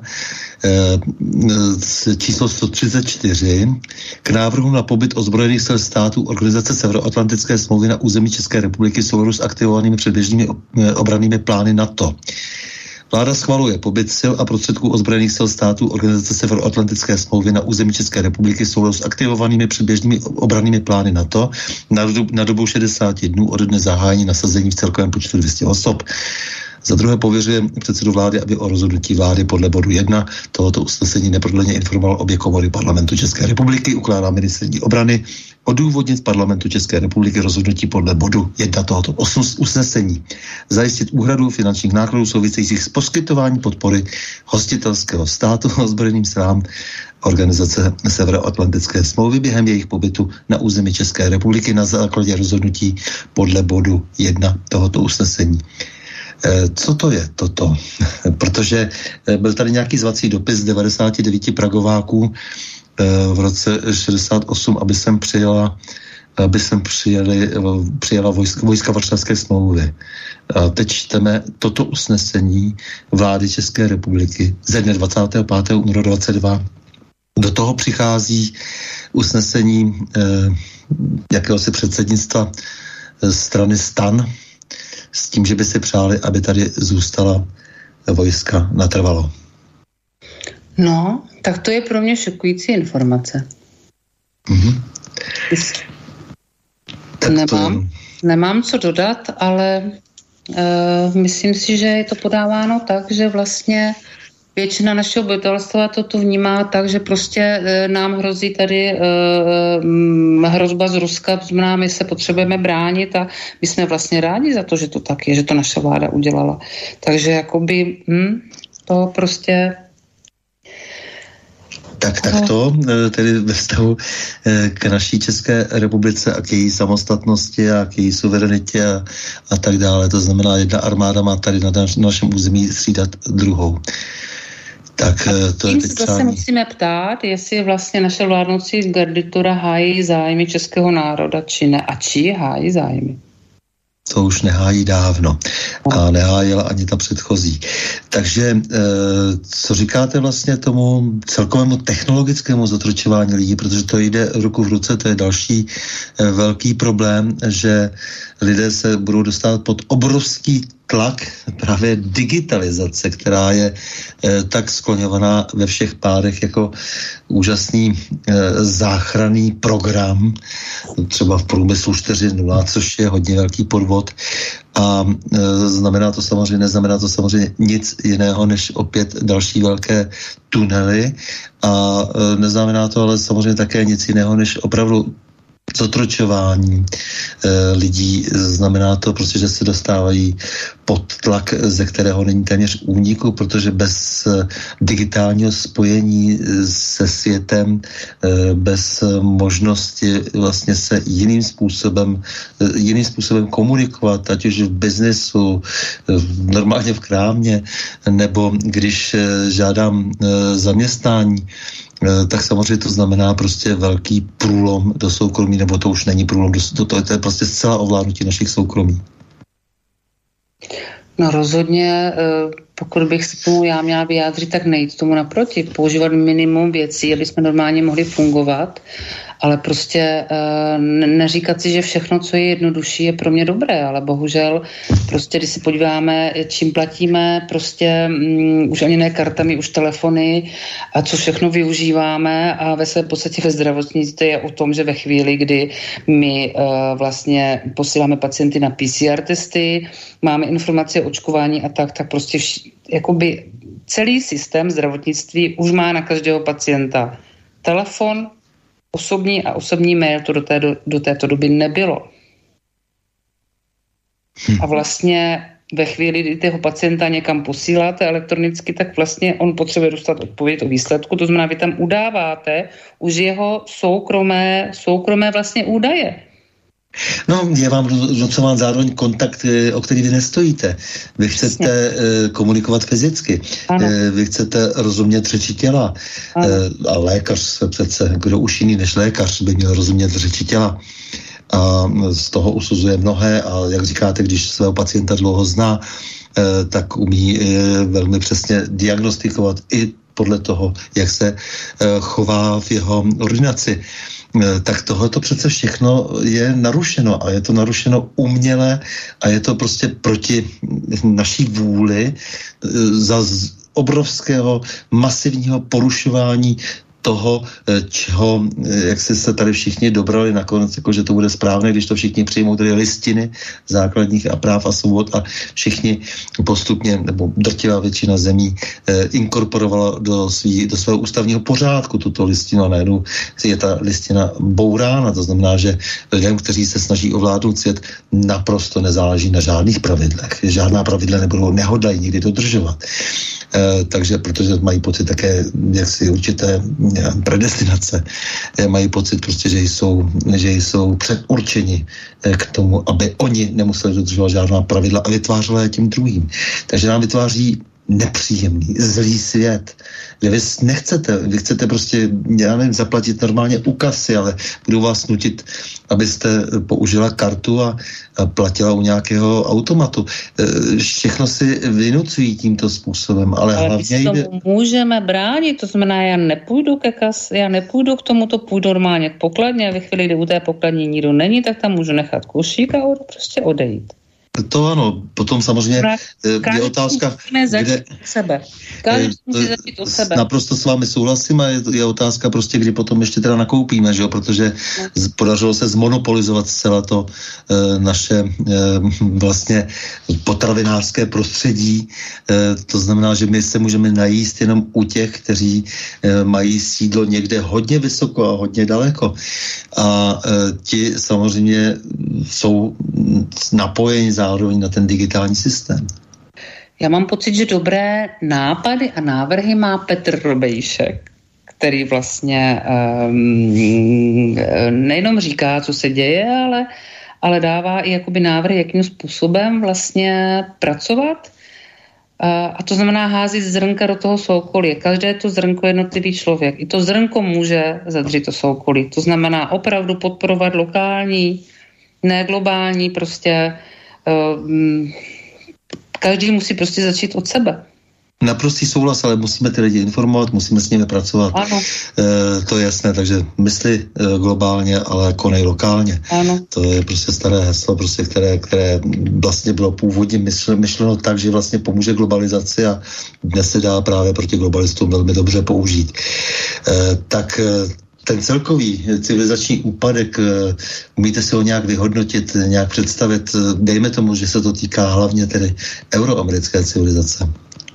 číslo 134, k návrhu na pobyt ozbrojených sil států Organizace Severoatlantické smlouvy na území České republiky v souladu s aktivovanými předběžnými obrannými plány NATO. Vláda schvaluje pobyt sil a prostředků ozbrojených sil států Organizace Severoatlantické smlouvy na území České republiky v souladu s aktivovanými předběžnými obrannými plány NATO na dobu 60 dnů od dne zahájení nasazení v celkovém počtu 200 osob. Za druhé pověřuje předsedu vlády, aby o rozhodnutí vlády podle bodu 1 tohoto usnesení neprodleně informoval obě komory parlamentu České republiky. Ukládá ministryni obrany odůvodnit parlamentu České republiky rozhodnutí podle bodu 1 tohoto usnesení. Zajistit úhradu finančních nákladů souvisejících s poskytováním podpory hostitelského státu ozbrojeným silám Organizace Severoatlantické smlouvy během jejich pobytu na území České republiky na základě rozhodnutí podle bodu 1 tohoto usnesení. Co to je toto? Protože byl tady nějaký zvací dopis 99 pragováků v roce 68, aby sem přijela vojska Varšavské smlouvy. A teď čteme toto usnesení vlády České republiky ze dne 25. února 22. Do toho přichází usnesení jakéhosi předsednictva strany STAN s tím, že by si přáli, aby tady zůstala vojska natrvalo. No, tak to je pro mě šokující informace. Mm-hmm. Nemám co dodat, ale myslím si, že je to podáváno tak, že vlastně většina našeho obyvatelstva to vnímá tak, že prostě nám hrozí tady hrozba z Ruska, to znamená, my se potřebujeme bránit a my jsme vlastně rádi za to, že to tak je, že to naše vláda udělala. Takže jakoby to prostě... Tak to, tedy ve vztahu k naší České republice a k její samostatnosti a k její suverenitě a tak dále. To znamená, jedna armáda má tady na našem území střídat druhou. Tak to je teď zase musíme ptát, jestli vlastně naše vládnoucí garnitura hájí zájmy českého národa, či ne. A čí hájí zájmy? To už nehájí dávno. A nehájila ani ta předchozí. Takže co říkáte vlastně tomu celkovému technologickému zotročování lidí, protože to jde ruku v ruce, to je další velký problém, že lidé se budou dostávat pod obrovský tlak právě digitalizace, která je tak skloňovaná ve všech pádech jako úžasný záchranný program, třeba v průmyslu 4.0, což je hodně velký podvod. A neznamená to samozřejmě nic jiného, než opět další velké tunely a neznamená to ale samozřejmě také nic jiného, než opravdu zotročování lidí. Znamená to prostě, že se dostávají pod tlak, ze kterého není téměř úniku, protože bez digitálního spojení se světem, bez možnosti vlastně se jiným způsobem komunikovat, ať už v biznesu, normálně v krámě, nebo když žádám zaměstnání, tak samozřejmě to znamená prostě velký průlom do soukromí, nebo to už není průlom, to je prostě zcela ovládnutí našich soukromí. No rozhodně, pokud bych se tomu já měla vyjádřit, tak nejít tomu naproti. Používat minimum věcí, aby jsme normálně mohli fungovat, ale prostě neříkat si, že všechno, co je jednodušší, je pro mě dobré, ale bohužel prostě, když si podíváme, čím platíme, prostě už ani ne kartami, už telefony a co všechno využíváme a ve své podstatě ve zdravotnictví je o tom, že ve chvíli, kdy my vlastně posíláme pacienty na PCR testy, máme informace o očkování a tak prostě jakoby celý systém zdravotnictví už má na každého pacienta telefon, osobní mail, to do této doby nebylo. A vlastně ve chvíli, kdy toho pacienta někam posíláte elektronicky, tak vlastně on potřebuje dostat odpověď o výsledku, to znamená, vy tam udáváte už jeho soukromé vlastně údaje. No, je vám vnucován zároveň kontakt, o který vy nestojíte. Vy chcete komunikovat fyzicky. Vy chcete rozumět řeči těla. A lékař přece, kdo už jiný než lékař by měl rozumět řeči těla. A z toho usuzuje mnohé a jak říkáte, když svého pacienta dlouho zná, tak umí velmi přesně diagnostikovat i podle toho, jak se chová v jeho ordinaci. Tak tohleto přece všechno je narušeno a je to narušeno uměle a je to prostě proti naší vůli za obrovského masivního porušování toho, čeho, jak se tady všichni dobrali nakonec, jako že to bude správné, když to všichni přijmou, tedy listiny základních a práv a svobod a všichni postupně, nebo drtivá většina zemí inkorporovala do svého ústavního pořádku tuto listinu a najednou je ta listina bourána, to znamená, že lidem, kteří se snaží ovládnout svět, naprosto nezáleží na žádných pravidlech. Žádná pravidla nehodlají nikdy dodržovat. Takže, protože mají pocit také, jaksi určité predestinace, mají pocit prostě, že jsou předurčeni k tomu, aby oni nemuseli dodržovat žádná pravidla a vytvářela je tím druhým. Takže nám vytváří nepříjemný, zlý svět, kde vy chcete prostě, já nevím, zaplatit normálně u kasy, ale budou vás nutit, abyste použila kartu a platila u nějakého automatu. Všechno si vynucují tímto způsobem, ale hlavně jde... můžeme bránit, to znamená, já nepůjdu ke kase, já nepůjdu k tomuto, půjdu normálně k pokladně, ve chvíli, kdy u té pokladní nikdo není, tak tam můžu nechat košík a prostě odejít. To ano, potom samozřejmě je otázka, kde... sebe. Každý musí začít od sebe. Naprosto s vámi souhlasím a je otázka prostě, kdy potom ještě teda nakoupíme, že jo, protože podařilo se zmonopolizovat zcela to naše vlastně potravinářské prostředí. To znamená, že my se můžeme najíst jenom u těch, kteří mají sídlo někde hodně vysoko a hodně daleko. A ti samozřejmě jsou napojeni zároveň na ten digitální systém. Já mám pocit, že dobré nápady a návrhy má Petr Robejšek, který vlastně nejenom říká, co se děje, ale dává i jakoby návrhy, jakým způsobem vlastně pracovat. A to znamená házet zrnka do toho soukolí. Každé to zrnko jednotlivý člověk. I to zrnko může zadřít to soukolí. To znamená opravdu podporovat lokální, ne globální, prostě každý musí prostě začít od sebe. Naprostý souhlas, ale musíme ty lidi informovat, musíme s nimi pracovat. Ano. To je jasné, takže mysli globálně, ale konej lokálně. Ano. To je prostě staré heslo, prostě, které vlastně bylo původně myšleno tak, že vlastně pomůže globalizaci a dnes se dá právě proti globalistům velmi dobře použít. Ten celkový civilizační úpadek, umíte si ho nějak vyhodnotit, nějak představit, dejme tomu, že se to týká hlavně tedy euroamerické civilizace.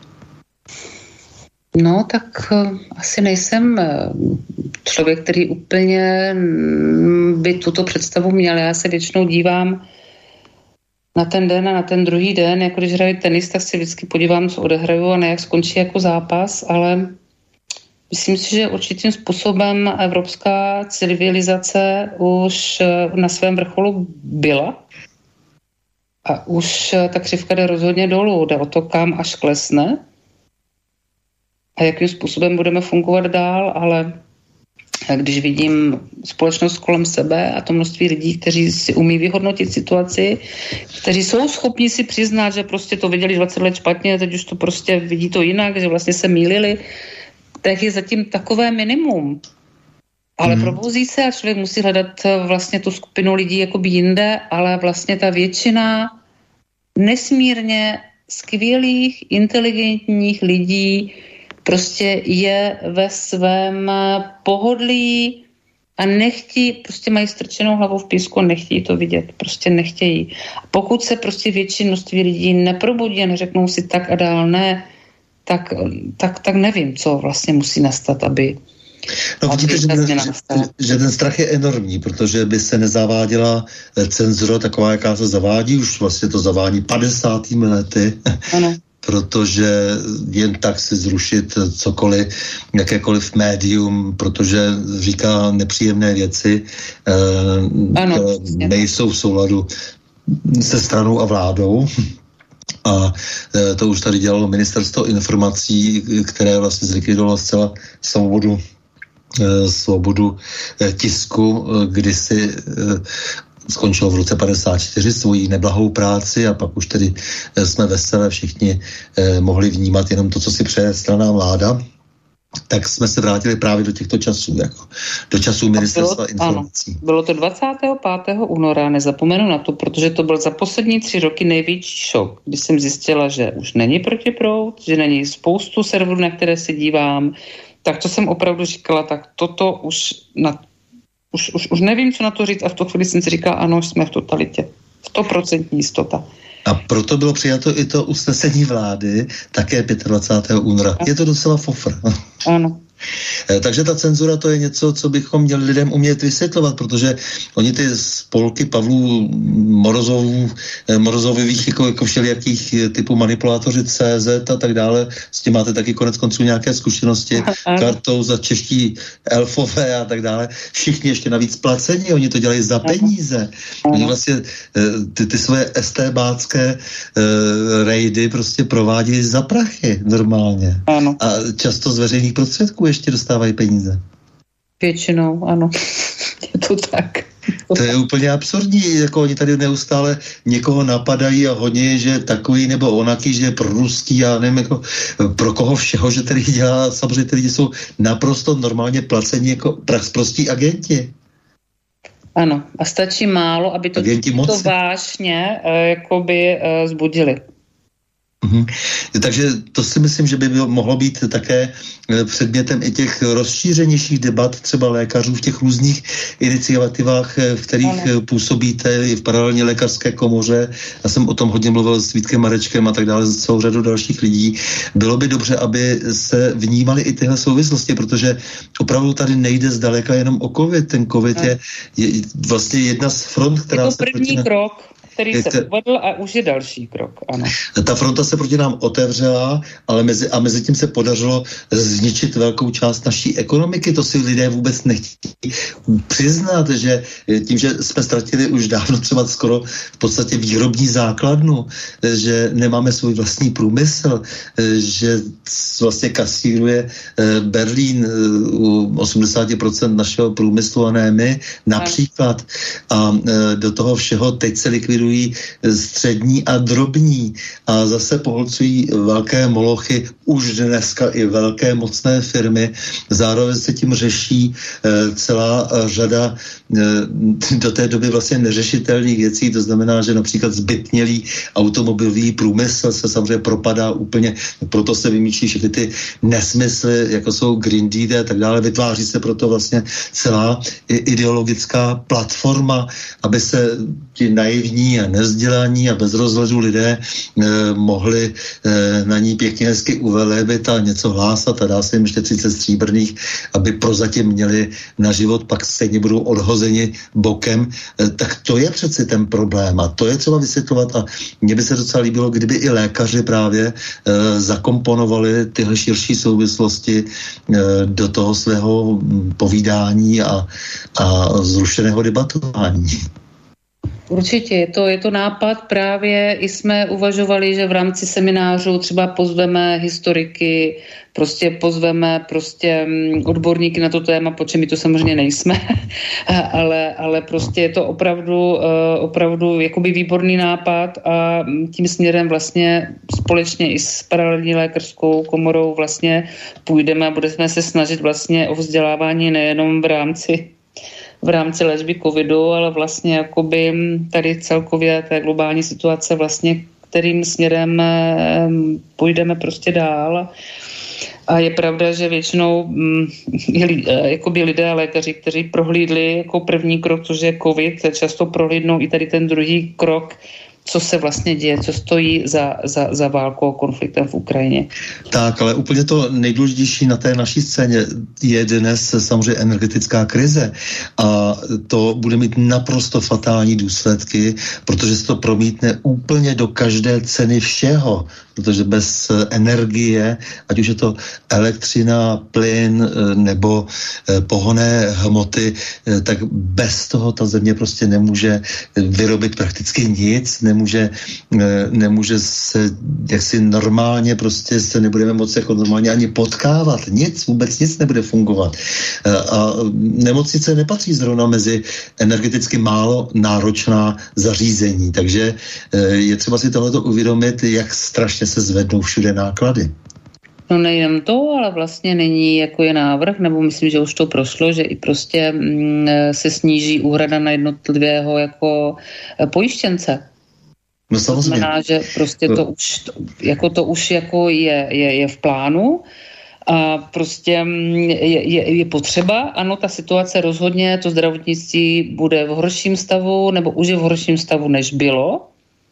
No, tak asi nejsem člověk, který úplně by tuto představu měl. Já se většinou dívám na ten den a na ten druhý den, jako když hraju tenis, tak si vždycky podívám, co odehraju a ne jak skončí jako zápas, ale myslím si, že určitým způsobem evropská civilizace už na svém vrcholu byla a už ta křivka jde rozhodně dolů, jde o to, kam až klesne a jakým způsobem budeme fungovat dál, ale když vidím společnost kolem sebe a to množství lidí, kteří si umí vyhodnotit situaci, kteří jsou schopni si přiznat, že prostě to viděli 20 let špatně, teď už to prostě vidí to jinak, že vlastně se mýlili, tak je zatím takové minimum. Ale probouzí se a člověk musí hledat vlastně tu skupinu lidí jakoby jinde, ale vlastně ta většina nesmírně skvělých, inteligentních lidí prostě je ve svém pohodlí a nechtí, prostě mají strčenou hlavu v písku, nechtějí to vidět, prostě nechtějí. A pokud se prostě větší množství lidí neprobudí a neřeknou si tak a dál ne, tak nevím, co vlastně musí nastat, aby... No vidíte, že ten strach je enormní, protože by se nezaváděla cenzura taková, jaká se zavádí, už vlastně to zavádí 50. lety. Ano. protože jen tak si zrušit cokoliv, jakékoliv médium, protože říká nepříjemné věci, které nejsou v souladu se stranou a vládou. A to už tady dělalo ministerstvo informací, které vlastně zlikvidovalo zcela svobodu tisku, kdysi skončilo v roce 54 svoji neblahou práci a pak už tedy jsme vesele všichni mohli vnímat jenom to, co si přeje strana vláda. Tak jsme se vrátili právě do těchto časů, jako do časů ministerstva informací. Ano, bylo to 25. února, nezapomenu na to, protože to byl za poslední 3 roky největší šok, když jsem zjistila, že už není protiproud, že není spoustu serverů, na které se dívám, tak to jsem opravdu říkala, tak toto už nevím, co na to říct a v tu chvíli jsem si říkala, ano, jsme v totalitě. 100% jistota. A proto bylo přijato i to usnesení vlády také 25. února. Je to docela fofr. Ano. Takže ta cenzura to je něco, co bychom měli lidem umět vysvětlovat, protože oni ty spolky Pavlů Morozových jako všelijakých typu manipulátoři CZ a tak dále, s tím máte taky konec konců nějaké zkušenosti, kartou za čeští elfové a tak dále. Všichni ještě navíc placení, oni to dělají za peníze. Oni vlastně ty svoje estébácké rejdy prostě provádějí za prachy normálně. Ano. A často z veřejných prostředků ještě dostávají peníze. Většinou, ano. Je to tak. To je úplně absurdní, jako oni tady neustále někoho napadají a honí, že takový nebo onaký, že je proruský a nevím, jako pro koho všeho, že tady dělá, samozřejmě ty lidi jsou naprosto normálně placení jako prostí agenti. Ano, a stačí málo, aby to vážně jakoby zbudili. Takže to si myslím, že by mohlo být také předmětem i těch rozšířenějších debat třeba lékařů v těch různých iniciativách, v kterých působíte i v paralelní lékařské komoře. Já jsem o tom hodně mluvil s Vítkem Marečkem a tak dále, s celou řadou dalších lidí. Bylo by dobře, aby se vnímaly i tyhle souvislosti, protože opravdu tady nejde zdaleka jenom o covid. Ten covid je vlastně jedna z front, která je to první krok, který se uvedl a už je další krok, ano. Ta fronta se proti nám otevřela, ale mezi tím se podařilo zničit velkou část naší ekonomiky. To si lidé vůbec nechtějí přiznat, že tím, že jsme ztratili už dávno třeba skoro v podstatě výrobní základnu, že nemáme svůj vlastní průmysl, že vlastně kasíruje Berlín u 80% našeho průmyslu a ne my, například. A do toho všeho teď se likvidují střední a drobní a zase pohlcují velké molochy, už dneska i velké mocné firmy. Zároveň se tím řeší celá řada do té doby vlastně neřešitelných věcí, to znamená, že například zbytnělý automobilový průmysl se samozřejmě propadá úplně, proto se vymýšlí všechny ty nesmysly, jako jsou Green Deal a tak dále, vytváří se proto vlastně celá ideologická platforma, aby se ti naivní a nevzdělaní a bez rozhledu lidé mohli na ní pěkně hezky uvelebit a něco hlásat a dá se jim ještě 30 stříbrných, aby prozatím měli na život, pak stejně budou odhozeni bokem. Tak to je přeci ten problém a to je třeba vysvětlovat a mně by se docela líbilo, kdyby i lékaři právě zakomponovali tyhle širší souvislosti do toho svého povídání a zrušeného debatování. Určitě, je to nápad právě, i jsme uvažovali, že v rámci seminářů třeba pozveme historiky, pozveme odborníky na to téma, protože my to samozřejmě nejsme, ale prostě je to opravdu jakoby výborný nápad a tím směrem vlastně společně i s paralelní lékařskou komorou vlastně půjdeme a budeme se snažit vlastně o vzdělávání nejenom v rámci léčby covidu, ale vlastně jakoby tady celkově té globální situace vlastně, kterým směrem půjdeme prostě dál. A je pravda, že většinou jakoby lidé a lékaři, kteří prohlídli jako první krok, což je covid, často prohlídnou i tady ten druhý krok, co se vlastně děje, co stojí za válkou, konfliktem v Ukrajině. Tak, ale úplně to nejdůležitější na té naší scéně je dnes samozřejmě energetická krize a to bude mít naprosto fatální důsledky, protože se to promítne úplně do každé ceny všeho. protože bez energie, ať už je to elektřina, plyn nebo pohonné hmoty, tak bez toho ta země prostě nemůže vyrobit prakticky nic, nemůže se jaksi normálně prostě se nebudeme moci jako normálně ani potkávat, vůbec nic nebude fungovat. A nemocnice nepatří zrovna mezi energeticky málo náročná zařízení, takže je třeba si tohleto uvědomit, jak strašně se zvednou všude náklady. No nejen to, ale vlastně není jako je návrh, nebo myslím, že už to prošlo, že i prostě se sníží úhrada na jednotlivého jako pojištěnce. No samozřejmě. To znamená, že prostě to už je v plánu a prostě je potřeba, ano, ta situace rozhodně, to zdravotnictví bude v horším stavu, nebo už je v horším stavu, než bylo.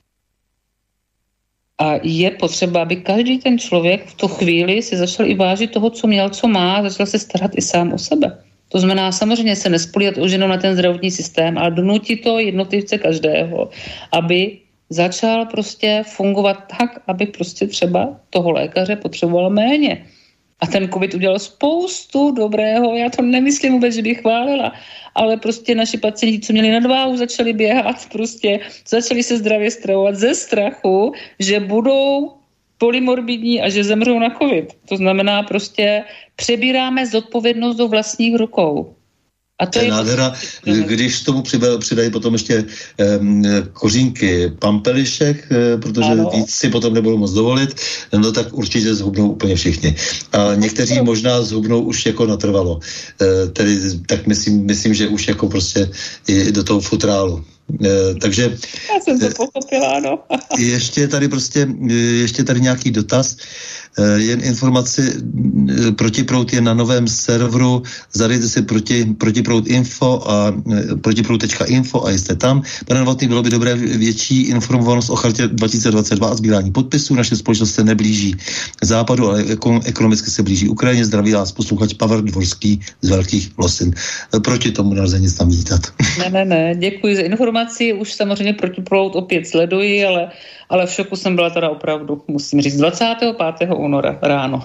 A je potřeba, aby každý ten člověk v tu chvíli si začal i vážit toho, co měl, co má, začal se starat i sám o sebe. To znamená samozřejmě se nespolíhat už jenom na ten zdravotní systém, ale donutit to jednotlivce každého, aby začal prostě fungovat tak, aby prostě třeba toho lékaře potřeboval méně. A ten covid udělal spoustu dobrého, já to nemyslím vůbec, že bych chválila, ale prostě naši pacienti, co měli nadváhu, začali běhat, prostě začali se zdravě stravovat ze strachu, že budou polymorbidní a že zemřou na covid. To znamená prostě přebíráme zodpovědnost do vlastních rukou. A to je nádhera, když tomu přidají potom ještě kořínky pampelišek, protože víc si potom nebudou moc dovolit, no tak určitě zhubnou úplně všichni. A někteří možná zhubnou už jako natrvalo. Tedy tak myslím, že už jako prostě i do toho futrálu. Takže já jsem to pochopila, no. ještě tady nějaký dotaz. Jen informaci, Protiproud je na novém serveru, zadejte si protiproud.info a protiproud.info a jste tam. Pane Novotný, bylo by dobré větší informovanost o chartě 2022 a sbírání podpisů. Naše společnost se neblíží západu, ale ekonomicky se blíží Ukrajině. Zdraví vás posluchač Pavel Dvorský z Velkých Losin. Proti tomu nelze nic namítat. Ne, děkuji za informaci. Už samozřejmě Protiproud opět sleduji, ale v šoku jsem byla teda opravdu, musím říct, 25. února ráno.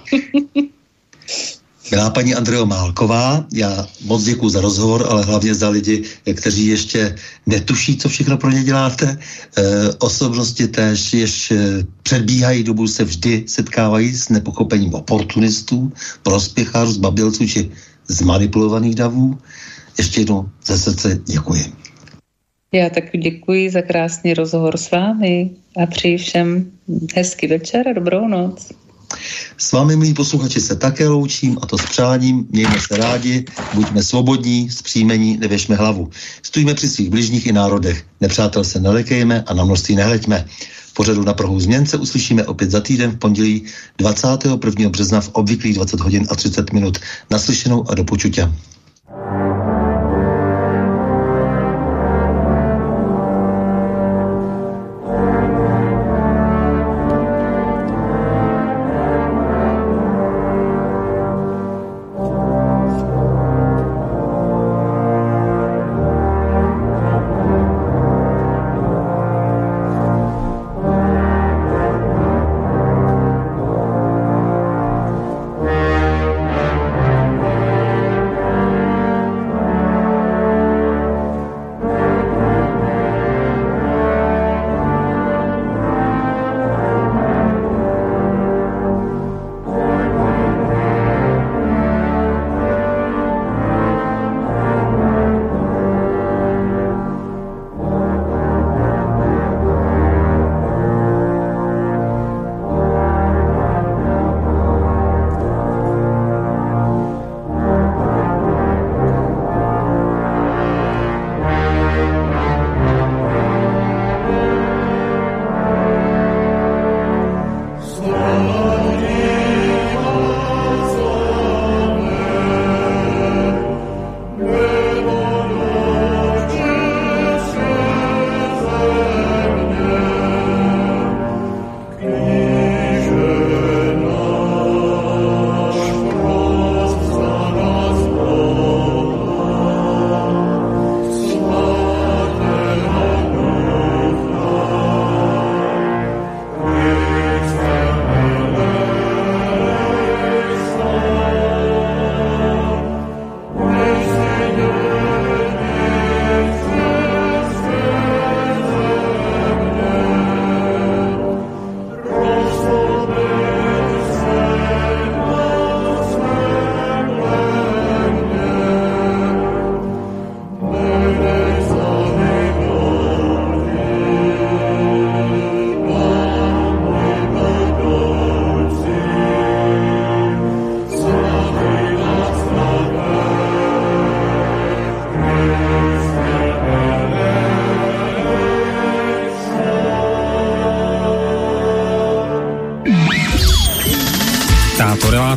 Milá paní Andreo Málková, já moc děkuji za rozhovor, ale hlavně za lidi, kteří ještě netuší, co všechno pro ně děláte. Osobnosti též, jež předbíhají dobu, se vždy setkávají s nepochopením oportunistů, prospěchářů, zbabělců či zmanipulovaných davů. Ještě jednou ze srdce děkuji. Já taky děkuji za krásný rozhovor s vámi a přeji všem hezký večer a dobrou noc. S vámi, milí posluchači, se také loučím, a to s přáním. Mějme se rádi, buďme svobodní, zpříjmení, nevěšme hlavu. Stojíme při svých bližních i národech. Nepřátel se nelekejme a na množství nehleďme. V pořadu Na prahu změn se uslyšíme opět za týden v pondělí 21. března v obvyklých 20 hodin a 30 minut. Naslyšenou a do počutia.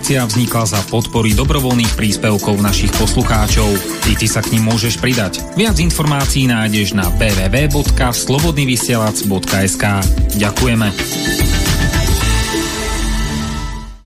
relácia vznikla za podpory dobrovoľných príspevkov našich poslucháčov. I ty sa k nim môžeš pridať. Viac informácií nájdeš na www.slobodnyvysielac.sk. Ďakujeme.